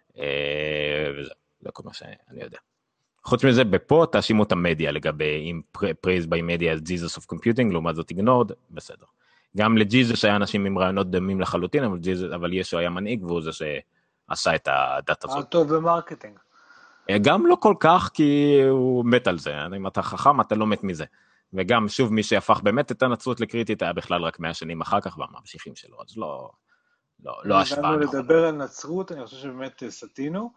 וזה, זה כל מה שאני יודע. חוץ מזה, בפה תאשימו את המדיה לגבי, אם praised by media as Jesus of computing, לעומת זאת ignored, בסדר. גם לג'יזוס היה אנשים עם רעיונות דמים לחלוטין, אבל, ג'יזוס, אבל ישו היה מנהיג, והוא זה שעשה את הדת הזאת. טוב במרקטינג. גם לא כל כך, כי הוא מת על זה, אם אתה חכם, אתה לא מת מזה. וגם, שוב, מי שהפך באמת את הנצרות לקריטית, היה בכלל רק מאה שנים אחר כך, והממשיכים שלו, אז לא, לא, לא השוואה נכונה. לדבר על נצרות, אני חושב שבאמת סתינו.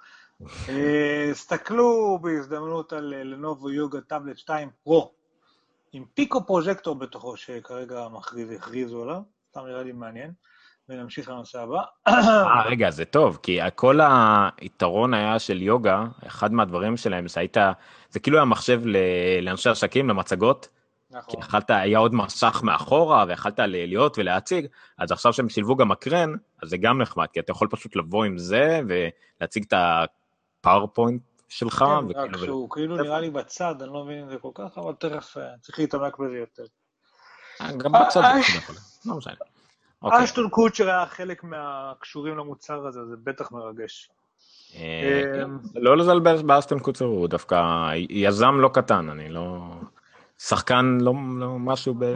סתכלו בהזדמנות על לנובו יוגה טאבלט שתיים פרו, עם פיקו פרוז'קטור בתוכו, שכרגע הכריזו עליו, סתם נראה לי מעניין. ונמשיך לנושא הבא. אה, רגע, זה טוב, כי כל היתרון היה של יוגה, אחד מהדברים שלהם, זה הייתה, זה כאילו היה מחשב לאנשי עסקים, למצגות, כי יכלת, היה עוד מסך מאחורה, ויכלת להיות ולהציג, אז עכשיו שהם שילבו גם מקרן, אז זה גם נחמד, כי אתה יכול פשוט לבוא עם זה, ולהציג את הפאורפוינט שלך. כן, רק שהוא כאילו נראה לי בצד, אני לא מבין אם זה כל כך, אבל תכף צריך להתעמק בזה יותר. גם בצד זה יכול, לא משנה. אשטון קוצ'ר היה חלק מהקשורים למוצר הזה, זה בטח מרגש. לא לזלבר באשטון קוצ'ר, הוא דווקא יזם לא קטן, אני לא... שחקן לא משהו ב...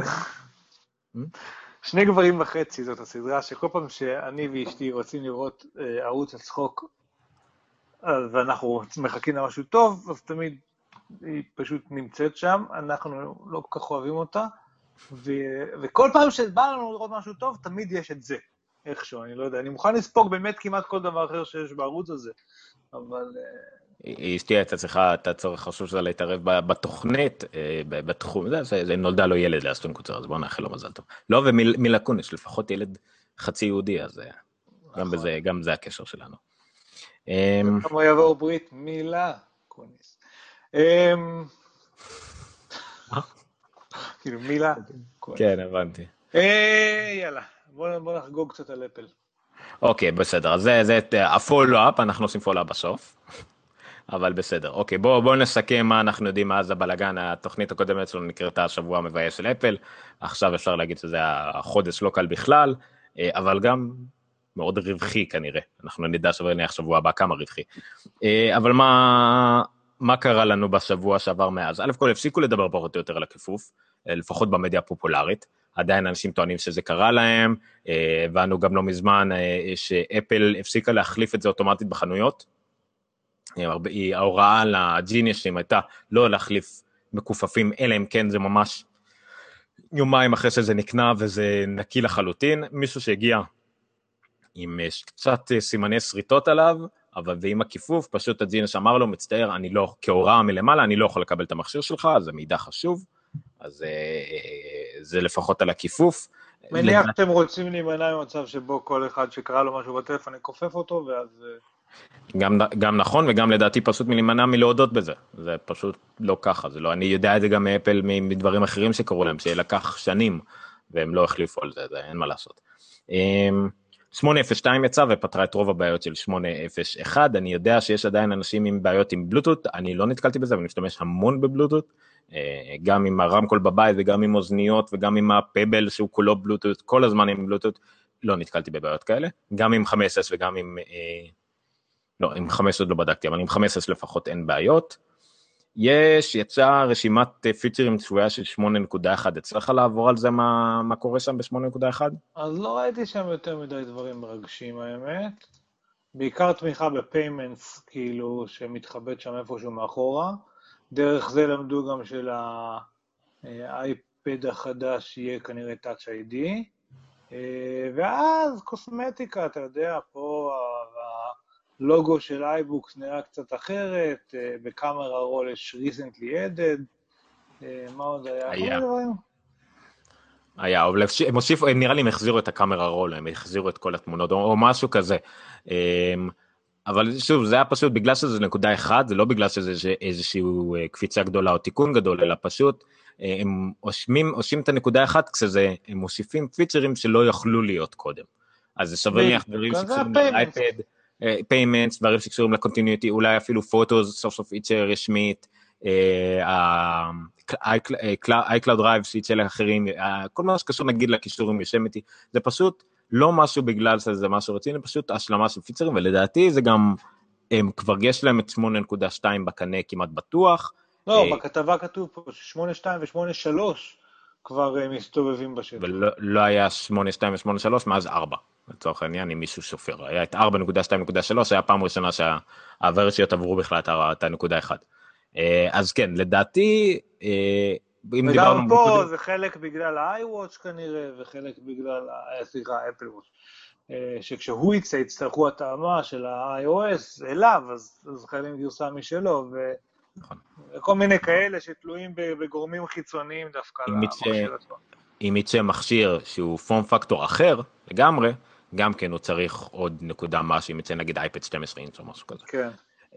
שני גברים וחצי זאת הסדרה, שכל פעם שאני ואשתי רוצים לראות ערוץ הצחוק, ואנחנו מחכים למשהו טוב, אז תמיד היא פשוט נמצאת שם, אנחנו לא כל כך אוהבים אותה, ו- וכל פעם שבא לנו לראות משהו טוב, תמיד יש את זה, איכשהו, אני לא יודע, אני מוכן לספוג באמת כמעט כל דבר אחר שיש בערוץ הזה, אבל... אשתי הייתה צריכה, אתה צורך חשוב שלה להתערב בתוכנית, בתחום, זה, זה נולדה לו ילד לאשטון קוצ'ר, אז בואו נאחל לו מזל טוב. לא, ומילה קוניס, לפחות ילד חצי יהודי, אז גם בזה, גם זה הקשר שלנו. כמה יבואו ברית, מילה קוניס. כאילו מילה. כן, הבנתי. יאללה, בוא נחגוג קצת על אפל. אוקיי, בסדר, אז זה הפולו-אפ, אנחנו עושים פולו-אפ בסוף. אבל בסדר. אוקיי, בואו בוא נסכם מה אנחנו יודעים מאז הבלגן. התוכנית הקודמת שלנו נקראתה השבוע המבייש של אפל, עכשיו אפשר להגיד שזה החודש לא קל בכלל, אבל גם מאוד רווחי כנראה, אנחנו נדע שבוע שבוע הבא כמה רווחי. אבל מה, מה קרה לנו בשבוע שעבר מאז? א' כל הפסיקו לדבר פחות או יותר על הכיפוף, לפחות במדיה הפופולרית, עדיין אנשים טוענים שזה קרה להם, ואנו גם לא מזמן שאפל הפסיקה להחליף את זה אוטומטית בחנויות, ההוראה לג'יניושים הייתה לא להחליף מקופפים, אלא אם כן זה ממש יומיים אחרי שזה נקנה וזה נקי לחלוטין, מישהו שהגיע עם קצת סימני שריטות עליו, אבל ועם הכיפוף, פשוט הג'יניוש אמר לו, מצטער, אני לא, כהוראה מלמעלה, אני לא יכול לקבל את המכשיר שלך, זה מידע חשוב, אז זה לפחות על הכיפוף. מניח שאתם רוצים להימנע ממצב שבו כל אחד שקרא לו משהו בטלפון, יכופף אותו, ואז... גם, גם נכון, וגם לדעתי פשוט מלהימנע מלהודות בזה, זה פשוט לא ככה, זה לא, אני יודע את זה גם מאפל, מדברים אחרים שקראו להם, שלקח שנים, והם לא החליפו על זה, זה אין מה לעשות. שמונה אפס שתיים יצא ופתרה את רוב הבעיות של שמונה אפס אחת, אני יודע שיש עדיין אנשים עם בעיות עם בלוטות, אני לא נתקלתי בזה, אבל אני משתמש המון בבלוטות, גם עם הרמקול בבית וגם עם אוזניות וגם עם הפבל שהוא כולו בלוטות, כל הזמן עם בלוטות, לא נתקלתי בבעיות כאלה, גם עם חמש אס וגם עם, לא, עם חמש עוד לא בדקתי, אבל עם חמש אס לפחות אין בעיות. יש, יצא רשימת פיצ'רים צפויה של שמונה נקודה אחת, הצלחה לעבור על זה מה, מה קורה שם ב-שמונה נקודה אחת? אז לא ראיתי שם יותר מדי דברים מרגשים האמת, בעיקר תמיכה בפיימנטס, כאילו שמתחבט שם איפשהו מאחורה, דרך זה למדו גם של האייפד החדש יהיה כנראה Touch איי די, ואז קוסמטיקה, אתה יודע, פה הלוגו של iBooks נראה קצת אחרת, בקאמרה רול יש recently added, מה עוד היה? היה. היה, אבל הם הוסיפו, נראה לי הם החזירו את הקאמרה רול, הם החזירו את כל התמונות, או משהו כזה. אבל שוב, זה היה פשוט, בגלל שזה נקודה אחת, זה לא בגלל שזה איזשהו קפיצה גדולה או תיקון גדול, אלא פשוט, הם עושים, עושים את הנקודה אחת, כשזה, הם מוסיפים פיצ'רים שלא יכלו להיות קודם. אז זה שווה לי דברים שקשורים לאייפד, payments, דברים שקשורים לקונטיניוטי, אולי אפילו פוטוס, סוף סוף פיצ'ר רשמית, iCloud Drive, פיצ'ר לאחרים, כל מה שקשור נגיד לקישורים ישמתי, זה פשוט לא משהו בגלל שזה משהו רציני, פשוט השלמה של פיצ'רים, ולדעתי זה גם, הם כבר יש להם את שמונה נקודה שתיים בקנה כמעט בטוח. לא, בכתבה כתוב פה שמונה שתיים ו-שמונה שלוש כבר מסתובבים בשטח. ולא היה שמונה שתיים ו-שמונה שלוש, מאז ארבע, לצורך העניין, אם מישהו שופר. היה את ארבע נקודה שתיים נקודה שלוש, היה פעם ראשונה שהוורסיות עברו בכלל את הנקודה אחת. אז כן, לדעתי, אם דיברנו... וגם פה זה חלק בגלל ה-iWatch כנראה, וחלק בגלל, סליחה, Apple Watch, שכשהוא יצא, יצטרכו התאמה של ה-iOS אליו, אז חייבים גרסה משלו, וכל מיני כאלה שתלויים בגורמים חיצוניים דווקא למכשיר עצמו. אם יצא מכשיר שהוא פורם פקטור אחר, לגמרי, גם כן הוא צריך עוד נקודה משהו, אם יצא נגיד אייפד שתים עשרה אינץ' או משהו כזה. כן.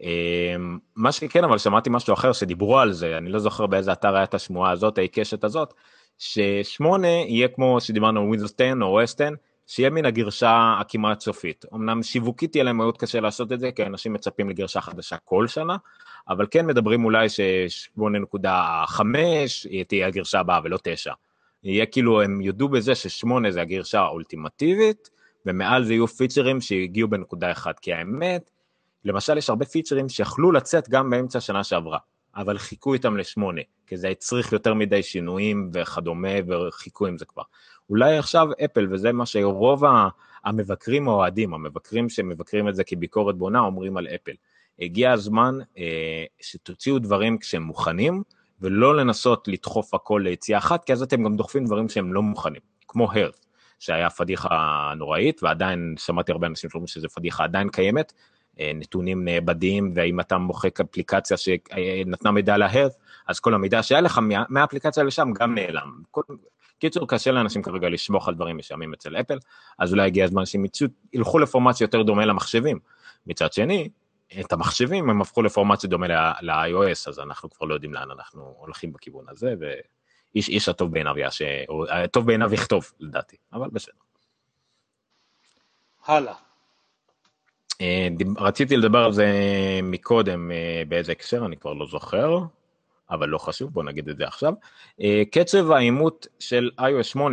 מה שכן, אבל שמעתי משהו אחר שדיברו על זה, אני לא זוכר באיזה אתר היה את השמועה הזאת, העיקשת הזאת, ששמונה יהיה כמו שדיברנו על Windows עשר או או אס עשר, שיהיה מן הגרשה הכמעט סופית. אמנם שיווקית יהיה להם מאוד קשה לעשות את זה, כי אנשים מצפים לגרשה חדשה כל שנה, אבל כן מדברים אולי ש-שמונה נקודה חמש תהיה הגרשה הבאה ולא תשע. יהיה כאילו, הם יודו בזה ששמונה זה הגרשה האולטימטיבית, ומעל זה יהיו פיצ'רים שהגיעו בנקודה אחת, כי האמת, למשל יש הרבה פיצ'רים שיכלו לצאת גם באמצע השנה שעברה, אבל חיכו איתם לשמונה, כי זה הצריך יותר מדי שינויים וכדומה, וחיכו עם זה כבר. אולי עכשיו אפל, וזה מה שרוב המבקרים או האוהדים, המבקרים שמבקרים את זה כביקורת בונה, אומרים על אפל. הגיע הזמן אה, שתוציאו דברים כשהם מוכנים, ולא לנסות לדחוף הכל ליציאה אחת, כי אז אתם גם דוחפים דברים שהם לא מוכנים, כמו הרף, שהיה פדיחה נוראית, ועדיין שמעתי הרבה אנשים שאומרים שזה פדיחה עדיין קיימת, נתונים נאבדים, ואם אתה מוחק אפליקציה שנתנה מידע להרף, אז כל המידע שהיה לך מהאפליקציה לשם גם נעלם. קיצור, קשה לאנשים כרגע לשמוך על דברים משעמים אצל אפל, אז אולי הגיע הזמן שהם ילכו לפורמט שיותר דומה למחשבים. מצד שני, את המחשבים הם הפכו לפורמט שדומה ל-iOS, אז אנחנו כבר לא יודעים לאן אנחנו הולכים בכיוון הזה, ואיש איש הטוב בעיניו יעשה, או הטוב בעיניו יכתוב, לדעתי, אבל בסדר. הלאה. רציתי לדבר על זה מקודם באיזה הקשר, אני כבר לא זוכר, אבל לא חשוב, בוא נגיד את זה עכשיו. קצב האימות של איי או אס שמונה,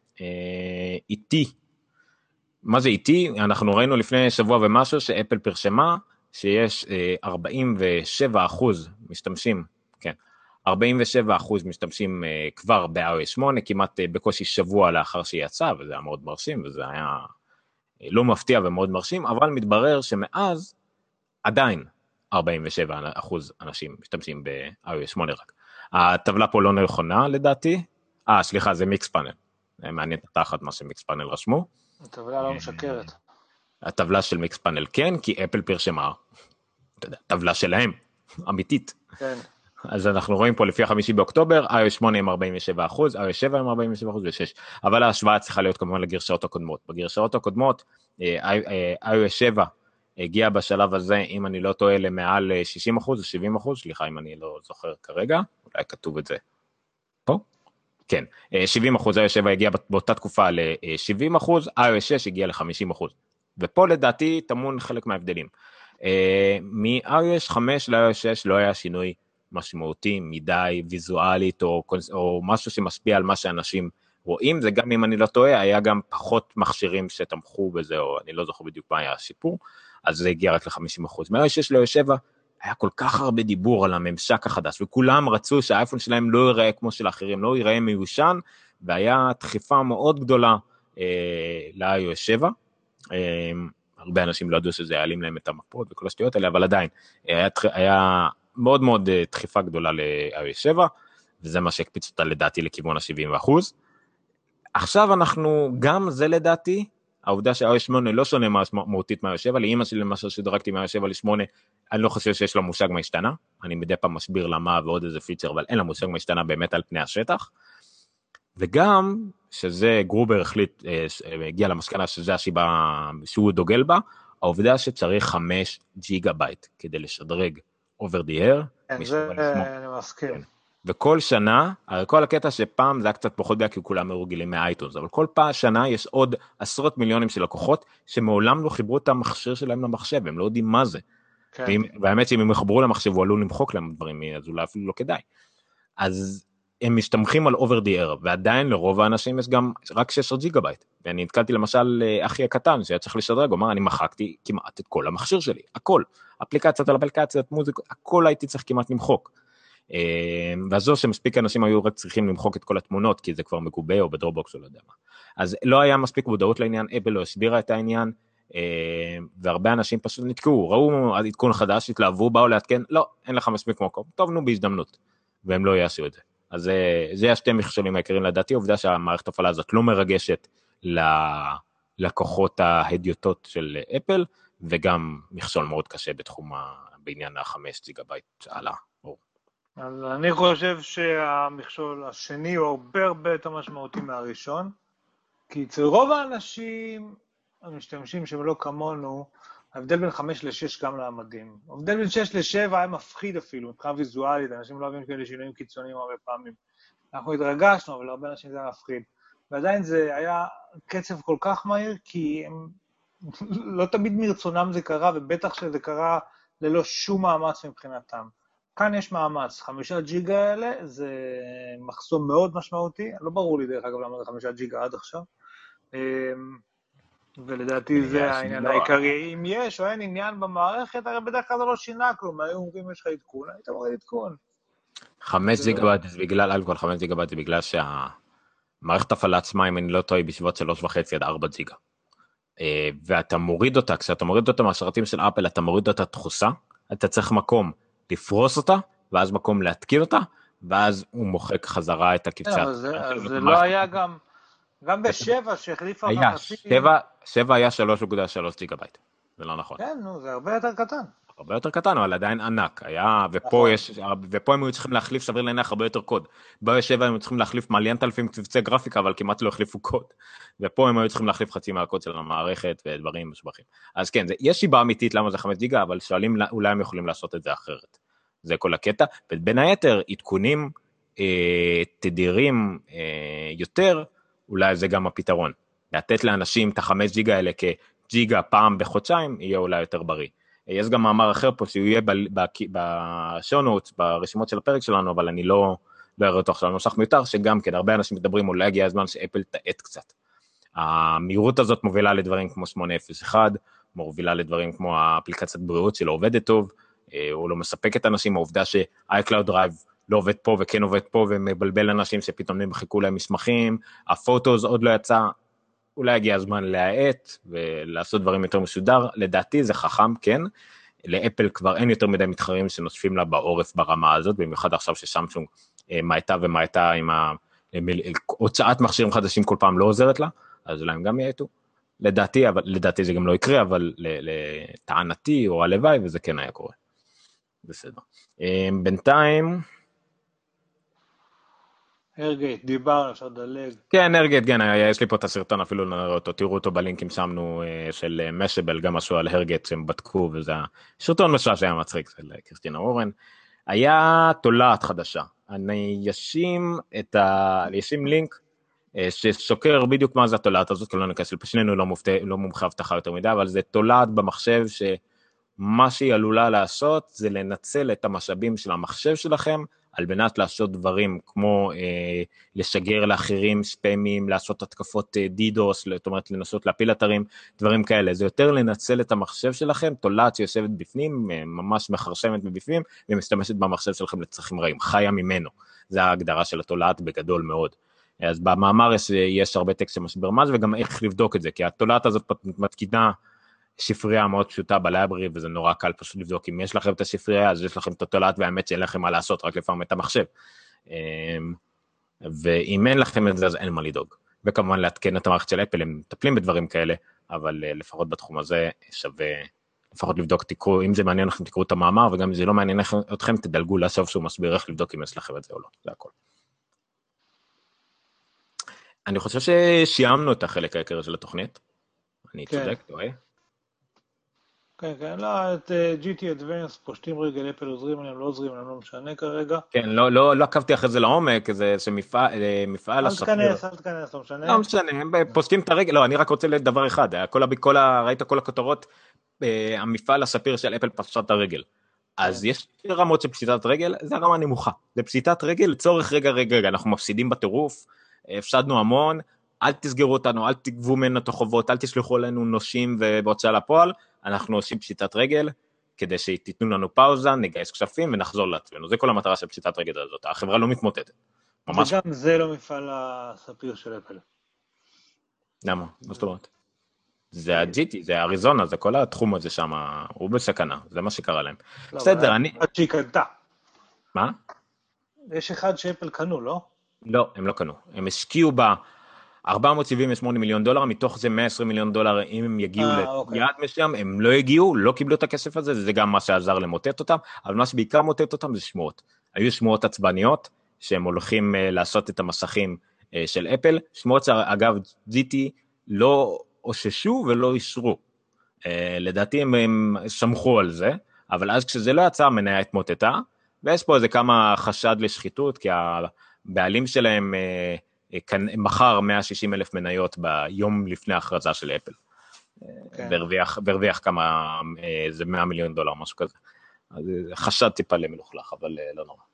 איטי. מה זה איטי? אנחנו ראינו לפני שבוע ומשהו שאפל פרשמה שיש ארבעים ושבעה אחוז משתמשים, כן, ארבעים ושבעה אחוז משתמשים כבר ב-איי או אס שמונה, כמעט בקושי שבוע לאחר שהיא יצאה, וזה היה מאוד מרשים, וזה היה לא מפתיע ומאוד מרשים, אבל מתברר שמאז עדיין ארבעים ושבעה אחוז אנשים משתמשים ב-איי או אס שמונה רק. הטבלה פה לא נכונה לדעתי, אה סליחה זה מיקס פאנל, מעניין תחת מה שמיקס פאנל רשמו. הטבלה לא משקרת. הטבלה של מיקס פאנל כן, כי אפל פרשמה, אתה יודע, טבלה שלהם, אמיתית. כן. אז אנחנו רואים פה לפי החמישי באוקטובר, איי או אס שמונה עם ארבעים ושבעה אחוז, איי או אס שבע עם ארבעים ושבעה אחוז ו-שש, אבל ההשוואה צריכה להיות כמובן לגרשאות הקודמות. בגרשאות הקודמות, איי או אס שבע הגיע בשלב הזה, אם אני לא טועה, למעל שישים אחוז או שבעים אחוז, סליחה אם אני לא זוכר כרגע, אולי כתוב את זה פה. כן, שבעים אחוז איי או אס שבע הגיע באותה תקופה ל-שבעים אחוז, איי או אס שש הגיע ל-חמישים אחוז, ופה לדעתי תמון חלק מההבדלים. מ-איי או אס חמש ל-איי או אס שש לא היה שינוי משמעותי מדי, ויזואלית, או, או משהו שמשפיע על מה שאנשים רואים, זה גם אם אני לא טועה, היה גם פחות מכשירים שתמכו בזה, או אני לא זוכר בדיוק מה היה השיפור, אז זה הגיע רק ל-חמישים אחוז. מ-איי או אס שש ל-איי או אס שבע, היה כל כך הרבה דיבור על הממשק החדש, וכולם רצו שהאייפון שלהם לא ייראה כמו של האחרים, לא ייראה מיושן, והיה דחיפה מאוד גדולה אה, ל-איי או אס שבע, אה, הרבה אנשים לא ידעו שזה יעלים להם את המפות וכל השטויות האלה, אבל עדיין, היה, היה מאוד מאוד דחיפה גדולה ל-איי או אס שבע, וזה מה שהקפיץ אותה לדעתי לכיוון ה-שבעים אחוז. עכשיו אנחנו, גם זה לדעתי, העובדה שה-איי או אס שמונה לא שונה מהותית מה-איי או אס שבע, לאמא שלי למשל שדרגתי מה-איי או אס שבע ל-שמונה, אני לא חושב שיש לה מושג מה השתנה, אני מדי פעם מסביר למה ועוד איזה פיצ'ר, אבל אין לה מושג מה השתנה באמת על פני השטח, וגם שזה גרובר החליט, הגיע למסקנה שזה הסיבה שהוא דוגל בה, העובדה שצריך חמש ג'יגה בייט כדי לשדרג over the air. כן, זה אני מסכים. וכל שנה, הרי כל הקטע שפעם זה היה קצת פחות בעיה, כי כולם מרגילים מהאייטונס, אבל כל פעם שנה יש עוד עשרות מיליונים של לקוחות, שמעולם לא חיברו את המכשיר שלהם למחשב, הם לא יודעים מה זה. כן. והאמת שאם הם יחברו למחשב, הוא עלול למחוק להם דברים, אז אולי אפילו לא כדאי. אז הם משתמכים על over the air, ועדיין לרוב האנשים יש גם רק שש עשרה ג'יגה בייט. ואני נתקלתי למשל אחי הקטן, שהיה צריך לשדרג, הוא אמר, אני מחקתי כמעט את כל המכשיר שלי, הכל. אפליקציות על אפליקציות, מוזיקות, הכל הייתי צריך כמעט למחוק. וזו שמספיק אנשים היו רק צריכים למחוק את כל התמונות, כי זה כבר מגובה או בדרובוקס או לא יודע מה. אז לא היה מספיק מודעות לעניין, אפל לא הסבירה את העניין, והרבה אנשים פשוט נתקעו, ראו עדכון חדש, התלהבו, באו להתקן, לא, אין לך מספיק מקום, טוב נו בהזדמנות, והם לא יעשו את זה. אז זה השתי מכשולים העיקריים לדעתי, עובדה שהמערכת הפעלה הזאת לא מרגשת ללקוחות ההדיוטות של אפל, וגם מכשול מאוד קשה בתחום, בעניין החמש ג'יגה בייט עלה. אז אני חושב שהמכשול השני הוא הרבה הרבה יותר משמעותי מהראשון, כי אצל רוב האנשים המשתמשים שהם לא כמונו, ההבדל בין חמש לשש גם לעמדים. ההבדל בין שש לשבע היה מפחיד אפילו, מבחינה ויזואלית, אנשים לא אוהבים כאלה שינויים קיצוניים הרבה פעמים. אנחנו התרגשנו, אבל הרבה אנשים זה היה מפחיד. ועדיין זה היה קצב כל כך מהיר, כי הם לא תמיד מרצונם זה קרה, ובטח שזה קרה ללא שום מאמץ מבחינתם. כאן יש מאמץ, חמישה ג'יגה האלה, זה מחסום מאוד משמעותי, לא ברור לי דרך אגב למה זה חמישה ג'יגה עד עכשיו, ולדעתי זה העניין העיקרי, אם יש או אין עניין במערכת, הרי בדרך כלל זה לא שינה כלום, היו אומרים יש לך עדכון, היית מוריד עדכון. חמש ג'יגה בייט זה בגלל, אלכוהול חמש ג'יגה בייט זה בגלל שהמערכת הפעלה עצמה, אם אני לא טועה, בסביבות שלוש וחצי עד ארבע ג'יגה, ואתה מוריד אותה, כשאתה מוריד אותה מהשרתים של אפל, אתה מוריד אותה תחוסה, אתה צריך מקום לפרוס אותה, ואז מקום להתקין אותה, ואז הוא מוחק חזרה את הקבצה. זה לא היה גם, גם בשבע שהחליפה מחצית. שבע היה שלוש נקודה שלוש ג'יגה בייט, זה לא נכון. כן, נו, זה הרבה יותר קטן. הרבה יותר קטן, אבל עדיין ענק, היה, ופה יש, ופה הם היו צריכים להחליף, סביר להניח, הרבה יותר קוד. בשבע הם היו צריכים להחליף מיליון אלפים קבצי גרפיקה, אבל כמעט לא החליפו קוד. ופה הם היו צריכים להחליף חצי מהקוד של המערכת, ודברים משובחים. אז כן, זה, יש שיבה אמיתית למה זה חמש ג'יגה, אבל שואלים, אולי הם יכולים לעשות את זה אחרת. זה כל הקטע, ובין היתר, עדכונים אה, תדירים אה, יותר, אולי זה גם הפתרון. לתת לאנשים את החמש ג'יגה האלה ג'יגה פעם בחודשיים, יהיה אולי יותר בריא. יש גם מאמר אחר פה שהוא יהיה בשונות, ברשימות של הפרק שלנו, אבל אני לא לא אראה אותו עכשיו, נוסח מיותר, שגם כן, הרבה אנשים מדברים, אולי הגיע הזמן שאפל תעט קצת. המהירות הזאת מובילה לדברים כמו שמונה אפס אחת, מובילה לדברים כמו האפליקציית בריאות שלא עובדת טוב, הוא לא מספק את אנשים, העובדה ש-iCloud Drive לא עובד פה וכן עובד פה, ומבלבל אנשים שפתאום נמחקו להם מסמכים, הפוטוס עוד לא יצא, אולי הגיע הזמן להעט, ולעשות דברים יותר מסודר, לדעתי זה חכם, כן, לאפל כבר אין יותר מדי מתחרים שנושפים לה בעורף ברמה הזאת, במיוחד עכשיו ששמסונג מה הייתה ומה הייתה עם הוצאת מכשירים חדשים כל פעם לא עוזרת לה, אז אולי הם גם יעטו, לדעתי, אבל לדעתי זה גם לא יקרה, אבל לטענתי או הלוואי, וזה כן היה קורה. בסדר. בינתיים, הרגייט, דיברנו, אפשר לדלג. כן, הרגייט, כן, יש לי פה את הסרטון, אפילו נראה אותו, תראו אותו בלינקים שמנו של משבל, גם משהו על הרגייט שהם בדקו, וזה סרטון משהו שהיה מצחיק של קריסטינה וורן. היה תולעת חדשה, אני אשים את ה... אשים לינק שסוקר בדיוק מה זה התולעת הזאת, כי לא נכנס, פשנינו לא, מופת... לא מומחה הבטחה יותר מדי, אבל זה תולעת במחשב שמה שהיא עלולה לעשות זה לנצל את המשאבים של המחשב שלכם, על מנת לעשות דברים כמו אה, לשגר לאחרים ספמים, לעשות התקפות אה, דידוס, זאת אומרת לנסות להפיל אתרים, דברים כאלה. זה יותר לנצל את המחשב שלכם, תולעת שיושבת בפנים, אה, ממש מחרשמת מבפנים, ומשתמשת במחשב שלכם לצרכים רעים, חיה ממנו. זה ההגדרה של התולעת בגדול מאוד. אז במאמר יש, יש הרבה טקסט שמסביר מה זה, וגם איך לבדוק את זה, כי התולעת הזאת מתקינה שפרייה מאוד פשוטה בלייברי, וזה נורא קל פשוט לבדוק, אם יש לכם את השפרייה, אז יש לכם את התולעת, והאמת שאין לכם מה לעשות, רק לפעמים את המחשב. ואם אין לכם את זה, אז אין מה לדאוג. וכמובן להתקן את המערכת של אפל, הם מטפלים בדברים כאלה, אבל לפחות בתחום הזה שווה, לפחות לבדוק, תקראו, אם זה מעניין לכם, תקראו את המאמר, וגם אם זה לא מעניין אתכם, תדלגו לסוף שהוא מסביר איך לבדוק אם יש לכם את זה או לא, זה הכל. אני חושב ששיימנו את החלק העיקרי של התוכנית. אני צודק, טועה. כן, כן, לא, את ג'י טי Advance, פושטים רגל, אפל עוזרים עליהם, לא עוזרים עליהם, לא משנה כרגע. כן, לא, לא, לא עקבתי אחרי זה לעומק, זה שמפעל, מפעל הספיר. אל תכנס, אל תכנס, לא משנה. לא משנה, הם פושטים את הרגל, לא, אני רק רוצה לדבר אחד, כל, כל, ראית כל הכותרות, המפעל הספיר של אפל פשט את הרגל. אז יש רמות של פשיטת רגל, זה הרמה נמוכה. זה פשיטת רגל לצורך רגע, רגע, רגע, אנחנו מפסידים בטירוף, הפסדנו המון, אל תסגרו אותנו, אל תגבו ממנו את החובות, אל תשלחו לנו נושים ובהוצאה לפועל, אנחנו עושים פשיטת רגל, כדי שתיתנו לנו פאוזה, נגייס כספים ונחזור לעצמנו. זה כל המטרה של פשיטת רגל הזאת. החברה לא מתמוטטת. ממש. וגם זה לא מפעל הספיר של אפל. למה? מה זאת אומרת? זה ה-ג'י טי, זה אריזונה, זה כל התחום הזה שם, הוא בסכנה, זה מה שקרה להם. בסדר, אני... עד שהיא קנתה. מה? יש אחד שאפל קנו, לא? לא, הם לא קנו. הם השקיעו בה ארבע מאות שבעים ושמונה מיליון דולר, מתוך זה מאה ועשרים מיליון דולר, אם הם יגיעו ליעד מסוים, הם לא הגיעו, לא קיבלו את הכסף הזה, זה גם מה שעזר למוטט אותם, אבל מה שבעיקר מוטט אותם זה שמועות. היו שמועות עצבניות, שהם הולכים לעשות את המסכים של אפל, שמועות אגב, ג'י טי לא אוששו ולא אישרו. לדעתי הם, הם שמחו על זה, אבל אז כשזה לא יצא, המניה התמוטטה, ויש פה איזה כמה חשד לשחיתות, כי הבעלים שלהם מחר מאה ושישים אלף מניות ביום לפני ההכרזה של אפל, והרוויח, והרוויח כמה, זה מאה מיליון דולר, משהו כזה. אז חשד טיפה למלוכלך, אבל לא נורא.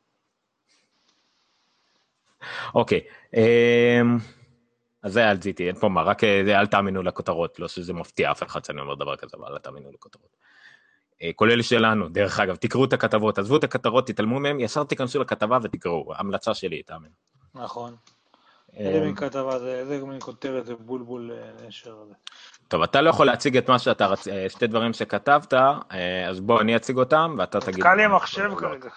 אוקיי, אז זה היה על ג'י טי, אין פה מה, רק אל תאמינו לכותרות, לא שזה מפתיע אף אחד שאני אומר דבר כזה, אבל אל תאמינו לכותרות. כולל שלנו, דרך אגב, תקראו את הכתבות, עזבו את הכתרות, תתעלמו מהם, ישר תיכנסו לכתבה ותקראו, המלצה שלי, תאמין. נכון. איזה מין כתבה זה, איזה מין כותרת זה בולבול נשר הזה. טוב, אתה לא יכול להציג את מה שאתה, שתי דברים שכתבת, אז בוא, אני אציג אותם, ואתה תגיד... תקע לי המחשב כרגע.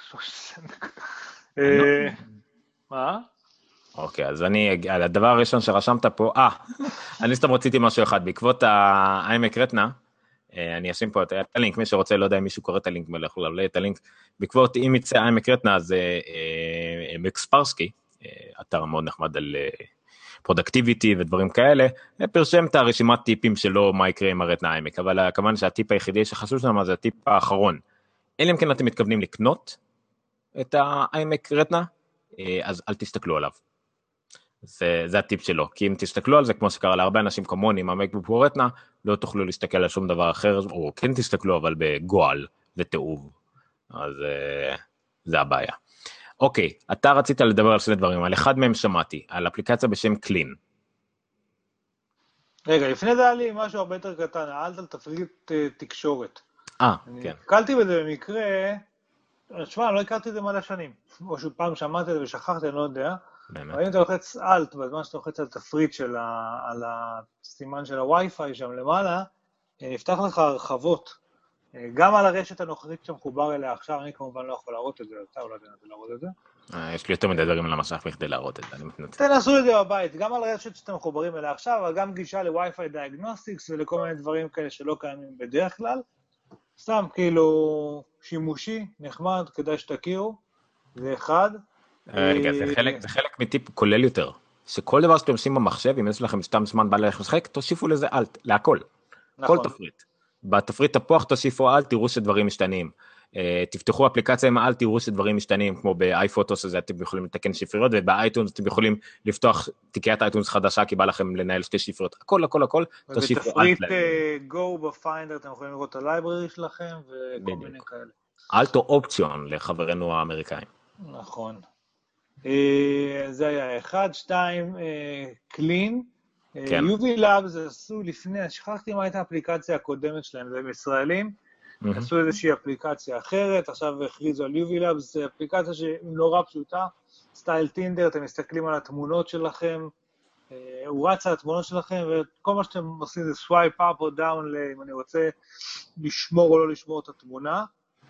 מה? אוקיי, אז אני, הדבר הראשון שרשמת פה, אה, אני סתם רציתי משהו אחד, בעקבות ה-iMac Retina, אני אשים פה את הלינק, מי שרוצה, לא יודע אם מישהו קורא את הלינק, מלך אולי את הלינק, בעקבות אם יצא iMac Retina, זה מקספרסקי, אתר מאוד נחמד על פרודקטיביטי ודברים כאלה, פרשם את הרשימת טיפים שלו, מה יקרה עם הרטנה iMac, אבל כמובן שהטיפ היחידי שחשוב שלנו, זה הטיפ האחרון. אלא אם כן אתם מתכוונים לקנות את ה-iMac Retina, אז אל תסתכלו עליו. זה, זה הטיפ שלו, כי אם תסתכלו על זה, כמו שקרה להרבה אנשים כמוני, עם המקבוק פרו רטנה, לא תוכלו להסתכל על שום דבר אחר, או כן תסתכלו, אבל בגועל ותאוב. אז זה הבעיה. אוקיי, אתה רצית לדבר על שני דברים, על אחד מהם שמעתי, על אפליקציה בשם קלין. רגע, לפני זה היה לי משהו הרבה יותר קטן, העלת על תפריט תקשורת. אה, אני כן. נתקלתי בזה במקרה, תשמע, אני לא הכרתי את זה מלא שנים, או שפעם שמעתי את זה ושכחתי, אני לא יודע. באמת. אבל אם אתה לוחץ אלט, בזמן שאתה לוחץ על תפריט של ה... על הסימן של הווי-פיי שם למעלה, נפתח לך הרחבות, גם על הרשת הנוכחית שמחובר אליה עכשיו, אני כמובן לא יכול להראות את זה, אתה אולי תנסה להראות את זה. יש לי יותר מדי דברים על המסך בכדי להראות את זה, אני מתנצל. תנסו את זה בבית, גם על הרשת שאתם מחוברים אליה עכשיו, אבל גם גישה לווי-פיי דיאגנוסטיקס ולכל מיני דברים כאלה שלא קיימים בדרך כלל. סתם כאילו שימושי, נחמד, כדאי שתכירו, זה אחד. רגע, זה חלק, זה חלק מטיפ כולל יותר, שכל דבר שאתם עושים במחשב, אם יש לכם סתם זמן בא ללכת לשחק, תוסיפו לזה אלט, להכל. נכון. כל תפריט. בתפריט תפוח תוסיפו אלט, תראו שדברים משתנים. תפתחו אפליקציה עם אלט, תראו שדברים משתנים, כמו באייפוטוס, אז אתם יכולים לתקן שפריות, ובאייטונס אתם יכולים לפתוח תיקיית אייטונס חדשה, כי בא לכם לנהל שתי שפריות. הכל, הכל, הכל, תוסיפו אלט. ובתפריט Go בפיינדר, אתם יכולים לראות את הלייברי שלכם, וכל מיני כאלה. אלט או אופציון לחברינו האמריקאים. נכון. זה היה אחד, שתיים, קלין. יו וי Labs עשו לפני, שכחתי מה הייתה האפליקציה הקודמת שלהם, זה הם ישראלים, עשו איזושהי אפליקציה אחרת, עכשיו הכריזו על יו וי Labs, זה אפליקציה שנורא פשוטה, סטייל טינדר, אתם מסתכלים על התמונות שלכם, הוא רץ על התמונות שלכם, וכל מה שאתם עושים זה סווייפ אפ או דאון, אם אני רוצה לשמור או לא לשמור את התמונה.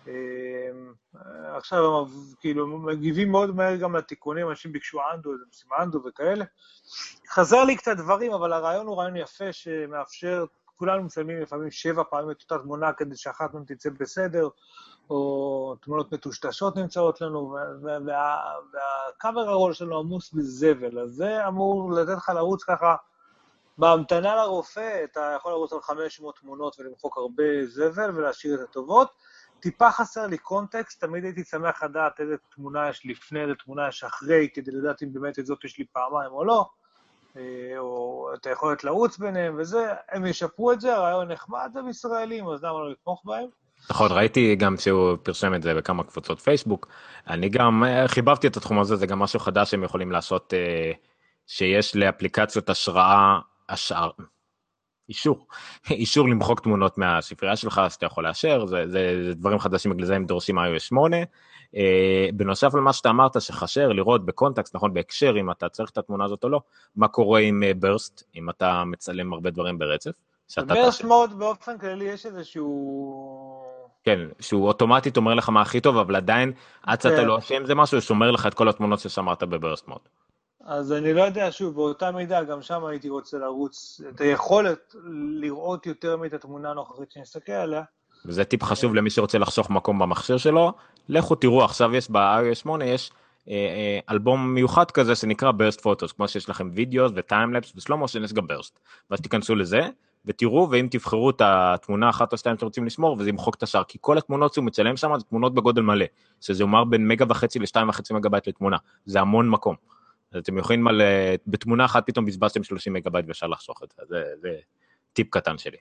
עכשיו הם כאילו מגיבים מאוד מהר גם לתיקונים, אנשים ביקשו אנדו, איזה משימה אנדו וכאלה. חזר לי קצת דברים, אבל הרעיון הוא רעיון יפה שמאפשר, כולנו מצלמים לפעמים שבע פעמים את אותה תמונה כדי שאחת מהן תצא בסדר, או תמונות מטושטשות נמצאות לנו, והקאבר הרול שלנו עמוס בזבל, אז זה אמור לתת לך לרוץ ככה, בהמתנה לרופא, אתה יכול לרוץ על חמש מאות תמונות ולמחוק הרבה זבל ולהשאיר את הטובות, טיפה חסר לי קונטקסט, תמיד הייתי שמח לדעת איזה תמונה יש לפני, איזה תמונה יש אחרי, כדי לדעת אם באמת את זאת יש לי פעמיים או לא, או אתה יכול לרוץ ביניהם וזה, הם ישפרו את זה, הרעיון נחמד, הם ישראלים, אז למה לא לתמוך בהם? נכון, ראיתי גם שהוא פרסם את זה בכמה קבוצות פייסבוק, אני גם חיבבתי את התחום הזה, זה גם משהו חדש שהם יכולים לעשות, שיש לאפליקציות השראה, השער, אישור, אישור למחוק תמונות מהספרייה שלך, אז אתה יכול לאשר, זה, זה, זה דברים חדשים, בגלל זה הם דורשים איי או אס שמונה, אה, בנוסף למה שאתה אמרת, שחשר לראות בקונטקסט, נכון, בהקשר, אם אתה צריך את התמונה הזאת או לא, מה קורה עם ברסט, אם אתה מצלם הרבה דברים ברצף, ברסט מוד באופן כללי יש איזשהו... כן, שהוא אוטומטית אומר לך מה הכי טוב, אבל עדיין, עד שאתה לא אשם זה משהו, שומר לך את כל התמונות ששמרת בברסט מוד. אז אני לא יודע, שוב, באותה מידה, גם שם הייתי רוצה לרוץ את היכולת לראות יותר מאת התמונה הנוכחית שנסתכל עליה. וזה טיפ חשוב למי שרוצה לחסוך מקום במכשיר שלו, לכו תראו, עכשיו יש ב-איי או אס שמונה, יש אה, אה, אלבום מיוחד כזה שנקרא Burst Photos, כמו שיש לכם וידאוס וטיימלפס וסלו מושן, יש גם ברסט, ואז תיכנסו לזה, ותראו, ואם תבחרו את התמונה אחת או שתיים שאתם רוצים לשמור, וזה ימחוק את השאר, כי כל התמונות שהוא מצלם שם, זה תמונות בגודל מלא, שזה אומר בין מגה וחצי לשתיים וחצי מגה-בייט לתמונה, זה המון מקום. אז אתם יכולים על, בתמונה אחת פתאום בזבזתם שלושים מגה-בייט ואפשר לחסוך את זה, זה, זה טיפ קטן שלי.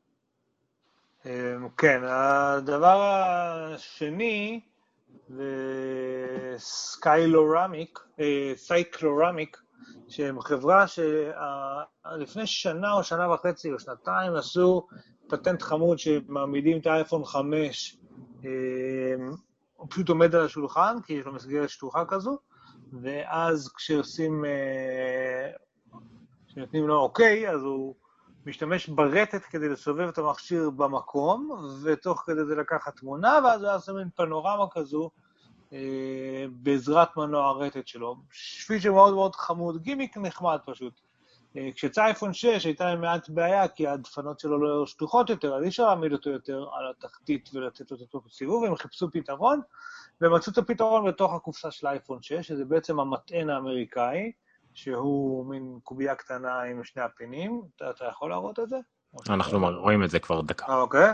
כן, הדבר השני, זה סקיילורמיק, סייקלורמיק, שהם חברה שלפני שנה או שנה וחצי או שנתיים עשו פטנט חמוד שמעמידים את האייפון חמש, הוא פשוט עומד על השולחן, כי יש לו מסגרת שטוחה כזו, ואז כשעושים, כשנותנים לו אוקיי, אז הוא משתמש ברטט כדי לסובב את המכשיר במקום, ותוך כדי זה לקחת תמונה, ואז הוא עושה מין פנורמה כזו, בעזרת מנוע הרטט שלו. פיצ'ר מאוד מאוד חמוד, גימיק נחמד פשוט. כשיצא אייפון שש הייתה להם מעט בעיה, כי הדפנות שלו לא שטוחות יותר, אז אי אפשר להעמיד אותו יותר על התחתית ולתת אותו סיבוב, והם חיפשו פתרון, ומצאו את הפתרון בתוך הקופסה של אייפון שש, שזה בעצם המטען האמריקאי, שהוא מין קובייה קטנה עם שני הפינים. אתה, אתה יכול להראות את זה? אנחנו רואים את זה כבר דקה. אוקיי.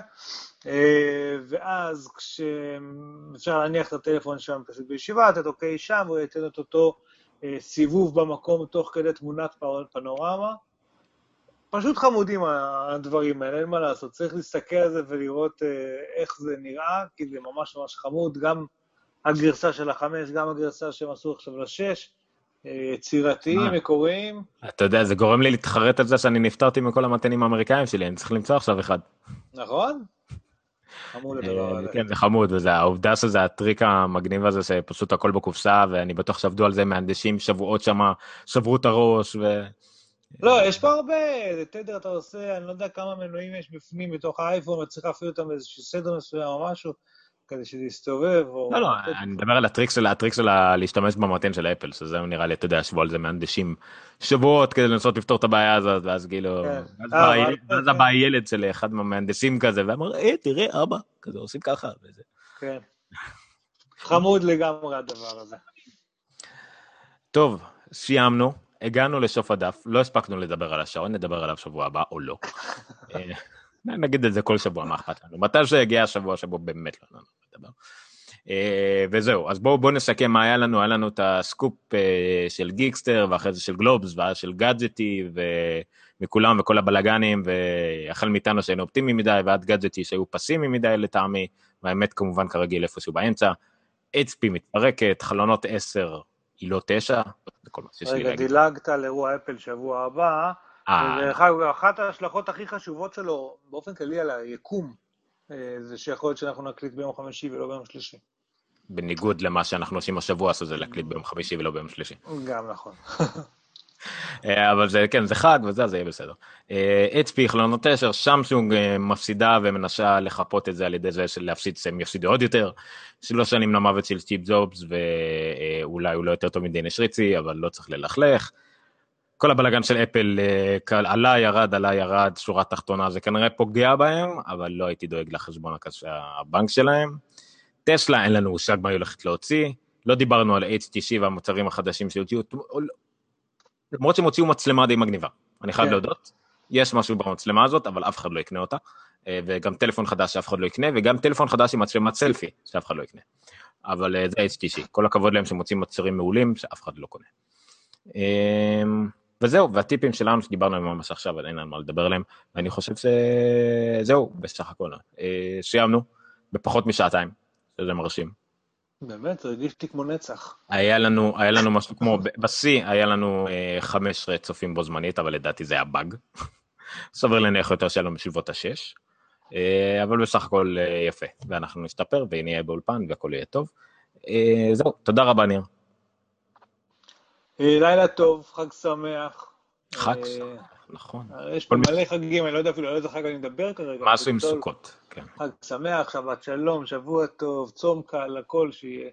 ואז כשאפשר להניח את הטלפון שם פשוט בישיבה, לתת אוקיי שם, והוא ייתן את אותו סיבוב במקום תוך כדי תמונת פנורמה. פשוט חמודים הדברים האלה, אין מה לעשות, צריך להסתכל על זה ולראות איך זה נראה, כי זה ממש ממש חמוד, גם הגרסה של החמש, גם הגרסה שהם עשו עכשיו לשש, יצירתיים, מקוריים. אתה יודע, זה גורם לי להתחרט על זה שאני נפטרתי מכל המתנים האמריקאים שלי, אני צריך למצוא עכשיו אחד. נכון? חמוד הדבר הזה. כן, זה חמוד, וזה העובדה שזה הטריק המגניב הזה, שפשוט הכל בקופסה, ואני בטוח שעבדו על זה מהנדשים שבועות שמה, שברו את הראש, ו... לא, יש פה הרבה, זה תדר אתה עושה, אני לא יודע כמה מנועים יש בפנים בתוך האייפון, וצריך להפעיל אותם באיזשהו סדר מסוים או משהו, כדי שזה יסתובב. לא, לא, אני מדבר על הטריק שלה, הטריק שלה להשתמש במתן של אפל, שזה נראה לי, אתה יודע, שבוע על זה מהנדשים שבועות כדי לנסות לפתור את הבעיה הזאת, ואז כאילו, ואז הבא ילד של אחד מהמהנדסים כזה, ואמר, אה, תראה, אבא, כזה עושים ככה, וזה. כן. חמוד לגמרי הדבר הזה. טוב, סיימנו. הגענו לשוף הדף, לא הספקנו לדבר על השעון, נדבר עליו שבוע הבא או לא. נגיד את זה כל שבוע, מה אכפת לנו? מתי שהגיע השבוע שבו באמת לא נדבר. וזהו, אז בואו נסכם מה היה לנו, היה לנו את הסקופ של גיקסטר, ואחרי זה של גלובס, ואז של גאדג'טי, ומכולם וכל הבלגנים, והחל מאיתנו שהיינו אופטימיים מדי, ועד גאדג'טי שהיו פסימיים מדי לטעמי, והאמת כמובן כרגיל איפשהו באמצע, אייץ' פי מתפרקת, חלונות עשר, היא לא תשע, זה כל מה שיש לי להגיד. רגע, דילגת על אירוע אפל שבוע הבא, ואחת ההשלכות הכי חשובות שלו, באופן כללי על היקום, זה שיכול להיות שאנחנו נקליט ביום חמישי ולא ביום שלישי. בניגוד למה שאנחנו עושים השבוע, אז זה להקליט ביום חמישי ולא ביום שלישי. גם נכון. אבל זה, כן, זה חג וזה, זה יהיה בסדר. אייץ' פי, חלונות תשע, סמסונג מפסידה ומנסה לחפות את זה על ידי זה של להפסיד, הם יפסידו עוד יותר. שלוש שנים למוות של סטיב ג'ובס, ואולי הוא לא יותר טוב מדין שריצי, אבל לא צריך ללכלך. כל הבלגן של אפל עלה, ירד, עלה, ירד, שורה תחתונה, זה כנראה פוגע בהם, אבל לא הייתי דואג לחשבון הבנק שלהם. טסלה, אין לנו מושג מה היא הולכת להוציא. לא דיברנו על אייץ' טי סי והמוצרים החדשים שהוציאו, למרות שהם הוציאו מצלמה די מגניבה, אני חייב להודות, יש משהו במצלמה הזאת, אבל אף אחד לא יקנה אותה, וגם טלפון חדש שאף אחד לא יקנה, וגם טלפון חדש עם מצלמת סלפי, שאף אחד לא יקנה, אבל זה אייץ' טי סי, כל הכבוד להם שמוצאים מוצרים מעולים, שאף אחד לא קונה. וזהו, והטיפים שלנו שדיברנו עליהם ממש עכשיו, אין לנו מה לדבר עליהם, ואני חושב שזהו, בסך הכל, סיימנו, בפחות משעתיים, שזה מרשים. באמת, זה הרגיש לי כמו נצח. היה לנו, היה לנו משהו כמו, בסי היה לנו חמש עשרה צופים בו זמנית, אבל לדעתי זה היה באג. סובר להניח יותר שהיה לנו בסביבות השש, אבל בסך הכל יפה, ואנחנו נשתפר, ונהיה באולפן, והכל יהיה טוב. זהו, תודה רבה ניר. לילה טוב, חג שמח. חג שמח, נכון. יש פה מלא חגים, אני לא יודע אפילו על איזה חג אני מדבר כרגע. משהו עם סוכות, כן. חג שמח, שבת שלום, שבוע טוב, צום קל, הכל שיהיה.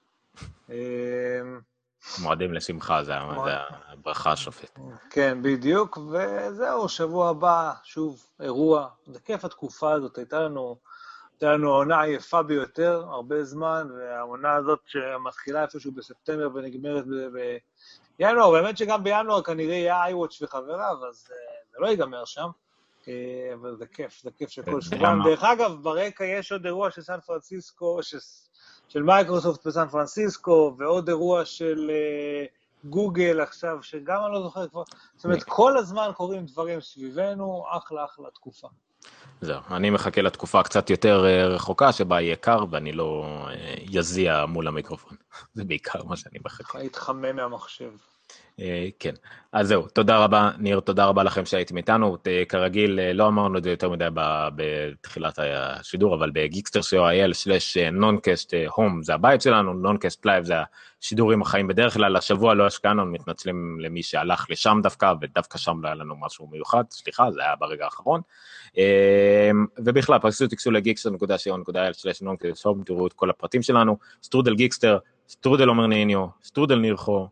מועדים לשמחה, זה הברכה השופט. כן, בדיוק, וזהו, שבוע הבא, שוב, אירוע. זה כיף התקופה הזאת, הייתה לנו, הייתה לנו העונה היפה ביותר, הרבה זמן, והעונה הזאת שמתחילה איפשהו בספטמבר ונגמרת בינואר, באמת שגם בינואר כנראה יהיה iWatch וחבריו, אז זה לא ייגמר שם, אבל זה כיף, זה כיף שכל שבועיים. דרך אגב, ברקע יש עוד אירוע של סן פרנסיסקו, של מייקרוסופט בסן פרנסיסקו, ועוד אירוע של גוגל עכשיו, שגם אני לא זוכר כבר, זאת אומרת, כל הזמן קורים דברים סביבנו, אחלה אחלה תקופה. זהו, אני מחכה לתקופה קצת יותר רחוקה, שבה יהיה קר, ואני לא יזיע מול המיקרופון. זה בעיקר מה שאני מחכה. להתחמם מהמחשב. כן, אז זהו, תודה רבה, ניר, תודה רבה לכם שהייתם איתנו, כרגיל, לא אמרנו את זה יותר מדי בתחילת השידור, אבל בגיקסטר סי או איי אל סלש נונקאסט הום, זה הבית שלנו, נונקאסט לייב, זה השידורים החיים בדרך כלל, השבוע לא השקענו, מתנצלים למי שהלך לשם דווקא, ודווקא שם לא היה לנו משהו מיוחד, סליחה, זה היה ברגע האחרון, ובכלל, פרסו תקסו לגיקסטר נקודה סי או נקודה איי אל סלש נונקאסט הום, תראו את כל הפרטים שלנו, סטרודל גיקסטר, סטרודל עומר ניניו, סטרודל ניר חו,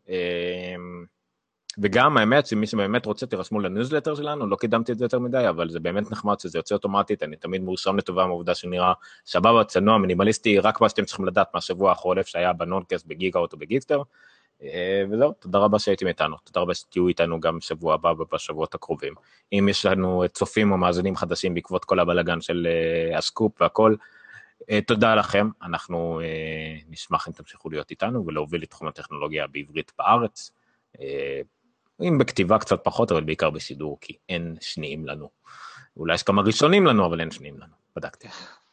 וגם האמת שמי שבאמת רוצה תירשמו לניוזלטר שלנו, לא קידמתי את זה יותר מדי, אבל זה באמת נחמד שזה יוצא אוטומטית, אני תמיד מורשם לטובה מהעובדה שנראה שבבה, צנוע, מינימליסטי, רק מה שאתם צריכים לדעת מהשבוע החולף שהיה בנונקאסט, בגיגאוט או בגיקסטר, וזהו, תודה רבה שהייתם איתנו, תודה רבה שתהיו איתנו גם שבוע הבא ובשבועות הקרובים. אם יש לנו צופים או מאזינים חדשים בעקבות כל הבלגן של הסקופ והכל, תודה לכם, אנחנו נשמח אם תמשיכו להיות איתנו ולהוביל את תחום הטכנולוגיה בעברית בארץ, אם בכתיבה קצת פחות, אבל בעיקר בשידור, כי אין שניים לנו. אולי יש כמה ראשונים לנו, אבל אין שניים לנו, בדקתי.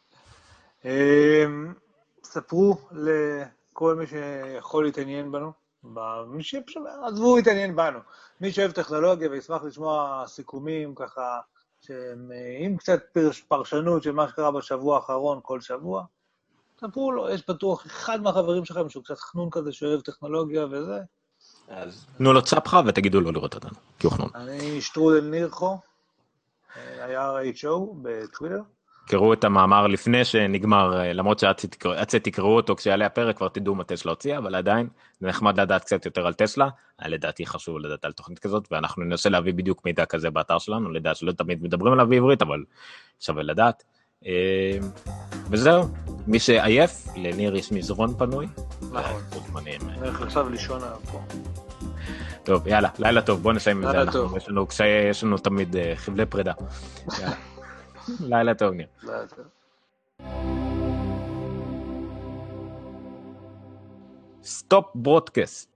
ספרו לכל מי שיכול להתעניין בנו, מי שעזבו להתעניין בנו, מי שאוהב טכנולוגיה וישמח לשמוע סיכומים ככה, עם קצת פרשנות של מה שקרה בשבוע האחרון כל שבוע, ספרו לו, יש בטוח אחד מהחברים שלכם שהוא קצת חנון כזה שאוהב טכנולוגיה וזה. אז תנו לו צפחה ותגידו לו לראות אותנו, כי הוא חנון. אני שטרודל נירחו, אר אייץ' או בטוויטר. קראו את המאמר לפני שנגמר, למרות שעצה תקראו אותו כשיעלה הפרק, כבר תדעו מה טסלה הוציאה, אבל עדיין זה נחמד לדעת קצת יותר על טסלה, לדעתי חשוב לדעת על תוכנית כזאת, ואנחנו ננסה להביא בדיוק מידע כזה באתר שלנו, לדעת שלא תמיד מדברים עליו בעברית, אבל שווה לדעת. וזהו, מי שעייף, לניר יש מזרון פנוי. נכון, נלך עכשיו לישון פה. טוב, יאללה, לילה טוב, בוא נסיים עם זה, יש לנו תמיד חבלי פרידה. יאללה. לילה טוב, ניר. לילה טוב. סטופ ברודקאסט.